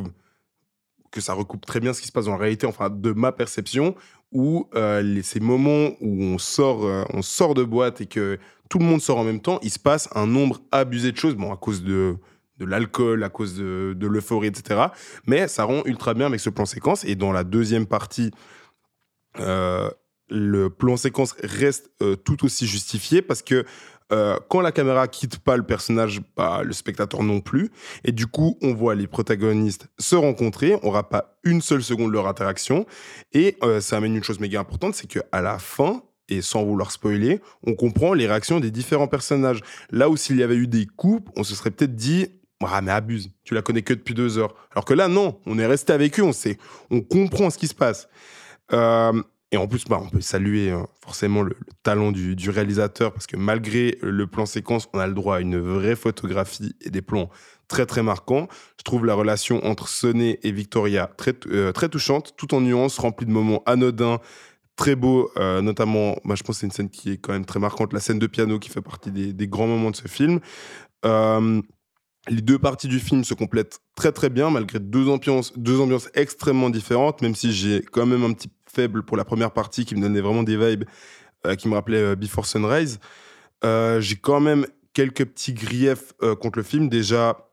[SPEAKER 7] que ça recoupe très bien ce qui se passe dans la réalité, enfin, de ma perception, où euh, les, ces moments où on sort, euh, on sort de boîte et que tout le monde sort en même temps, il se passe un nombre abusé de choses, bon, à cause de, de l'alcool, à cause de, de l'euphorie, et cetera. Mais ça rend ultra bien avec ce plan séquence. Et dans la deuxième partie... Euh, le plan séquence reste euh, tout aussi justifié parce que euh, quand la caméra quitte pas le personnage, bah, le spectateur non plus. Et du coup, on voit les protagonistes se rencontrer. On n'aura pas une seule seconde de leur interaction. Et euh, ça amène une chose méga importante, c'est qu'à la fin, et sans vouloir spoiler, on comprend les réactions des différents personnages. Là où s'il y avait eu des coupes, on se serait peut-être dit... Ah, mais abuse, tu la connais que depuis deux heures. Alors que là, non, on est resté avec eux, on sait, on comprend ce qui se passe. Euh... Et en plus, bah, on peut saluer euh, forcément le, le talent du, du réalisateur parce que malgré le plan séquence, on a le droit à une vraie photographie et des plans très très marquants. Je trouve la relation entre Sonet et Victoria très, euh, très touchante, tout en nuances, remplie de moments anodins, très beaux, euh, notamment, bah, je pense que c'est une scène qui est quand même très marquante, la scène de piano qui fait partie des, des grands moments de ce film. Euh, Les deux parties du film se complètent très très bien, malgré deux ambiances, deux ambiances extrêmement différentes, même si j'ai quand même un petit faible pour la première partie qui me donnait vraiment des vibes euh, qui me rappelaient euh, Before Sunrise. Euh, j'ai quand même quelques petits griefs euh, contre le film. Déjà,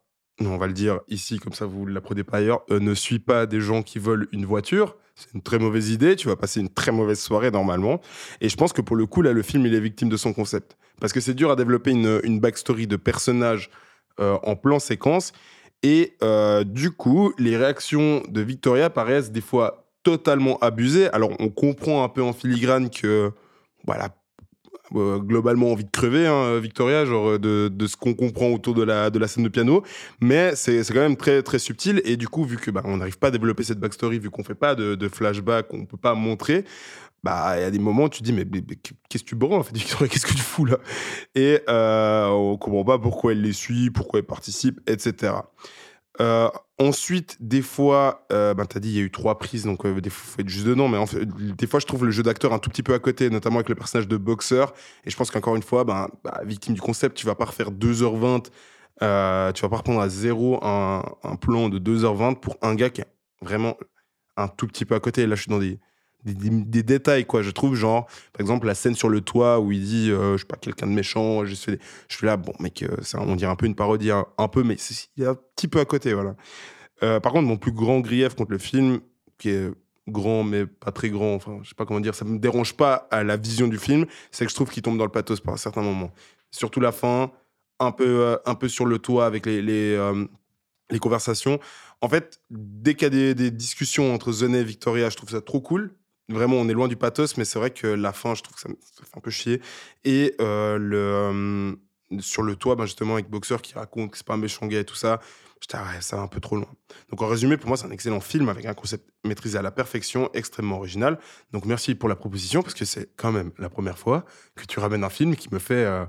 [SPEAKER 7] on va le dire ici, comme ça vous ne l'apprenez pas ailleurs, euh, ne suis pas des gens qui volent une voiture. C'est une très mauvaise idée, tu vas passer une très mauvaise soirée normalement. Et je pense que pour le coup, là, le film, il est victime de son concept. Parce que c'est dur à développer une, une backstory de personnages euh, en plan séquence. Et euh, du coup, les réactions de Victoria paraissent des fois totalement abusées. Alors, on comprend un peu en filigrane que, voilà, Euh, globalement envie de crever, hein, Victoria, genre de, de ce qu'on comprend autour de la, de la scène de piano, mais c'est, c'est quand même très, très subtil, et du coup, vu que bah, on n'arrive pas à développer cette backstory, vu qu'on fait pas de, de flashback, on peut pas montrer, bah, il y a des moments où tu te dis, mais, mais, mais qu'est-ce que tu branles, en fait, Victoria, qu'est-ce que tu fous là? Et euh, on comprend pas pourquoi elle les suit, pourquoi elle participe, et cetera. Euh, ensuite, des fois, euh, ben, t'as dit il y a eu trois prises, donc euh, des fois, faut être juste dedans, mais en fait, des fois, je trouve le jeu d'acteur un tout petit peu à côté, notamment avec le personnage de boxeur. Et je pense qu'encore une fois, ben, bah, victime du concept, tu vas pas refaire deux heures vingt, euh, tu vas pas reprendre à zéro un, un plan de deux heures vingt pour un gars qui est vraiment un tout petit peu à côté. Et là, je suis dans des, des, des, des détails, quoi. Je trouve, genre, par exemple, la scène sur le toit où il dit, euh, je sais pas, quelqu'un de méchant, je, fais des... je suis là, bon, mec, euh, ça, on dirait un peu une parodie, un, un peu, mais c'est, il est un petit peu à côté, voilà. Euh, par contre, mon plus grand grief contre le film, qui est grand mais pas très grand, enfin, je sais pas comment dire, ça me dérange pas à la vision du film, c'est que je trouve qu'il tombe dans le pathos par certains moments. Surtout la fin, un peu, euh, un peu sur le toit avec les, les, euh, les conversations. En fait, dès qu'il y a des, des discussions entre Zenet et Victoria, je trouve ça trop cool. Vraiment, on est loin du pathos, mais c'est vrai que la fin, je trouve que ça me ça fait un peu chier. Et euh, le, euh, sur le toit, ben justement, avec Boxer qui raconte que c'est pas un méchant gay et tout ça, j'étais, ouais, ça va un peu trop loin. Donc, en résumé, pour moi, c'est un excellent film avec un concept maîtrisé à la perfection, extrêmement original. Donc, merci pour la proposition, parce que c'est quand même la première fois que tu ramènes un film qui me fait... Euh,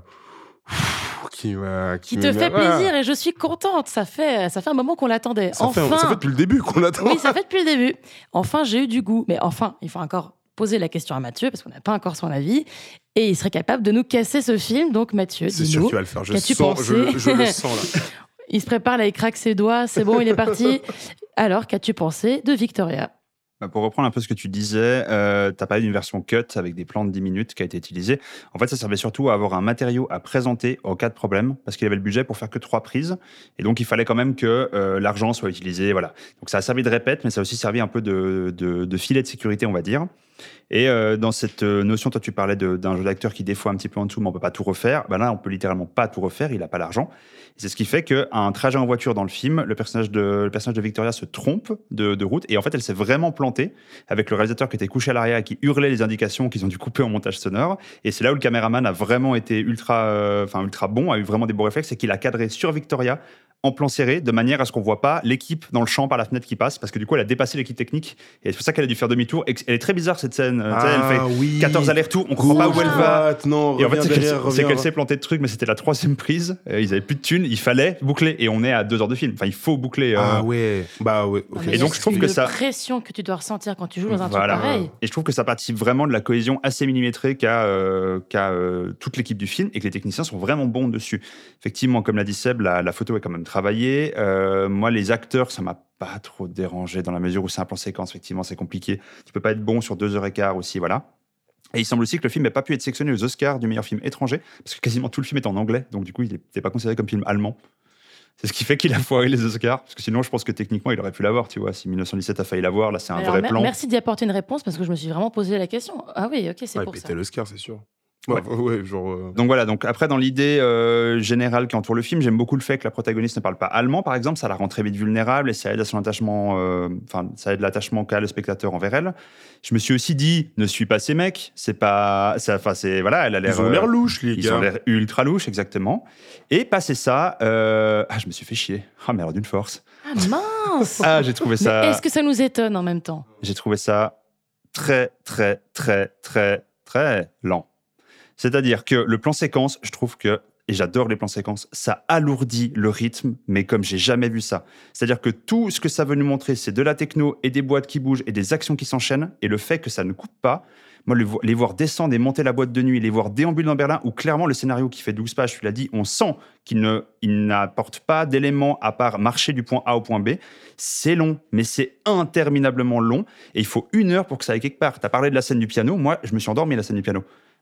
[SPEAKER 7] qui, euh, qui,
[SPEAKER 1] qui te fait plaisir, et je suis contente. Ça fait, ça fait un moment qu'on l'attendait.
[SPEAKER 7] Ça,
[SPEAKER 1] enfin,
[SPEAKER 7] fait, ça fait depuis le début qu'on l'attend.
[SPEAKER 1] Oui, ça fait depuis le début. Enfin, j'ai eu du goût. Mais enfin, il faut encore poser la question à Mathieu, parce qu'on n'a pas encore son avis. Et il serait capable de nous casser ce film. Donc, Mathieu,
[SPEAKER 7] c'est
[SPEAKER 1] dis-nous.
[SPEAKER 7] sûr que tu vas le faire. Je,
[SPEAKER 1] qu'as-tu
[SPEAKER 7] sens,
[SPEAKER 1] pensé
[SPEAKER 7] je, je le sens là.
[SPEAKER 1] Il se prépare, là, il craque ses doigts. C'est bon, il est parti. Alors, qu'as-tu pensé de Victoria ?
[SPEAKER 6] Bah, pour reprendre un peu ce que tu disais, euh, tu as parlé d'une version cut avec des plans de dix minutes qui a été utilisée. En fait, ça servait surtout à avoir un matériau à présenter en cas de problème, parce qu'il avait le budget pour faire que trois prises. Et donc, il fallait quand même que euh, l'argent soit utilisé. Voilà. Donc, ça a servi de répète, mais ça a aussi servi un peu de, de, de filet de sécurité, on va dire. Et euh, dans cette notion, toi, tu parlais de, d'un jeu d'acteur qui, des fois, un petit peu en dessous, mais on peut pas tout refaire. Ben là, on peut littéralement pas tout refaire. Il a pas l'argent. Et c'est ce qui fait qu'à un trajet en voiture dans le film, le personnage de, le personnage de Victoria se trompe de, de route. Et en fait, elle s'est vraiment plantée avec le réalisateur qui était couché à l'arrière et qui hurlait les indications qu'ils ont dû couper en montage sonore. Et c'est là où le caméraman a vraiment été ultra, enfin, euh, ultra bon, a eu vraiment des beaux réflexes, c'est qu'il a cadré sur Victoria en plan serré, de manière à ce qu'on voit pas l'équipe dans le champ par la fenêtre qui passe, parce que du coup, elle a dépassé l'équipe technique, et c'est pour ça qu'elle a dû faire demi-tour. Et elle est très bizarre, cette scène.
[SPEAKER 7] Ah,
[SPEAKER 6] elle fait
[SPEAKER 7] oui.
[SPEAKER 6] quatorze allers-retours, on comprend pas où elle va.
[SPEAKER 7] Non,
[SPEAKER 6] et en fait, c'est,
[SPEAKER 7] derrière,
[SPEAKER 6] qu'elle, c'est qu'elle s'est plantée de trucs, mais c'était la troisième prise. Euh, ils avaient plus de thunes, il fallait boucler, et on est à deux heures de film. Enfin, il faut boucler. Euh...
[SPEAKER 7] Ah ouais, bah ouais. Okay.
[SPEAKER 1] Et donc, je trouve que ça. Pression que tu dois ressentir quand tu joues dans un
[SPEAKER 6] voilà.
[SPEAKER 1] truc pareil.
[SPEAKER 6] Et je trouve que ça participe vraiment de la cohésion assez millimétrée qu'a, euh, qu'a euh, toute l'équipe du film, et que les techniciens sont vraiment bons dessus. Effectivement, comme l'a dit Seb, la, la photo est quand même travaillée. Euh, Euh, moi, les acteurs, ça m'a pas trop dérangé dans la mesure où c'est un plan séquence. Effectivement, c'est compliqué. Tu peux pas être bon sur deux heures et quart aussi, voilà. Et il semble aussi que le film n'ait pas pu être sélectionné aux Oscars du meilleur film étranger, parce que quasiment tout le film est en anglais, donc du coup, il n'était pas considéré comme film allemand. C'est ce qui fait qu'il a foiré les Oscars, parce que sinon, je pense que techniquement, il aurait pu l'avoir, tu vois. Si dix-neuf cent dix-sept a failli l'avoir, là, c'est un
[SPEAKER 1] Alors,
[SPEAKER 6] vrai
[SPEAKER 1] mer-
[SPEAKER 6] plan.
[SPEAKER 1] Merci d'y apporter une réponse, parce que je me suis vraiment posé la question. Ah oui, ok, c'est
[SPEAKER 7] ouais,
[SPEAKER 1] pour
[SPEAKER 7] ça.
[SPEAKER 1] ça.
[SPEAKER 7] C'était l'Oscar, c'est sûr. Ouais, ouais. ouais genre euh...
[SPEAKER 6] Donc voilà, donc après dans l'idée euh, générale qui entoure le film, j'aime beaucoup le fait que la protagoniste ne parle pas allemand par exemple, ça la rend très vite vulnérable et ça aide à son attachement, enfin euh, ça aide l'attachement qu'a le spectateur envers elle. Je me suis aussi dit, ne suis pas ces mecs, c'est pas, enfin c'est voilà, elle a l'air.
[SPEAKER 7] Ils ont l'air louches les
[SPEAKER 6] ils
[SPEAKER 7] gars.
[SPEAKER 6] Ils ont l'air ultra louches exactement. Et passé ça, euh... ah je me suis fait chier. Ah mais alors d'une force.
[SPEAKER 1] Ah mince.
[SPEAKER 6] Ah j'ai trouvé ça.
[SPEAKER 1] Mais est-ce que ça nous étonne en même temps?
[SPEAKER 6] J'ai trouvé ça très très très très très lent. C'est-à-dire que le plan séquence, je trouve que, et j'adore les plans séquences, ça alourdit le rythme, mais comme j'ai jamais vu ça. C'est-à-dire que tout ce que ça veut nous montrer, c'est de la techno et des boîtes qui bougent et des actions qui s'enchaînent, et le fait que ça ne coupe pas, moi, les voir descendre et monter la boîte de nuit, les voir déambuler dans Berlin, où clairement le scénario qui fait douze pages, tu l'as dit, on sent qu'il ne, il n'apporte pas d'éléments à part marcher du point A au point B. C'est long, mais c'est interminablement long, et il faut une heure pour que ça aille quelque part. Tu as parlé de la scène du piano, moi, je me suis endormi à la scène du piano.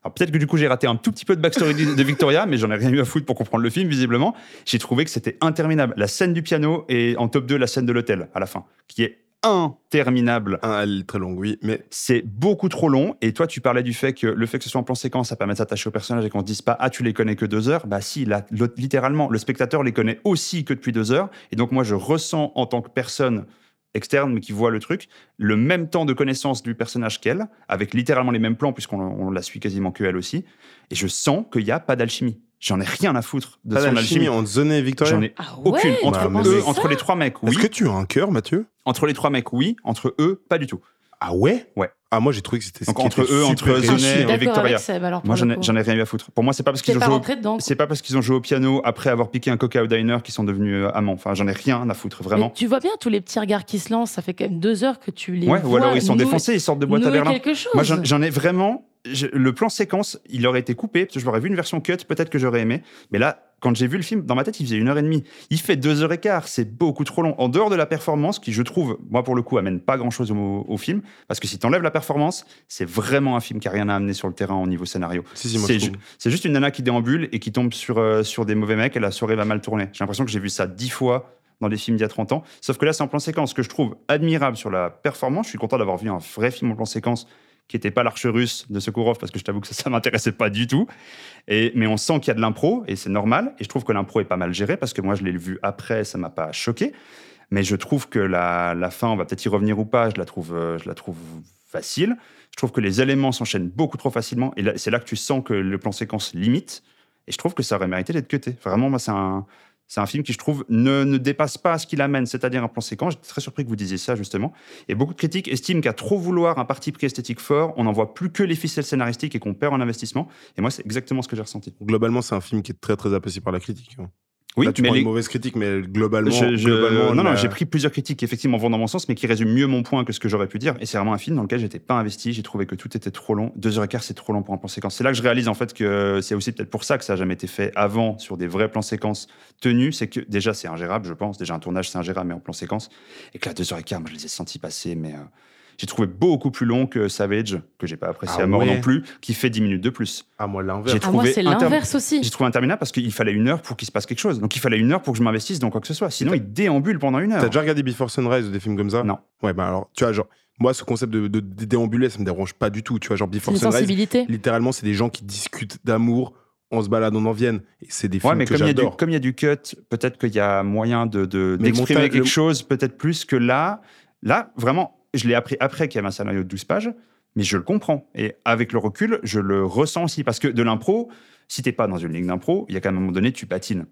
[SPEAKER 6] Alors peut-être que du coup j'ai raté un tout petit peu de backstory de de Victoria, mais j'en ai rien eu à foutre pour comprendre le film visiblement. J'ai trouvé que c'était interminable. La scène du piano et en top deux la scène de l'hôtel à la fin, qui est interminable.
[SPEAKER 7] Ah, elle est très longue, oui, mais
[SPEAKER 6] c'est beaucoup trop long. Et toi, tu parlais du fait que le fait que ce soit en plan séquence, ça permet de s'attacher au personnage et qu'on se dise pas, ah, tu les connais que deux heures. Bah si, là, littéralement, le spectateur les connaît aussi que depuis deux heures. Et donc moi, je ressens en tant que personne externe, mais qui voit le truc, le même temps de connaissance du personnage qu'elle, avec littéralement les mêmes plans, puisqu'on on la suit quasiment que elle aussi. Et je sens qu'il n'y a pas d'alchimie. J'en ai rien à foutre de
[SPEAKER 7] pas
[SPEAKER 6] son
[SPEAKER 7] d'alchimie
[SPEAKER 6] alchimie.
[SPEAKER 7] entre Zoé et Victoria.
[SPEAKER 6] J'en ai
[SPEAKER 1] Ah ouais,
[SPEAKER 6] aucune. Entre
[SPEAKER 7] Bah,
[SPEAKER 6] eux,
[SPEAKER 7] mais
[SPEAKER 6] entre les trois mecs, oui.
[SPEAKER 7] Est-ce que tu as un cœur, Mathieu?
[SPEAKER 6] Entre les trois mecs, oui. Entre eux, pas du tout.
[SPEAKER 7] Ah ouais?
[SPEAKER 6] Ouais.
[SPEAKER 7] Ah, moi, j'ai trouvé que c'était
[SPEAKER 6] Donc,
[SPEAKER 7] ce qui
[SPEAKER 6] entre
[SPEAKER 7] était
[SPEAKER 6] eux,
[SPEAKER 7] super
[SPEAKER 6] entre
[SPEAKER 7] réussi,
[SPEAKER 6] Zoé
[SPEAKER 1] Je suis
[SPEAKER 6] et
[SPEAKER 1] d'accord
[SPEAKER 6] Victoria.
[SPEAKER 1] avec Seb, alors, pour
[SPEAKER 6] Moi,
[SPEAKER 1] le
[SPEAKER 6] j'en ai,
[SPEAKER 1] coup.
[SPEAKER 6] j'en ai rien eu à foutre. Pour moi, c'est pas parce qu'ils
[SPEAKER 1] T'es
[SPEAKER 6] ont
[SPEAKER 1] pas
[SPEAKER 6] joué.
[SPEAKER 1] rentré dedans, quoi.
[SPEAKER 6] C'est pas parce qu'ils ont joué au piano après avoir piqué un coca au diner qu'ils sont devenus euh, amants. Enfin, j'en ai rien à foutre, vraiment.
[SPEAKER 1] Mais tu vois bien tous les petits regards qui se lancent, ça fait quand même deux heures que tu les
[SPEAKER 6] Ouais,
[SPEAKER 1] vois.
[SPEAKER 6] ou alors ils sont
[SPEAKER 1] nouer-
[SPEAKER 6] défoncés, ils sortent de boîte à
[SPEAKER 1] nouer
[SPEAKER 6] Berlin.
[SPEAKER 1] quelque chose.
[SPEAKER 6] Moi, j'en, j'en ai vraiment. je- le plan séquence, il aurait été coupé, parce que je l'aurais vu une version cut, peut-être que j'aurais aimé. Mais là, quand j'ai vu le film, dans ma tête, il faisait une heure et demie. Il fait deux heures et quart, c'est beaucoup trop long. En dehors de la performance, qui je trouve, moi pour le coup, amène pas grand-chose au, au film, parce que si t'enlèves la performance, c'est vraiment un film qui a rien à amener sur le terrain au niveau scénario.
[SPEAKER 7] Si, si, moi,
[SPEAKER 6] c'est,
[SPEAKER 7] je
[SPEAKER 6] ju-
[SPEAKER 7] trouve.
[SPEAKER 6] c'est juste une nana qui déambule et qui tombe sur, euh, sur des mauvais mecs et la soirée va mal tourner. J'ai l'impression que j'ai vu ça dix fois dans des films d'il y a trente ans. Sauf que là, c'est en plan séquence. Ce que je trouve admirable sur la performance, je suis content d'avoir vu un vrai film en plan séquence qui n'était pas l'Arche russe de Sokourov, parce que je t'avoue que ça, ça m'intéressait pas du tout. Et, mais on sent qu'il y a de l'impro, et c'est normal. Et je trouve que l'impro est pas mal géré, parce que moi, je l'ai vu après, ça m'a pas choqué. Mais je trouve que la, la fin, on va peut-être y revenir ou pas, je la trouve, euh, je la trouve facile. Je trouve que les éléments s'enchaînent beaucoup trop facilement. Et là, c'est là que tu sens que le plan séquence limite. Et je trouve que ça aurait mérité d'être cuté. Vraiment, moi, c'est un... C'est un film qui, je trouve, ne, ne dépasse pas ce qu'il amène, c'est-à-dire un plan séquence. J'étais très surpris que vous disiez ça, justement. Et beaucoup de critiques estiment qu'à trop vouloir un parti pris esthétique fort, on n'en voit plus que les ficelles scénaristiques et qu'on perd en investissement. Et moi, c'est exactement ce que j'ai ressenti.
[SPEAKER 7] Globalement, c'est un film qui est très, très apprécié par la critique. hein.
[SPEAKER 6] Oui,
[SPEAKER 7] Là, tu
[SPEAKER 6] mais
[SPEAKER 7] prends
[SPEAKER 6] les-
[SPEAKER 7] une mauvaise critique, mais globalement...
[SPEAKER 6] Je- je-
[SPEAKER 7] globalement
[SPEAKER 6] non, non,
[SPEAKER 7] la-
[SPEAKER 6] j'ai pris plusieurs critiques qui effectivement vont dans mon sens, mais qui résument mieux mon point que ce que j'aurais pu dire. Et c'est vraiment un film dans lequel j'étais pas investi. J'ai trouvé que tout était trop long. Deux heures et quart, c'est trop long pour un plan séquence. C'est là que je réalise en fait que c'est aussi peut-être pour ça que ça n'a jamais été fait avant sur des vrais plans séquences tenus. C'est que déjà c'est ingérable, je pense. Déjà un tournage c'est ingérable, mais en plan séquence. Et que là deux heures et quart, moi je les ai sentis passer, mais euh, j'ai trouvé beaucoup plus long que Savage, que j'ai pas apprécié
[SPEAKER 7] Ah
[SPEAKER 6] à mort
[SPEAKER 7] ouais.
[SPEAKER 6] non plus, qui fait dix minutes de plus.
[SPEAKER 7] Ah, moi, l'inverse.
[SPEAKER 6] J'ai
[SPEAKER 1] Ah, moi,
[SPEAKER 6] trouvé
[SPEAKER 1] c'est
[SPEAKER 6] inter-
[SPEAKER 1] l'inverse aussi.
[SPEAKER 6] J'ai trouvé interminable parce qu'il fallait une heure pour qu'il se passe quelque chose. Donc il fallait une heure pour que je m'investisse dans quoi que ce soit. Sinon, il déambule pendant une heure.
[SPEAKER 7] T'as déjà regardé Before Sunrise ou des films comme ça?
[SPEAKER 6] Non.
[SPEAKER 7] Ouais, bah alors, tu vois, genre, moi, ce concept de, de, de déambuler, ça me dérange pas du tout. Tu vois, genre, Before
[SPEAKER 1] C'est une
[SPEAKER 7] Sunrise,
[SPEAKER 1] sensibilité.
[SPEAKER 7] littéralement, c'est des gens qui discutent d'amour en se baladant en Vienne. Et c'est des films
[SPEAKER 6] Ouais, mais
[SPEAKER 7] que
[SPEAKER 6] comme il y, a du,
[SPEAKER 7] j'adore.
[SPEAKER 6] comme il y a du cut, peut-être qu'il y a moyen de, de-
[SPEAKER 7] Mais le
[SPEAKER 6] d'exprimer
[SPEAKER 7] montage-
[SPEAKER 6] quelque
[SPEAKER 7] le-
[SPEAKER 6] chose, peut-être plus que là. Là, vraiment, je l'ai appris après qu'il y avait un scénario de douze pages, mais je le comprends. Et avec le recul, je le ressens aussi. Parce que de l'impro, si t'es pas dans une ligne d'impro, il y a qu'à un moment donné, tu patines.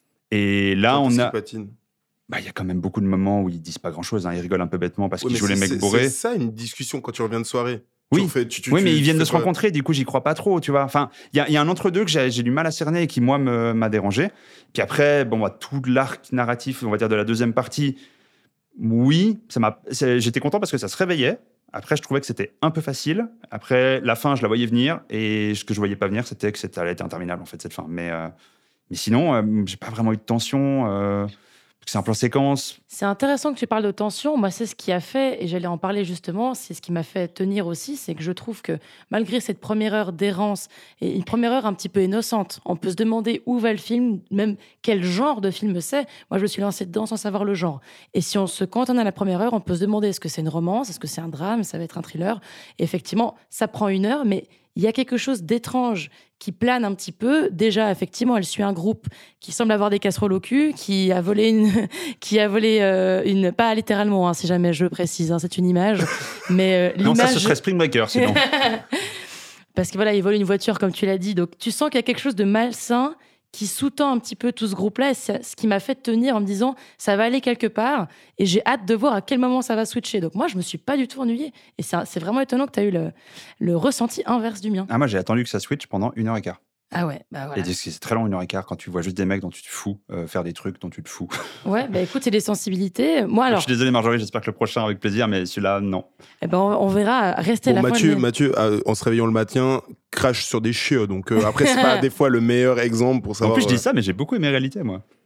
[SPEAKER 6] Et là,
[SPEAKER 7] Quand
[SPEAKER 6] on
[SPEAKER 7] est-ce
[SPEAKER 6] a.
[SPEAKER 7] qu'il patine
[SPEAKER 6] Bah, il y a quand même beaucoup de moments où ils disent pas grand-chose. Hein. Ils rigolent un peu bêtement parce
[SPEAKER 7] Ouais,
[SPEAKER 6] qu'ils
[SPEAKER 7] mais
[SPEAKER 6] jouent les
[SPEAKER 7] c'est-
[SPEAKER 6] mecs
[SPEAKER 7] c'est-
[SPEAKER 6] bourrés.
[SPEAKER 7] C'est ça, une discussion quand tu reviens de soirée.
[SPEAKER 6] Oui,
[SPEAKER 7] Tu refais- tu- tu-
[SPEAKER 6] oui
[SPEAKER 7] tu-
[SPEAKER 6] mais ils
[SPEAKER 7] tu
[SPEAKER 6] viennent
[SPEAKER 7] fais
[SPEAKER 6] de se
[SPEAKER 7] quoi
[SPEAKER 6] rencontrer, du coup, j'y crois pas trop, tu vois. Enfin, il y a, il y a un entre-deux que j'ai, j'ai du mal à cerner et qui, moi, me- m'a dérangé. Puis après, bon, bah, tout l'arc narratif, on va dire, de la deuxième partie, oui, ça m'a, c'est- j'étais content parce que ça se réveillait. Après, je trouvais que c'était un peu facile. Après, la fin, je la voyais venir. Et ce que je voyais pas venir, c'était que ça allait être interminable, en fait, cette fin. Mais, euh, mais sinon, euh, j'ai pas vraiment eu de tension. euh, parce que c'est un plan séquence.
[SPEAKER 1] C'est intéressant que tu parles de tension. Moi, c'est ce qui a fait, et j'allais en parler justement, c'est ce qui m'a fait tenir aussi, c'est que je trouve que malgré cette première heure d'errance, et une première heure un petit peu innocente, on peut se demander où va le film, même quel genre de film c'est. Moi, je me suis lancée dedans sans savoir le genre. Et si on se cantonne à la première heure, on peut se demander est-ce que c'est une romance, est-ce que c'est un drame, ça va être un thriller. Et effectivement, ça prend une heure, mais il y a quelque chose d'étrange qui plane un petit peu. Déjà, effectivement, elle suit un groupe qui semble avoir des casseroles au cul, qui a volé une, qui a volé euh, une, pas littéralement, hein, si jamais je précise, hein, c'est une image, mais euh,
[SPEAKER 6] Non, ça,
[SPEAKER 1] l'image.
[SPEAKER 6] ce serait Spring Breaker, sinon.
[SPEAKER 1] Parce que voilà, il vole une voiture, comme tu l'as dit. Donc, tu sens qu'il y a quelque chose de malsain qui sous-tend un petit peu tout ce groupe-là. Et c'est ce qui m'a fait tenir en me disant, ça va aller quelque part. Et j'ai hâte de voir à quel moment ça va switcher. Donc, moi, je me suis pas du tout ennuyée. Et c'est, c'est vraiment étonnant que tu as eu le, le ressenti inverse du mien.
[SPEAKER 6] Ah, moi, j'ai attendu que ça switch pendant une heure et quart.
[SPEAKER 1] Ah ouais, bah voilà.
[SPEAKER 6] Et c'est très long, une heure et quart, quand tu vois juste des mecs dont tu te fous euh, faire des trucs dont tu te fous.
[SPEAKER 1] Ouais, bah écoute, c'est des sensibilités. Moi, alors,
[SPEAKER 6] Je suis désolé, Marjorie, j'espère que le prochain avec plaisir, mais celui-là, non.
[SPEAKER 1] eh ben, on, on verra. Restez à
[SPEAKER 7] Bon,
[SPEAKER 1] la
[SPEAKER 7] Mathieu,
[SPEAKER 1] fin. de-
[SPEAKER 7] Mathieu euh, en se réveillant le matin, crache sur des chiots. Donc euh, après, c'est pas des fois le meilleur exemple pour
[SPEAKER 6] En
[SPEAKER 7] savoir.
[SPEAKER 6] plus, je dis
[SPEAKER 7] euh,
[SPEAKER 6] ça, mais j'ai beaucoup aimé Réalité, moi.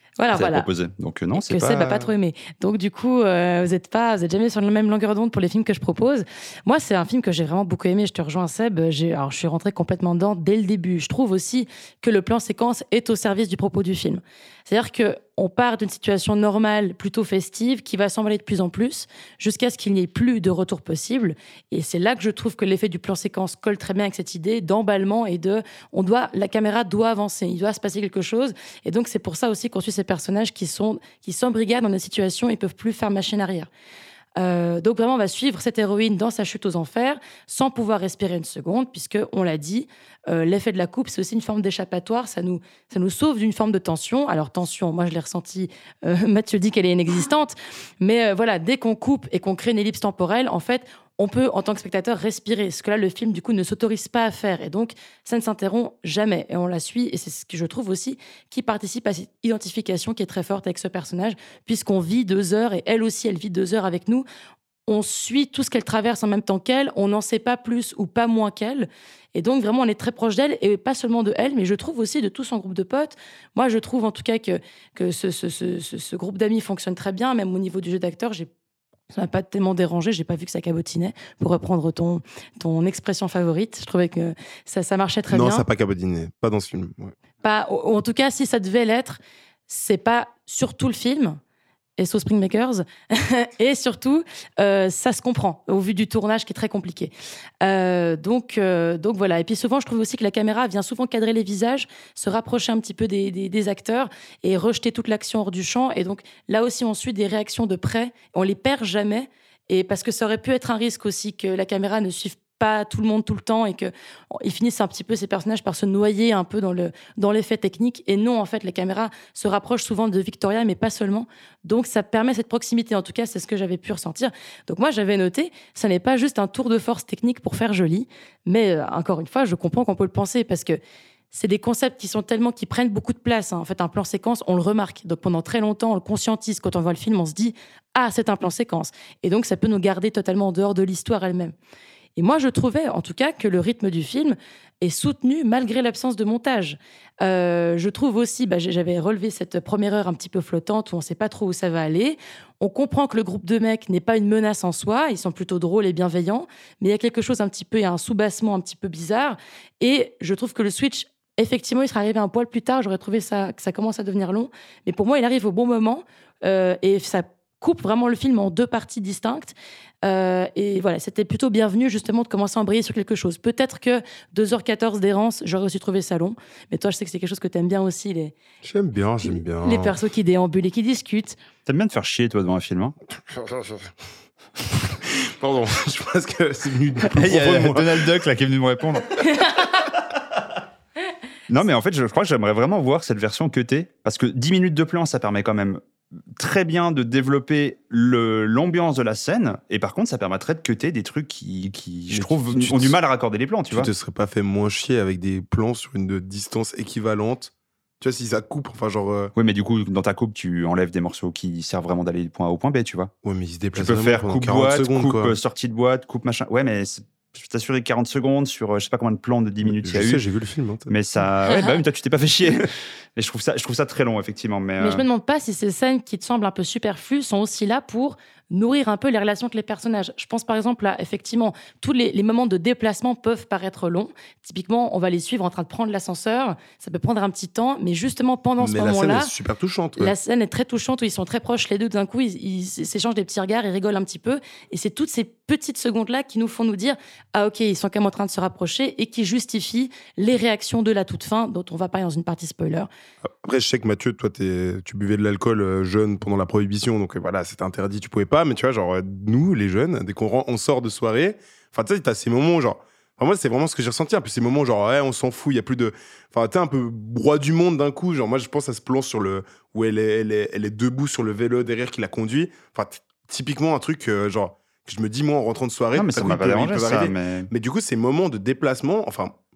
[SPEAKER 1] Voilà,
[SPEAKER 6] que t'avais
[SPEAKER 1] voilà.
[SPEAKER 6] proposé. Donc euh, non, c'est
[SPEAKER 1] que
[SPEAKER 6] pas...
[SPEAKER 1] Seb n'a pas trop aimé. Donc du coup, euh, vous n'êtes pas, vous êtes jamais sur la même longueur d'onde pour les films que je propose. Moi, c'est un film que j'ai vraiment beaucoup aimé. Je te rejoins, Seb. J'ai, alors, je suis rentrée complètement dedans dès le début. Je trouve aussi que le plan séquence est au service du propos du film. C'est-à-dire que on part d'une situation normale, plutôt festive, qui va s'emballer de plus en plus, jusqu'à ce qu'il n'y ait plus de retour possible. Et c'est là que je trouve que l'effet du plan séquence colle très bien avec cette idée d'emballement et de, on doit, la caméra doit avancer, il doit se passer quelque chose. Et donc c'est pour ça aussi qu'on suit ces personnages qui sont, qui s'embrigadent dans des situations, ils peuvent plus faire machine arrière. Euh, donc vraiment, on va suivre cette héroïne dans sa chute aux enfers, sans pouvoir respirer une seconde, puisque on l'a dit, euh, l'effet de la coupe, c'est aussi une forme d'échappatoire. Ça nous, ça nous sauve d'une forme de tension. Alors tension, moi je l'ai ressenti. Euh, Mathieu dit qu'elle est inexistante, mais euh, voilà, dès qu'on coupe et qu'on crée une ellipse temporelle, en fait, on peut, en tant que spectateur, respirer. Ce que là, le film, du coup, ne s'autorise pas à faire. Et donc, ça ne s'interrompt jamais. Et on la suit. Et c'est ce que je trouve aussi qui participe à cette identification qui est très forte avec ce personnage, puisqu'on vit deux heures, et elle aussi, elle vit deux heures avec nous. On suit tout ce qu'elle traverse en même temps qu'elle. On n'en sait pas plus ou pas moins qu'elle. Et donc, vraiment, on est très proche d'elle. Et pas seulement de elle, mais je trouve aussi de tout son groupe de potes. Moi, je trouve en tout cas que, que ce, ce, ce, ce, ce groupe d'amis fonctionne très bien. Même au niveau du jeu d'acteur, j'ai ça m'a pas tellement dérangé, j'ai pas vu que ça cabotinait, pour reprendre ton, ton expression favorite. Je trouvais que ça, ça marchait très
[SPEAKER 7] non,
[SPEAKER 1] bien.
[SPEAKER 7] Non, ça n'a pas cabotiné, pas dans ce film. Ouais.
[SPEAKER 1] Pas, ou en tout cas, si ça devait l'être, c'est pas sur tout le film, et so Springmakers, et surtout, euh, ça se comprend, au vu du tournage qui est très compliqué. Euh, donc, euh, donc voilà. Et puis souvent, je trouve aussi que la caméra vient souvent cadrer les visages, se rapprocher un petit peu des, des, des acteurs, et rejeter toute l'action hors du champ. Et donc, là aussi, on suit des réactions de près, on les perd jamais, et parce que ça aurait pu être un risque aussi que la caméra ne suive pas tout le monde tout le temps et qu'ils finissent un petit peu, ces personnages, par se noyer un peu dans, le, dans l'effet technique. Et non, en fait, les caméras se rapprochent souvent de Victoria, mais pas seulement. Donc, ça permet cette proximité. En tout cas, c'est ce que j'avais pu ressentir. Donc, moi, j'avais noté, ça n'est pas juste un tour de force technique pour faire joli. Mais, euh, encore une fois, je comprends qu'on peut le penser parce que c'est des concepts qui sont tellement, qui prennent beaucoup de place. Hein. En fait, un plan séquence, on le remarque. Donc, pendant très longtemps, on le conscientise. Quand on voit le film, on se dit « Ah, c'est un plan séquence ». Et donc, ça peut nous garder totalement en dehors de l'histoire elle-même. Et moi, je trouvais, en tout cas, que le rythme du film est soutenu malgré l'absence de montage. Euh, je trouve aussi, bah, j'avais relevé cette première heure un petit peu flottante où on ne sait pas trop où ça va aller. On comprend que le groupe de mecs n'est pas une menace en soi, ils sont plutôt drôles et bienveillants, mais il y a quelque chose un petit peu, il y a un soubassement un petit peu bizarre. Et je trouve que le switch, effectivement, il serait arrivé un poil plus tard. J'aurais trouvé ça, que ça commence à devenir long. Mais pour moi, il arrive au bon moment euh, et ça coupe vraiment le film en deux parties distinctes. Euh, et voilà, c'était plutôt bienvenu justement de commencer à embrayer sur quelque chose. Peut-être que deux heures quatorze d'errance, j'aurais aussi trouvé ça long. Mais toi, je sais que c'est quelque chose que t'aimes bien aussi. Les...
[SPEAKER 7] J'aime bien, j'aime bien.
[SPEAKER 1] Les persos qui déambulent et qui discutent.
[SPEAKER 6] T'aimes bien te faire chier, toi, devant un film, hein?
[SPEAKER 7] Pardon, je pense que c'est venu de
[SPEAKER 6] Il y a Donald Duck là qui est venu me répondre. Non, mais en fait, je crois que j'aimerais vraiment voir cette version cutée. Parce que dix minutes de plan, ça permet quand même très bien de développer le, l'ambiance de la scène. Et par contre, ça permettrait de cutter des trucs qui, qui je trouve, tu, tu ont te, du mal à raccorder les plans, tu, tu vois.
[SPEAKER 7] Tu te serais pas fait moins chier avec des plans sur une distance équivalente? Tu vois, si ça coupe, enfin genre... Euh...
[SPEAKER 6] Oui, mais du coup, dans ta coupe, tu enlèves des morceaux qui servent vraiment d'aller du point A au point B, tu vois.
[SPEAKER 7] Ouais, mais ils se déplacent.
[SPEAKER 6] Tu peux faire coupe boîte,
[SPEAKER 7] secondes,
[SPEAKER 6] coupe
[SPEAKER 7] quoi.
[SPEAKER 6] sortie de boîte, coupe machin. Ouais, mais... C'est... Je peux t'assurer quarante secondes sur je sais pas combien de plans de dix minutes il y a
[SPEAKER 7] je
[SPEAKER 6] eu.
[SPEAKER 7] sais, j'ai vu le film. Hein,
[SPEAKER 6] mais ça, ouais, bah, mais toi tu t'es pas fait chier. Mais je trouve ça, je trouve ça très long effectivement. Mais,
[SPEAKER 1] mais
[SPEAKER 6] euh...
[SPEAKER 1] je me demande pas si ces scènes qui te semblent un peu superflues sont aussi là pour nourrir un peu les relations entre les personnages. Je pense par exemple à, effectivement, tous les, les moments de déplacement peuvent paraître longs. Typiquement, on va les suivre en train de prendre l'ascenseur. Ça peut prendre un petit temps, mais justement pendant ce
[SPEAKER 7] mais
[SPEAKER 1] moment-là,
[SPEAKER 7] la scène est super touchante. Ouais.
[SPEAKER 1] La scène est très touchante où ils sont très proches les deux. D'un coup, ils, ils s'échangent des petits regards, ils rigolent un petit peu. Et c'est toutes ces petites secondes-là qui nous font nous dire ah ok, ils sont quand même en train de se rapprocher et qui justifient les réactions de la toute fin, dont on va parler dans une partie spoiler.
[SPEAKER 7] Après, je sais que Mathieu, toi, t'es, tu buvais de l'alcool euh, jeune pendant la prohibition, donc euh, voilà, c'était interdit, tu pouvais pas. Mais tu vois, genre, euh, nous, les jeunes, dès qu'on rend, on sort de soirée, enfin, tu sais, t'as ces moments, genre, enfin, moi, c'est vraiment ce que j'ai ressenti. Un peu ces moments, genre, ouais, on s'en fout, il y a plus de. Enfin, t'es un peu roi du monde d'un coup. Genre, moi, je pense à ce plan sur le. Où elle est, elle est, elle est debout sur le vélo derrière qui la conduit. Enfin, t- typiquement, un truc, euh, genre, que je me dis, moi, en rentrant de soirée,
[SPEAKER 6] non, mais ça m'a pas dérangé, ça,
[SPEAKER 7] mais...
[SPEAKER 6] mais...
[SPEAKER 7] mais du coup, ces moments de déplacement, enfin.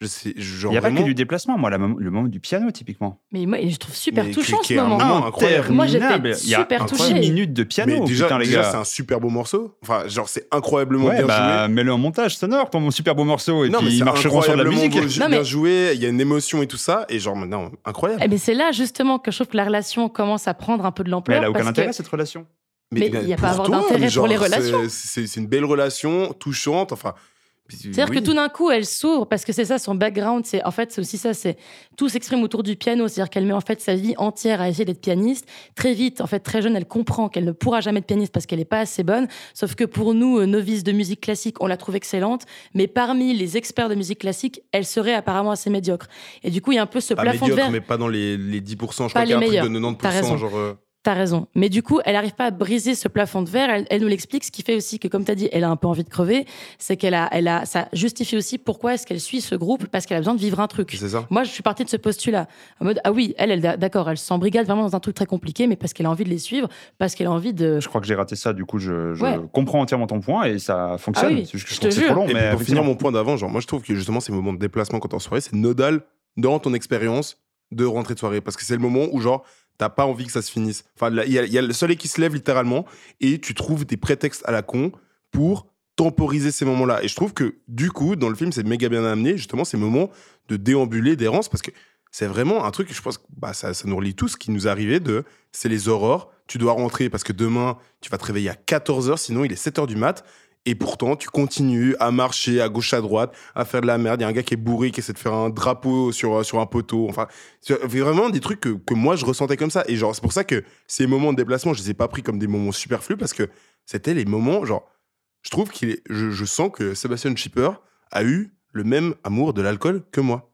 [SPEAKER 7] Je sais,
[SPEAKER 6] Il
[SPEAKER 7] genre
[SPEAKER 6] n'y a pas
[SPEAKER 7] vraiment...
[SPEAKER 6] que du déplacement, moi, la mom- le moment du piano, typiquement.
[SPEAKER 1] Mais moi, je trouve super
[SPEAKER 7] Mais
[SPEAKER 1] touchant
[SPEAKER 7] qui- qui
[SPEAKER 1] ce
[SPEAKER 7] est un
[SPEAKER 1] moment.
[SPEAKER 7] moment incroyable.
[SPEAKER 1] Moi, j'étais
[SPEAKER 6] Interminable. Il y a
[SPEAKER 1] super
[SPEAKER 6] dix
[SPEAKER 1] touchée.
[SPEAKER 6] minutes de piano,
[SPEAKER 7] Mais déjà,
[SPEAKER 6] putain, les
[SPEAKER 7] déjà
[SPEAKER 6] gars.
[SPEAKER 7] c'est un super beau morceau. Enfin, genre, c'est incroyablement
[SPEAKER 6] Ouais,
[SPEAKER 7] bien
[SPEAKER 6] bah,
[SPEAKER 7] joué.
[SPEAKER 6] mets-le en montage sonore, ton super beau morceau, et
[SPEAKER 7] non, mais
[SPEAKER 6] puis
[SPEAKER 7] c'est
[SPEAKER 6] ils marcheront sur de la
[SPEAKER 7] incroyablement
[SPEAKER 6] musique.
[SPEAKER 7] beau-
[SPEAKER 1] Non,
[SPEAKER 7] bien
[SPEAKER 1] mais-
[SPEAKER 7] joué, il y a une émotion et tout ça, et genre, non, incroyable.
[SPEAKER 1] Eh, mais c'est là, justement, que je trouve que la relation commence à prendre un peu de
[SPEAKER 6] Mais
[SPEAKER 1] l'ampleur.
[SPEAKER 6] elle a aucun
[SPEAKER 1] parce
[SPEAKER 6] intérêt,
[SPEAKER 1] que-
[SPEAKER 6] cette relation.
[SPEAKER 1] mais il y a
[SPEAKER 7] pour
[SPEAKER 1] pas à avoir
[SPEAKER 7] toi,
[SPEAKER 1] d'intérêt
[SPEAKER 7] mais
[SPEAKER 1] pour
[SPEAKER 7] genre,
[SPEAKER 1] les
[SPEAKER 7] c'est-
[SPEAKER 1] relations.
[SPEAKER 7] C'est c'est une belle relation, touchante, enfin...
[SPEAKER 1] C'est-à-dire
[SPEAKER 7] oui.
[SPEAKER 1] que tout d'un coup, elle s'ouvre parce que c'est ça son background. C'est en fait, c'est aussi ça. C'est tout s'exprime autour du piano. C'est-à-dire qu'elle met en fait sa vie entière à essayer d'être pianiste. Très vite, en fait, très jeune, elle comprend qu'elle ne pourra jamais être pianiste parce qu'elle n'est pas assez bonne. Sauf que pour nous, euh, novices de musique classique, on la trouve excellente. Mais parmi les experts de musique classique, elle serait apparemment assez médiocre. Et du coup, il y a un peu ce
[SPEAKER 7] Pas
[SPEAKER 1] plafond de
[SPEAKER 7] médiocre,
[SPEAKER 1] verre.
[SPEAKER 7] mais pas dans les, les dix pour cent. Je
[SPEAKER 1] Pas
[SPEAKER 7] crois qu'il y a un
[SPEAKER 1] les
[SPEAKER 7] truc de
[SPEAKER 1] meilleurs.
[SPEAKER 7] quatre-vingt-dix
[SPEAKER 1] T'as
[SPEAKER 7] pour cent.
[SPEAKER 1] raison.
[SPEAKER 7] Genre, euh,
[SPEAKER 1] T'as raison. Mais du coup, elle n'arrive pas à briser ce plafond de verre. Elle, elle nous l'explique, ce qui fait aussi que, comme tu as dit, elle a un peu envie de crever. C'est qu'elle a, elle a, ça justifie aussi pourquoi est-ce qu'elle suit ce groupe, parce qu'elle a besoin de vivre un truc.
[SPEAKER 7] C'est ça.
[SPEAKER 1] Moi, je suis partie de ce postulat. En mode, ah oui, elle, elle d'accord, elle s'embrigade vraiment dans un truc très compliqué, mais parce qu'elle a envie de les suivre, parce qu'elle a envie de.
[SPEAKER 6] Je crois que j'ai raté ça, du coup, je, je
[SPEAKER 1] Ouais.
[SPEAKER 6] comprends entièrement ton point et ça fonctionne.
[SPEAKER 1] Ah oui,
[SPEAKER 6] c'est juste que je
[SPEAKER 1] je
[SPEAKER 6] trouve
[SPEAKER 1] te
[SPEAKER 6] que c'est trop
[SPEAKER 1] jure.
[SPEAKER 6] long.
[SPEAKER 7] Et
[SPEAKER 6] Mais
[SPEAKER 7] puis pour finir
[SPEAKER 6] effectivement.
[SPEAKER 7] mon point d'avant, genre moi je trouve que justement ces moments de déplacement quand t'es en soirée, c'est nodal dans ton expérience de rentrer de soirée parce que c'est le moment où genre t'as pas envie que ça se finisse. Enfin là, il y, a- il y a le soleil qui se lève littéralement et tu trouves des prétextes à la con pour temporiser ces moments-là. Et je trouve que du coup dans le film c'est méga bien amené justement ces moments de déambuler, d'errance parce que c'est vraiment un truc, je pense que bah, ça, ça nous relie tout ce qui nous est arrivé de c'est les aurores. Tu dois rentrer parce que demain tu vas te réveiller à quatorze heures, sinon il est sept heures du mat. Et pourtant, tu continues à marcher à gauche, à droite, à faire de la merde. Il y a un gars qui est bourré, qui essaie de faire un drapeau sur, sur un poteau. Enfin, c'est vraiment des trucs que, que moi, je ressentais comme ça. Et genre, c'est pour ça que ces moments de déplacement, je les ai pas pris comme des moments superflus parce que c'était les moments, genre, je trouve qu'il est, je, je sens que Sébastien Schipper a eu le même amour de l'alcool que moi.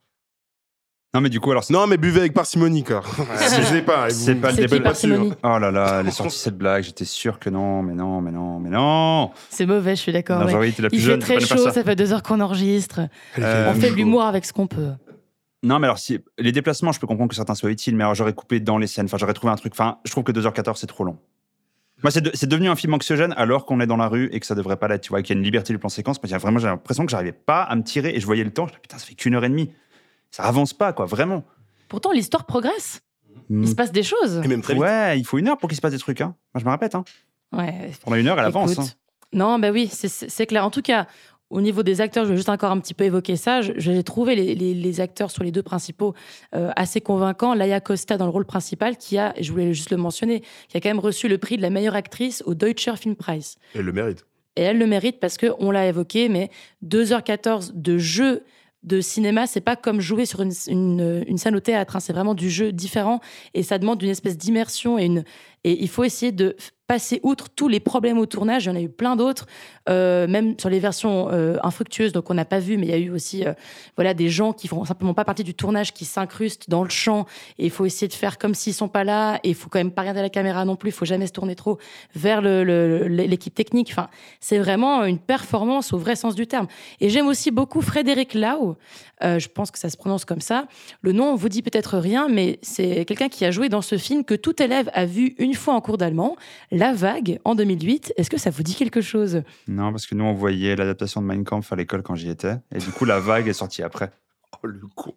[SPEAKER 6] Non, mais du coup, alors.
[SPEAKER 7] Non, mais buvez avec parcimonie, quoi. Je sais pas.
[SPEAKER 6] C'est
[SPEAKER 7] vous-
[SPEAKER 6] pas le
[SPEAKER 1] C'est qui,
[SPEAKER 6] débat.
[SPEAKER 1] parcimonie ?
[SPEAKER 6] Oh là là, elle est sortie cette blague. J'étais sûr que non, mais non, mais non, mais non.
[SPEAKER 1] C'est mauvais, je suis d'accord. ouais.
[SPEAKER 6] Marjorie, t'es la plus
[SPEAKER 1] Il
[SPEAKER 6] jeune,
[SPEAKER 1] fait très
[SPEAKER 6] faut pas
[SPEAKER 1] chaud,
[SPEAKER 6] faire
[SPEAKER 1] ça.
[SPEAKER 6] ça.
[SPEAKER 1] fait deux heures qu'on enregistre.
[SPEAKER 6] Euh,
[SPEAKER 1] On fait de l'humour avec ce qu'on peut.
[SPEAKER 6] Non, mais alors, si, les déplacements, je peux comprendre que certains soient utiles, mais alors j'aurais coupé dans les scènes. Enfin, j'aurais trouvé un truc. Enfin, je trouve que deux heures quatorze, c'est trop long. Moi, c'est, de- c'est devenu un film anxiogène alors qu'on est dans la rue et que ça devrait pas l'être. Tu vois, qu'il y a une liberté du plan séquence. Mais vraiment, j'ai l'impression que j'arrivais pas à me tirer et je voyais le temps. Je me disais, putain, ça fait qu'une heure et demie. Ça avance pas, quoi, vraiment.
[SPEAKER 1] Pourtant, l'histoire progresse.
[SPEAKER 6] Mm.
[SPEAKER 1] Il se passe des choses.
[SPEAKER 7] Et même très vite.
[SPEAKER 6] Ouais, il faut une heure pour qu'il se passe des trucs. Hein. Moi, je me répète. Hein.
[SPEAKER 1] Ouais.
[SPEAKER 6] Pendant une heure, elle avance.
[SPEAKER 1] Écoute,
[SPEAKER 6] Hein.
[SPEAKER 1] Non, bah oui, c'est- c'est c'est clair. En tout cas, au niveau des acteurs, je vais juste encore un petit peu évoquer ça. Je- J'ai trouvé les, les- les acteurs sur les deux principaux euh, assez convaincants. Laia Costa dans le rôle principal, qui a, et je voulais juste le mentionner, qui a quand même reçu le prix de la meilleure actrice au Deutscher Filmpreis.
[SPEAKER 7] Elle le mérite.
[SPEAKER 1] Et elle le mérite parce que on l'a évoqué, mais deux heures quatorze de jeu de cinéma, c'est pas comme jouer sur une, une, une scène au théâtre. Hein. C'est vraiment du jeu différent et ça demande une espèce d'immersion et une et il faut essayer de passer outre tous les problèmes au tournage. Il y en a eu plein d'autres, euh, même sur les versions euh, infructueuses, donc on n'a pas vu, mais il y a eu aussi euh, voilà, des gens qui font simplement pas partie du tournage, qui s'incrustent dans le champ, et il faut essayer de faire comme s'ils sont pas là, et il faut quand même pas regarder la caméra non plus, il faut jamais se tourner trop vers le, le- l'équipe technique. Enfin, c'est vraiment une performance au vrai sens du terme. Et j'aime aussi beaucoup Frédéric Lau, euh, je pense que ça se prononce comme ça. Le nom vous dit peut-être rien, mais c'est quelqu'un qui a joué dans ce film que tout élève a vu une fois en cours d'allemand, La Vague, en deux mille huit. Est-ce que ça vous dit quelque chose ?
[SPEAKER 6] Non, parce que nous, on voyait l'adaptation de Mein Kampf à l'école quand j'y étais. Et du coup, La Vague est sortie après.
[SPEAKER 7] Oh, le con.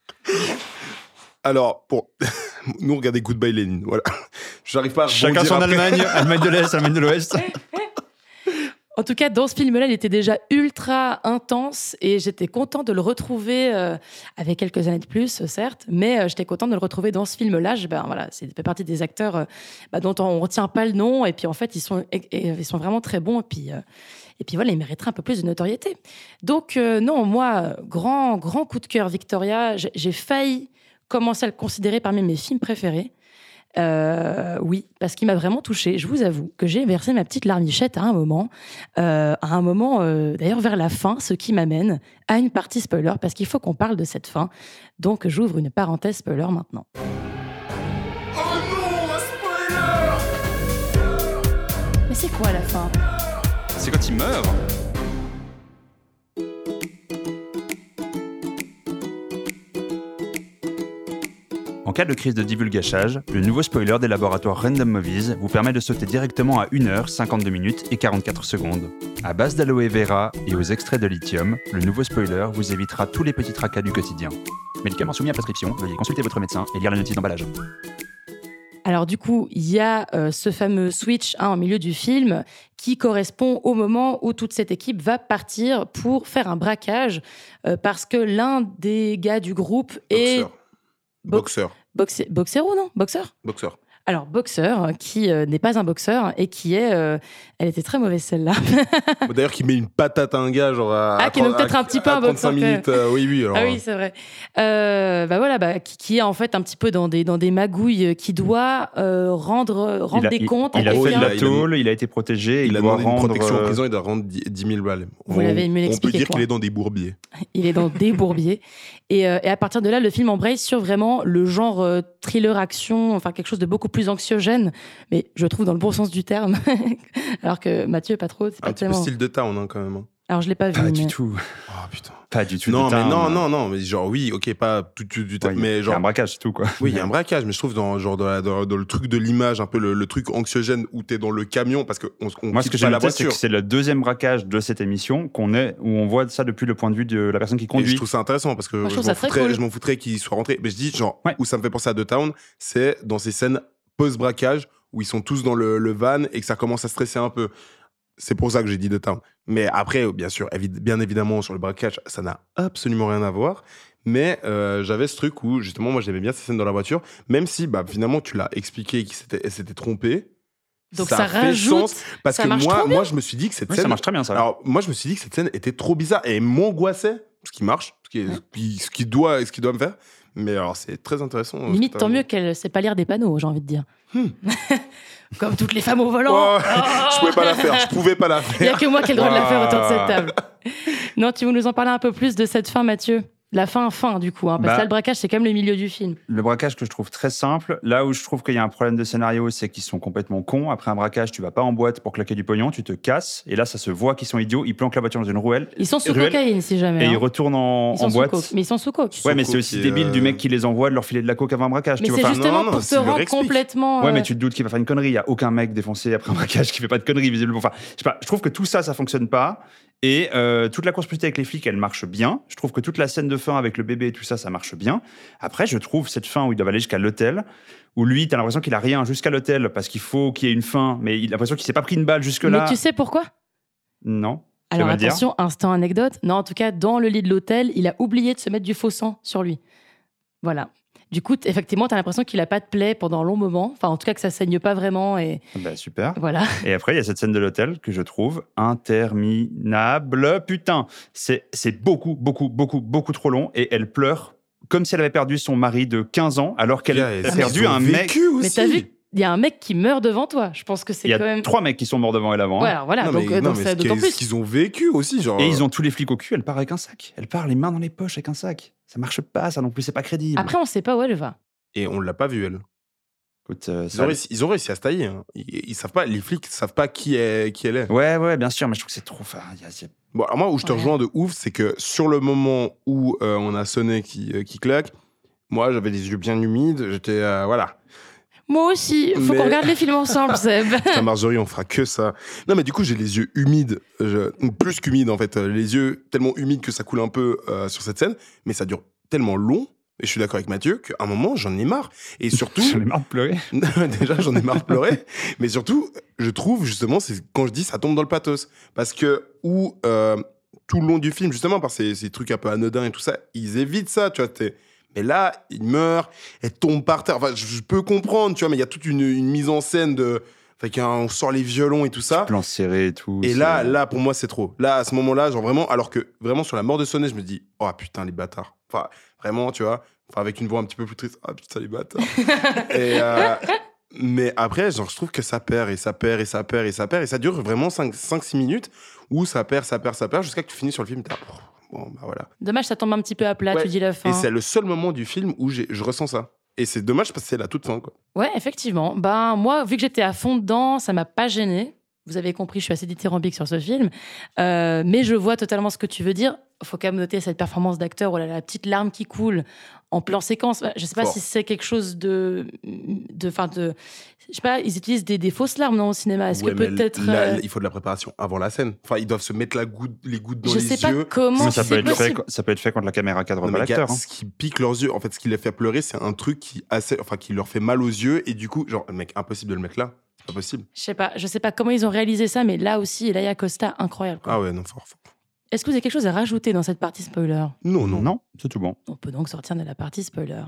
[SPEAKER 7] Alors, pour... nous, regardez Goodbye Lénine. Voilà. J'arrive pas à
[SPEAKER 6] Chacun
[SPEAKER 7] rebondir
[SPEAKER 6] son
[SPEAKER 7] après.
[SPEAKER 6] Allemagne, Allemagne de l'Est, Allemagne de l'Ouest.
[SPEAKER 1] En tout cas, dans ce film-là, il était déjà ultra intense et j'étais contente de le retrouver euh, avec quelques années de plus, certes, mais euh, j'étais contente de le retrouver dans ce film-là. Je, ben, voilà, c'est fait partie des acteurs euh, bah, dont on ne retient pas le nom et puis en fait, ils sont, et, et, ils sont vraiment très bons et puis, euh, et puis voilà, ils mériteraient un peu plus de notoriété. Donc euh, non, moi, grand, grand coup de cœur, Victoria. J'ai, j'ai failli commencer à le considérer parmi mes films préférés. Euh, oui, parce qu'il m'a vraiment touchée. Je vous avoue que j'ai versé ma petite larmichette à un moment, euh, à un moment, euh, d'ailleurs vers la fin, ce qui m'amène à une partie spoiler, parce qu'il faut qu'on parle de cette fin. Donc j'ouvre une parenthèse spoiler maintenant. Mais c'est quoi la fin ?
[SPEAKER 6] C'est quand il meurt. En cas de crise de divulgachage, le nouveau spoiler des laboratoires Random Movies vous permet de sauter directement à une heure, cinquante-deux minutes et quarante-quatre secondes. À base d'aloe vera et aux extraits de lithium, le nouveau spoiler vous évitera tous les petits tracas du quotidien. Médicaments soumis à prescription, veuillez consulter votre médecin et lire la notice d'emballage.
[SPEAKER 1] Alors du coup, il y a euh, ce fameux switch hein, au milieu du film qui correspond au moment où toute cette équipe va partir pour faire un braquage euh, parce que l'un des gars du groupe est...
[SPEAKER 7] Boxeur. Boxeur.
[SPEAKER 1] Boxe- boxero, non Boxeur
[SPEAKER 7] Boxeur.
[SPEAKER 1] Alors, boxeur, qui euh, n'est pas un boxeur et qui est... euh, elle était très mauvaise, celle-là.
[SPEAKER 7] D'ailleurs, qui met une patate à un gars, genre à,
[SPEAKER 1] Ah, qui est donc peut-être un petit peu un boxeur.
[SPEAKER 7] trente-cinq minutes. euh, oui, oui. Alors,
[SPEAKER 1] Ah oui, c'est vrai. Euh, bah voilà, bah, qui, qui est en fait un petit peu dans des, dans des magouilles, qui doit euh, rendre, rendre
[SPEAKER 6] il a,
[SPEAKER 1] des
[SPEAKER 6] il,
[SPEAKER 1] comptes.
[SPEAKER 6] Il
[SPEAKER 1] à
[SPEAKER 6] a fait de
[SPEAKER 1] quelqu'un.
[SPEAKER 6] la tôle, il a été protégé, il,
[SPEAKER 7] il a
[SPEAKER 6] doit
[SPEAKER 7] demandé une
[SPEAKER 6] rendre...
[SPEAKER 7] protection en
[SPEAKER 6] euh,
[SPEAKER 7] prison, il doit rendre dix mille balles.
[SPEAKER 1] Vous
[SPEAKER 7] on,
[SPEAKER 1] l'avez mieux
[SPEAKER 7] On peut
[SPEAKER 1] expliqué,
[SPEAKER 7] dire
[SPEAKER 1] quoi.
[SPEAKER 7] qu'il est dans des bourbiers.
[SPEAKER 1] Il est dans des bourbiers. Et, euh, et à partir de là, le film embraye sur vraiment le genre euh, thriller-action, enfin quelque chose de beaucoup plus anxiogène, mais je trouve dans le bon sens du terme. Alors que Mathieu, pas trop, c'est pas
[SPEAKER 7] Un petit
[SPEAKER 1] tellement...
[SPEAKER 7] peu style de Town, hein, quand même. hein.
[SPEAKER 1] Alors je l'ai pas vu.
[SPEAKER 6] Pas
[SPEAKER 1] mais...
[SPEAKER 6] du tout.
[SPEAKER 7] Oh putain.
[SPEAKER 6] Pas du tout.
[SPEAKER 7] Non,
[SPEAKER 6] de
[SPEAKER 7] mais
[SPEAKER 6] Town.
[SPEAKER 7] non, non, non, mais genre, oui, ok, pas tout, tout, tout,
[SPEAKER 6] Ouais,
[SPEAKER 7] mais
[SPEAKER 6] il y
[SPEAKER 7] genre.
[SPEAKER 6] a un braquage, c'est tout, quoi.
[SPEAKER 7] Oui, il y a un braquage, mais je trouve dans, genre, dans, la- dans- dans le truc de l'image, un peu le, le truc anxiogène où t'es dans le camion parce qu'on on
[SPEAKER 6] Moi, ce
[SPEAKER 7] quitte
[SPEAKER 6] que j'ai
[SPEAKER 7] pas la
[SPEAKER 6] noté, c'est
[SPEAKER 7] voiture.
[SPEAKER 6] que c'est le deuxième braquage de cette émission qu'on est, où on voit ça depuis le point de vue de la personne qui
[SPEAKER 7] Et
[SPEAKER 6] conduit.
[SPEAKER 7] je trouve ça intéressant parce que
[SPEAKER 1] Moi, je
[SPEAKER 7] je
[SPEAKER 1] trouve
[SPEAKER 7] m'en
[SPEAKER 1] ça très
[SPEAKER 7] foutrais,
[SPEAKER 1] cool.
[SPEAKER 7] je m'en foutrais qu'il soit rentré. Mais je dis, genre,
[SPEAKER 6] Ouais.
[SPEAKER 7] où ça me fait penser à The Town, c'est dans ces scènes post-braquage où ils sont tous dans le, le van et que ça commence à stresser un peu. C'est pour ça que j'ai dit The Town. Mais après, bien sûr, évi- bien évidemment, sur le braquage, ça n'a absolument rien à voir. Mais euh, j'avais ce truc où, justement, moi, j'aimais bien ces scènes dans la voiture, même si, bah, finalement, tu l'as expliqué qu'il s'était, elle s'était trompée.
[SPEAKER 1] Donc ça
[SPEAKER 7] fait
[SPEAKER 1] rajoute,
[SPEAKER 7] sens, parce
[SPEAKER 1] ça
[SPEAKER 7] que
[SPEAKER 1] marche
[SPEAKER 7] moi,
[SPEAKER 1] trop bien.
[SPEAKER 7] moi, je me suis dit que cette
[SPEAKER 6] Oui,
[SPEAKER 7] scène.
[SPEAKER 6] ça marche très bien, ça.
[SPEAKER 7] Alors, moi, je me suis dit que cette scène était trop bizarre et elle m'angoissait, ce qui marche, ce qui, est- ce qui- ce qui doit, ce qui doit me faire. Mais alors, c'est très intéressant. ce
[SPEAKER 1] Limite,
[SPEAKER 7] que
[SPEAKER 1] tant
[SPEAKER 7] t'as
[SPEAKER 1] mieux
[SPEAKER 7] dit.
[SPEAKER 1] qu'elle sait pas lire des panneaux, j'ai envie de dire.
[SPEAKER 7] Hmm.
[SPEAKER 1] Comme toutes les femmes au volant.
[SPEAKER 7] Oh, je pouvais pas la faire, je pouvais pas la
[SPEAKER 1] Il n'y a
[SPEAKER 7] faire.
[SPEAKER 1] que moi qui ai le droit de la faire autour de cette
[SPEAKER 7] Ouah.
[SPEAKER 1] table. Non, tu veux nous en parler un peu plus de cette fin, Mathieu? La fin, fin, du coup. Hein, parce
[SPEAKER 6] Bah,
[SPEAKER 1] que là, le braquage, c'est quand même le milieu du film.
[SPEAKER 6] Le braquage que je trouve très simple, là où je trouve qu'il y a un problème de scénario, c'est qu'ils sont complètement cons. Après un braquage, tu vas pas en boîte pour claquer du pognon, tu te casses, et là, ça se voit qu'ils sont idiots. Ils planquent la voiture dans une ruelle.
[SPEAKER 1] Ils sont sous
[SPEAKER 6] ruelle,
[SPEAKER 1] cocaïne, si jamais.
[SPEAKER 6] Et
[SPEAKER 1] hein.
[SPEAKER 6] ils retournent en,
[SPEAKER 1] Ils sont
[SPEAKER 6] en
[SPEAKER 1] sous
[SPEAKER 6] boîte.
[SPEAKER 1] coke. Mais ils sont sous coke.
[SPEAKER 6] Ouais, mais
[SPEAKER 7] Sous
[SPEAKER 6] c'est aussi
[SPEAKER 7] coke,
[SPEAKER 6] débile
[SPEAKER 7] euh,
[SPEAKER 6] du mec qui les envoie de leur filer de la coke avant un braquage.
[SPEAKER 1] Mais
[SPEAKER 6] tu
[SPEAKER 1] c'est
[SPEAKER 6] vois. Enfin,
[SPEAKER 1] justement
[SPEAKER 7] non, non,
[SPEAKER 1] pour
[SPEAKER 7] c'est-
[SPEAKER 1] te
[SPEAKER 7] il leur
[SPEAKER 1] rendre
[SPEAKER 7] explique.
[SPEAKER 1] complètement.
[SPEAKER 6] Ouais,
[SPEAKER 1] euh,
[SPEAKER 6] mais tu te doutes qu'il va faire une connerie. Il n'y a aucun mec défoncé après un braquage qui fait pas de conneries, visiblement. Enfin, je sais pas, je trouve que tout ça, ça fonctionne pas. Et euh, toute la course-poursuite avec les flics, elle marche bien. Je trouve que toute la scène de fin avec le bébé et tout ça, ça marche bien. Après, je trouve cette fin où ils doivent aller jusqu'à l'hôtel, où lui, t'as l'impression qu'il a rien jusqu'à l'hôtel parce qu'il faut qu'il y ait une fin, mais il a l'impression qu'il s'est pas pris une balle jusque-là.
[SPEAKER 1] Mais tu sais pourquoi?
[SPEAKER 6] Non. Tu
[SPEAKER 1] Alors
[SPEAKER 6] vas me dire
[SPEAKER 1] attention, instant anecdote. Non, en tout cas, dans le lit de l'hôtel, il a oublié de se mettre du faux sang sur lui. Voilà. Du coup, t- effectivement, t'as l'impression qu'il a pas de plaie pendant un long moment. Enfin, en tout cas, que ça saigne pas vraiment. Et
[SPEAKER 6] Bah, super.
[SPEAKER 1] voilà.
[SPEAKER 6] Et après, il y a cette scène de l'hôtel que je trouve interminable. Putain, c'est c'est beaucoup, beaucoup, beaucoup, beaucoup trop long. Et elle pleure comme si elle avait perdu son mari de quinze ans, alors qu'elle
[SPEAKER 7] Yeah,
[SPEAKER 6] a
[SPEAKER 7] ils
[SPEAKER 6] perdu
[SPEAKER 7] ont
[SPEAKER 6] un mec.
[SPEAKER 7] vécu aussi.
[SPEAKER 1] Mais t'as vu, il y a un mec qui meurt devant toi. Je pense que c'est
[SPEAKER 6] Il y a
[SPEAKER 1] quand même.
[SPEAKER 6] trois mecs qui sont morts devant elle avant. hein.
[SPEAKER 1] Ouais, alors voilà.
[SPEAKER 7] Non,
[SPEAKER 1] donc,
[SPEAKER 7] mais,
[SPEAKER 1] euh,
[SPEAKER 7] non,
[SPEAKER 1] donc
[SPEAKER 7] mais
[SPEAKER 1] ça
[SPEAKER 7] ce
[SPEAKER 1] d'autant
[SPEAKER 7] qu'ils-
[SPEAKER 1] plus.
[SPEAKER 7] ce qu'ils ont vécu aussi, genre.
[SPEAKER 6] Et ils ont tous les flics au cul, elle part avec un sac. Elle part les mains dans les poches avec un sac. Ça marche pas, ça non plus, c'est pas crédible.
[SPEAKER 1] Après, on sait pas où elle va.
[SPEAKER 7] Et on l'a pas vu, elle.
[SPEAKER 6] Écoute, euh,
[SPEAKER 7] Ils
[SPEAKER 6] ça-
[SPEAKER 7] ont, réussi, ils ont réussi à se tailler. hein. Ils, ils savent pas, les flics savent pas qui, est, qui elle est.
[SPEAKER 6] Ouais, ouais, bien sûr, mais je trouve que c'est trop. Enfin, il y a- il y a-
[SPEAKER 7] Bon, alors moi, où je te
[SPEAKER 1] Ouais.
[SPEAKER 7] rejoins de ouf, c'est que sur le moment où euh, on a sonné qui, euh, qui claque, moi, j'avais les yeux bien humides. J'étais. euh, voilà.
[SPEAKER 1] Moi aussi. Faut
[SPEAKER 7] Mais-
[SPEAKER 1] qu'on regarde les films ensemble, Seb.
[SPEAKER 7] Putain, Marjorie, on fera que ça. Non, mais du coup, j'ai les yeux humides, je- plus qu'humides en fait. Euh, Les yeux tellement humides que ça coule un peu euh, sur cette scène, mais ça dure tellement long. Et je suis d'accord avec Mathieu qu'à un moment, j'en ai marre. Et surtout.
[SPEAKER 6] J'en ai marre de pleurer.
[SPEAKER 7] Déjà, j'en ai marre de pleurer. Mais surtout, je trouve justement, c'est quand je dis ça tombe dans le pathos. Parce que, où euh, tout le long du film, justement, par ces, ces trucs un peu anodins et tout ça, ils évitent ça, tu vois. t'es- Mais là, il meurt, elle tombe par terre. Enfin, je, je peux comprendre, tu vois, mais il y a toute une, une mise en scène de. Fait qu'on sort les violons et tout ça.
[SPEAKER 6] Plan serré et tout.
[SPEAKER 7] Et
[SPEAKER 6] c'est-
[SPEAKER 7] là, là, pour moi, c'est trop. Là, à ce moment-là, genre vraiment, alors que vraiment sur la mort de Sonnet, je me dis, oh putain, les bâtards. Enfin, vraiment, tu vois, enfin, avec une voix un petit peu plus triste, oh putain, les bâtards. et, euh, mais après, genre, je trouve que ça perd et ça perd et ça perd et ça perd et ça dure vraiment cinq six minutes où ça perd, ça perd, ça perd jusqu'à que tu finis sur le film. t'as- Bon, bah voilà.
[SPEAKER 1] Dommage, ça tombe un petit peu à plat,
[SPEAKER 7] Ouais.
[SPEAKER 1] tu dis la fin.
[SPEAKER 7] Et c'est le seul moment du film où j'ai- je ressens ça. Et c'est dommage parce que c'est la toute fin, quoi.
[SPEAKER 1] Ouais, effectivement. Ben, moi, vu que j'étais à fond dedans, ça m'a pas gêné. Vous avez compris, je suis assez dithyrambique sur ce film. Euh, mais je vois totalement ce que tu veux dire. Il faut quand même noter cette performance d'acteur, où elle a la petite larme qui coule en plan séquence. Je ne sais pas
[SPEAKER 7] Fort.
[SPEAKER 1] si c'est quelque chose de... de, fin de je sais pas, ils utilisent des, des fausses larmes non, au cinéma. Est-ce
[SPEAKER 7] Ouais,
[SPEAKER 1] que
[SPEAKER 7] mais
[SPEAKER 1] peut-être...
[SPEAKER 7] là,
[SPEAKER 1] euh,
[SPEAKER 7] il faut de la préparation avant la scène. Enfin, ils doivent se mettre la goutte, les gouttes dans
[SPEAKER 1] Je
[SPEAKER 7] les
[SPEAKER 1] sais pas
[SPEAKER 7] yeux.
[SPEAKER 1] comment
[SPEAKER 6] Mais ça,
[SPEAKER 1] c'est
[SPEAKER 6] peut être fait,
[SPEAKER 1] possible.
[SPEAKER 6] ça peut être fait quand la caméra cadre
[SPEAKER 7] Non,
[SPEAKER 6] pas
[SPEAKER 7] mais gars,
[SPEAKER 6] l'acteur. hein.
[SPEAKER 7] ce qui pique leurs yeux, en fait, ce qui les fait pleurer, c'est un truc qui, assez, enfin, qui leur fait mal aux yeux. Et du coup, genre, mec, impossible de le mettre là. C'est pas possible.
[SPEAKER 1] Je sais pas, je sais pas comment ils ont réalisé ça, mais là aussi, Elia Costa, incroyable. quoi.
[SPEAKER 7] Ah ouais, non, fort, fort.
[SPEAKER 1] Est-ce que vous avez quelque chose à rajouter dans cette partie spoiler?
[SPEAKER 7] Non, non.
[SPEAKER 6] Non, c'est tout bon.
[SPEAKER 1] On peut donc sortir de la partie spoiler.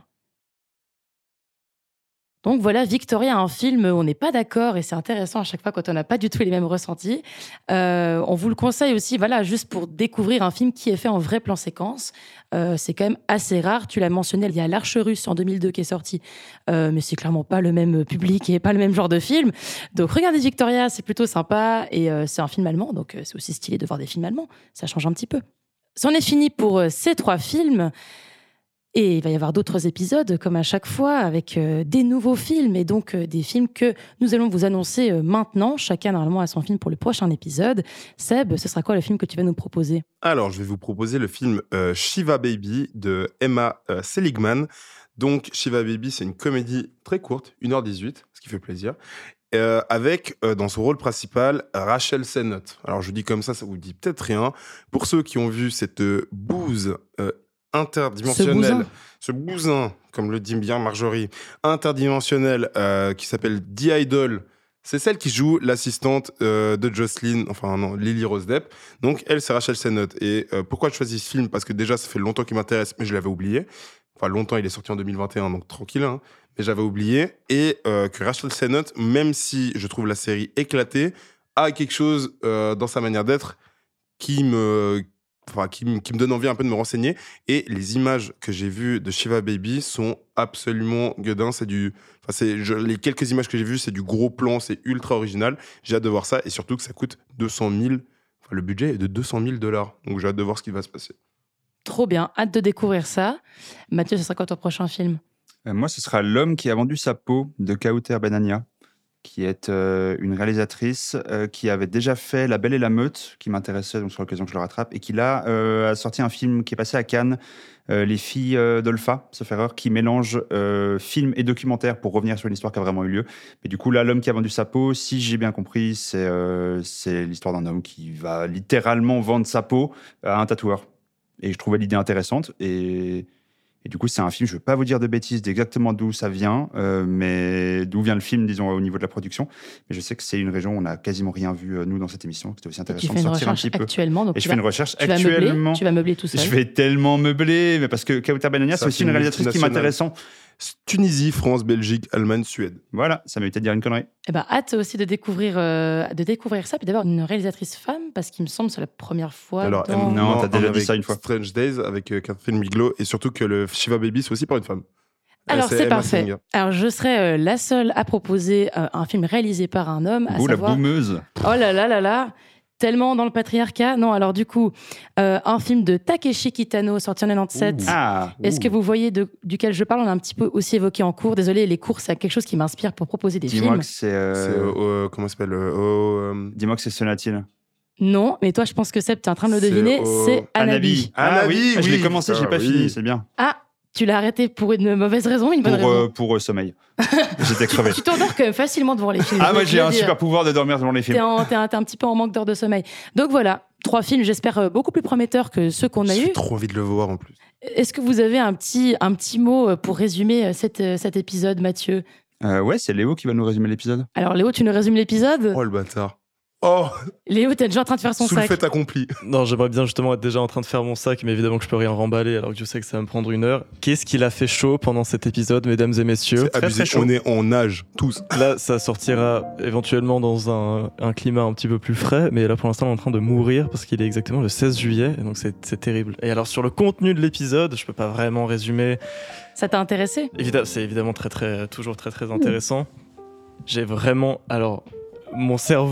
[SPEAKER 1] Donc voilà, Victoria, un film, on n'est pas d'accord et c'est intéressant à chaque fois quand on n'a pas du tout les mêmes ressentis. Euh, on vous le conseille aussi, voilà, juste pour découvrir un film qui est fait en vrai plan séquence. Euh, c'est quand même assez rare. Tu l'as mentionné, il y a L'Arche russe en deux mille deux qui est sorti, euh, mais c'est clairement pas le même public et pas le même genre de film. Donc regardez Victoria, c'est plutôt sympa et euh, c'est un film allemand, donc euh, c'est aussi stylé de voir des films allemands. Ça change un petit peu. C'en est fini pour euh, ces trois films. Et il va y avoir d'autres épisodes, comme à chaque fois, avec euh, des nouveaux films et donc euh, des films que nous allons vous annoncer euh, maintenant. Chacun, normalement, a son film pour le prochain épisode. Seb, ce sera quoi le film que tu vas nous proposer?
[SPEAKER 7] Alors, je vais vous proposer le film euh, Shiva Baby de Emma euh, Seligman. Donc, Shiva Baby, c'est une comédie très courte, une heure dix-huit, ce qui fait plaisir. Euh, avec, euh, dans son rôle principal, Rachel Sennott. Alors, je dis comme ça, ça vous dit peut-être rien. Pour ceux qui ont vu cette euh, bouse euh, interdimensionnelle, ce bousin. ce bousin, comme le dit bien Marjorie, interdimensionnel, euh, qui s'appelle The Idol. C'est celle qui joue l'assistante euh, de Jocelyn, enfin non, Lily Rose Depp. Donc, elle, c'est Rachel Sennott. Et euh, pourquoi je choisis ce film? Parce que déjà, ça fait longtemps qu'il m'intéresse, mais je l'avais oublié. Enfin, longtemps, il est sorti en deux mille vingt et un, donc tranquille, hein. Mais j'avais oublié. Et euh, que Rachel Sennott, même si je trouve la série éclatée, a quelque chose euh, dans sa manière d'être qui me... Enfin, qui, m- qui me donne envie un peu de me renseigner. Et les images que j'ai vues de Shiva Baby sont absolument gueudins. C'est du, enfin, c'est, je- les quelques images que j'ai vues, c'est du gros plan, c'est ultra original. J'ai hâte de voir ça. Et surtout que ça coûte deux cent mille. Enfin, le budget est de deux cent mille dollars. Donc j'ai hâte de voir ce qui va se passer.
[SPEAKER 1] Trop bien, hâte de découvrir ça. Mathieu, ce sera quoi ton prochain film?
[SPEAKER 6] Euh, moi, ce sera L'homme qui a vendu sa peau de Kauter Benania, qui est euh, une réalisatrice euh, qui avait déjà fait La Belle et la Meute, qui m'intéressait, donc sur l'occasion que je le rattrape, et qui là euh, a sorti un film qui est passé à Cannes, euh, Les filles euh, d'Olpha, sauf erreur, qui mélange euh, film et documentaire pour revenir sur une histoire qui a vraiment eu lieu. Mais du coup, là, L'homme qui a vendu sa peau, si j'ai bien compris, c'est euh, c'est l'histoire d'un homme qui va littéralement vendre sa peau à un tatoueur. Et je trouvais l'idée intéressante. Et, et du coup, c'est un film, je ne veux pas vous dire de bêtises d'exactement d'où ça vient, euh, mais d'où vient le film, disons, au niveau de la production. Mais je sais que c'est une région où on n'a quasiment rien vu, euh, nous, dans cette émission. C'était aussi
[SPEAKER 1] Et
[SPEAKER 6] intéressant
[SPEAKER 1] tu
[SPEAKER 6] de
[SPEAKER 1] fais une
[SPEAKER 6] sortir un
[SPEAKER 1] recherche
[SPEAKER 6] petit peu.
[SPEAKER 1] actuellement. Donc
[SPEAKER 6] Et
[SPEAKER 1] tu
[SPEAKER 6] je
[SPEAKER 1] vas-
[SPEAKER 6] fais une recherche
[SPEAKER 1] tu vas meubler,
[SPEAKER 6] actuellement.
[SPEAKER 1] tu vas meubler tout seul.
[SPEAKER 6] Je vais tellement meubler, mais parce que Kauter Benania, c'est
[SPEAKER 7] Ça
[SPEAKER 6] aussi
[SPEAKER 7] fait
[SPEAKER 6] une
[SPEAKER 7] une
[SPEAKER 6] réalisatrice qui
[SPEAKER 7] multinationale.
[SPEAKER 6] m'intéresse.
[SPEAKER 7] Tunisie, France, Belgique, Allemagne, Suède.
[SPEAKER 6] Voilà, ça m'évitait de dire une connerie.
[SPEAKER 1] Eh ben, hâte aussi de découvrir, euh, de découvrir ça, puis d'avoir une réalisatrice femme, parce qu'il me semble que c'est la première fois.
[SPEAKER 7] Alors,
[SPEAKER 1] dans...
[SPEAKER 7] elle-
[SPEAKER 6] Non, t'as déjà
[SPEAKER 7] avec
[SPEAKER 6] dit ça une fois.
[SPEAKER 7] Strange Days avec euh, Catherine Bigelow et surtout que le Shiva Baby, c'est aussi par une femme.
[SPEAKER 1] Alors,
[SPEAKER 7] Euh,
[SPEAKER 1] c'est
[SPEAKER 7] Emma
[SPEAKER 1] parfait.
[SPEAKER 7] Seligman.
[SPEAKER 1] Alors, je serai euh, la seule à proposer euh, un film réalisé par un homme, à
[SPEAKER 6] Vous, la
[SPEAKER 1] savoir...
[SPEAKER 6] boumeuse.
[SPEAKER 1] Oh là là là là, tellement dans le patriarcat. Non, alors du coup, euh, un film de Takeshi Kitano, sorti en quatre-vingt-dix-sept.
[SPEAKER 6] Ah,
[SPEAKER 1] Est-ce
[SPEAKER 6] ouh.
[SPEAKER 1] que vous voyez de, duquel je parle? On a un petit peu aussi évoqué en cours. Désolé, les cours, c'est quelque chose qui m'inspire pour proposer des
[SPEAKER 6] Dis-moi
[SPEAKER 1] films.
[SPEAKER 6] que c'est. euh,
[SPEAKER 7] C'est, euh, euh, comment ça s'appelle euh, oh, euh,
[SPEAKER 6] Dis-moi que c'est Sonatil.
[SPEAKER 1] Non, mais toi, je pense que Seb, t'es en train de le
[SPEAKER 7] C'est
[SPEAKER 1] deviner.
[SPEAKER 7] au-
[SPEAKER 1] C'est Anabi.
[SPEAKER 6] Ah
[SPEAKER 7] Anabi,
[SPEAKER 6] oui, je l'ai
[SPEAKER 7] oui.
[SPEAKER 6] commencé, j'ai
[SPEAKER 7] Ah,
[SPEAKER 6] pas
[SPEAKER 7] oui.
[SPEAKER 6] fini, c'est bien.
[SPEAKER 1] Ah, tu l'as arrêté pour une mauvaise raison ou une bonne
[SPEAKER 6] Pour,
[SPEAKER 1] raison
[SPEAKER 6] euh, pour euh, sommeil. J'étais crevé.
[SPEAKER 1] Tu t'endors quand même facilement devant les films.
[SPEAKER 6] Ah,
[SPEAKER 1] je
[SPEAKER 6] moi
[SPEAKER 1] vais te
[SPEAKER 6] j'ai
[SPEAKER 1] le
[SPEAKER 6] un
[SPEAKER 1] dire.
[SPEAKER 6] super pouvoir de dormir devant les
[SPEAKER 1] T'es,
[SPEAKER 6] films.
[SPEAKER 1] en- t'es un, t'es un petit peu en manque d'heures de sommeil. Donc voilà, trois films, j'espère, euh, beaucoup plus prometteurs que ceux qu'on a
[SPEAKER 7] J'ai
[SPEAKER 1] eus.
[SPEAKER 7] trop envie de le voir en plus.
[SPEAKER 1] Est-ce que vous avez un petit, un petit mot euh, pour résumer euh, cet, euh, cet épisode, Mathieu?
[SPEAKER 6] Euh, ouais, c'est Léo qui va nous résumer l'épisode.
[SPEAKER 1] Alors Léo, tu nous résumes l'épisode?
[SPEAKER 7] Oh le bâtard. Oh,
[SPEAKER 1] Léo, t'es déjà en train de faire son
[SPEAKER 7] sous le
[SPEAKER 1] sac.
[SPEAKER 7] fait accompli.
[SPEAKER 8] Non, j'aimerais bien justement être déjà en train de faire mon sac, mais évidemment que je peux rien remballer alors que je sais que ça va me prendre une heure. Qu'est-ce qu'il a fait chaud pendant cet épisode, mesdames et messieurs?
[SPEAKER 7] C'est abusé. On est en nage, tous.
[SPEAKER 8] Là, ça sortira éventuellement dans un, un climat un petit peu plus frais, mais là pour l'instant on est en train de mourir parce qu'il est exactement le seize juillet, et donc c'est, c'est terrible. Et alors sur le contenu de l'épisode, je peux pas vraiment résumer.
[SPEAKER 1] Ça t'a intéressé?
[SPEAKER 8] Évidemment, c'est évidemment très très toujours très très intéressant. J'ai vraiment, alors mon cerveau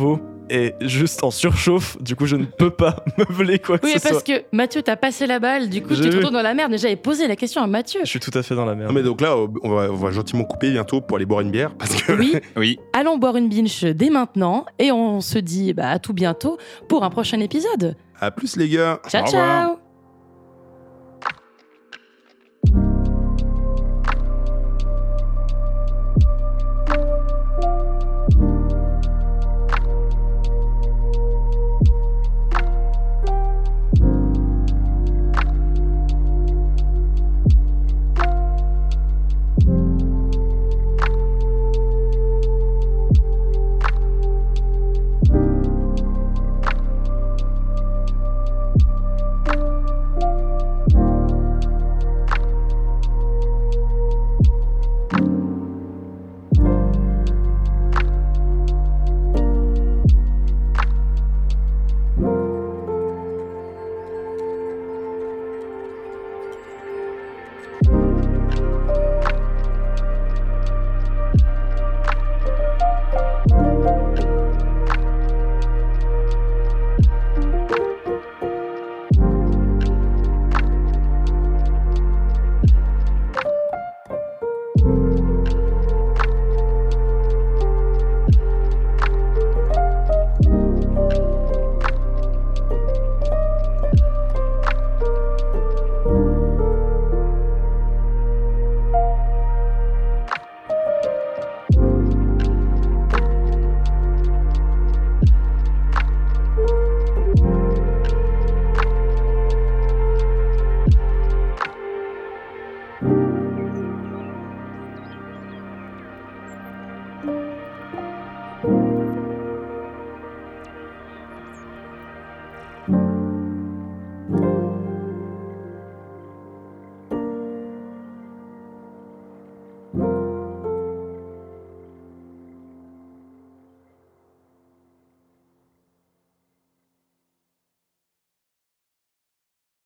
[SPEAKER 8] est juste en surchauffe. Du coup, je ne peux pas meubler quoi que
[SPEAKER 1] Oui,
[SPEAKER 8] ce
[SPEAKER 1] parce
[SPEAKER 8] soit.
[SPEAKER 1] que Mathieu t'a passé la balle, du coup
[SPEAKER 8] J'ai
[SPEAKER 1] tu te
[SPEAKER 8] vu.
[SPEAKER 1] retrouves dans la merde. Mais j'avais posé la question à Mathieu.
[SPEAKER 8] Je suis tout à fait dans la merde.
[SPEAKER 7] Non, mais donc là, on va, on va gentiment couper bientôt pour aller boire une bière. Parce que
[SPEAKER 1] Oui.
[SPEAKER 6] Oui.
[SPEAKER 1] Allons boire une binge dès maintenant et on se dit bah, à tout bientôt pour un prochain épisode.
[SPEAKER 7] à plus les gars.
[SPEAKER 1] Ciao,
[SPEAKER 6] Au revoir.
[SPEAKER 1] ciao.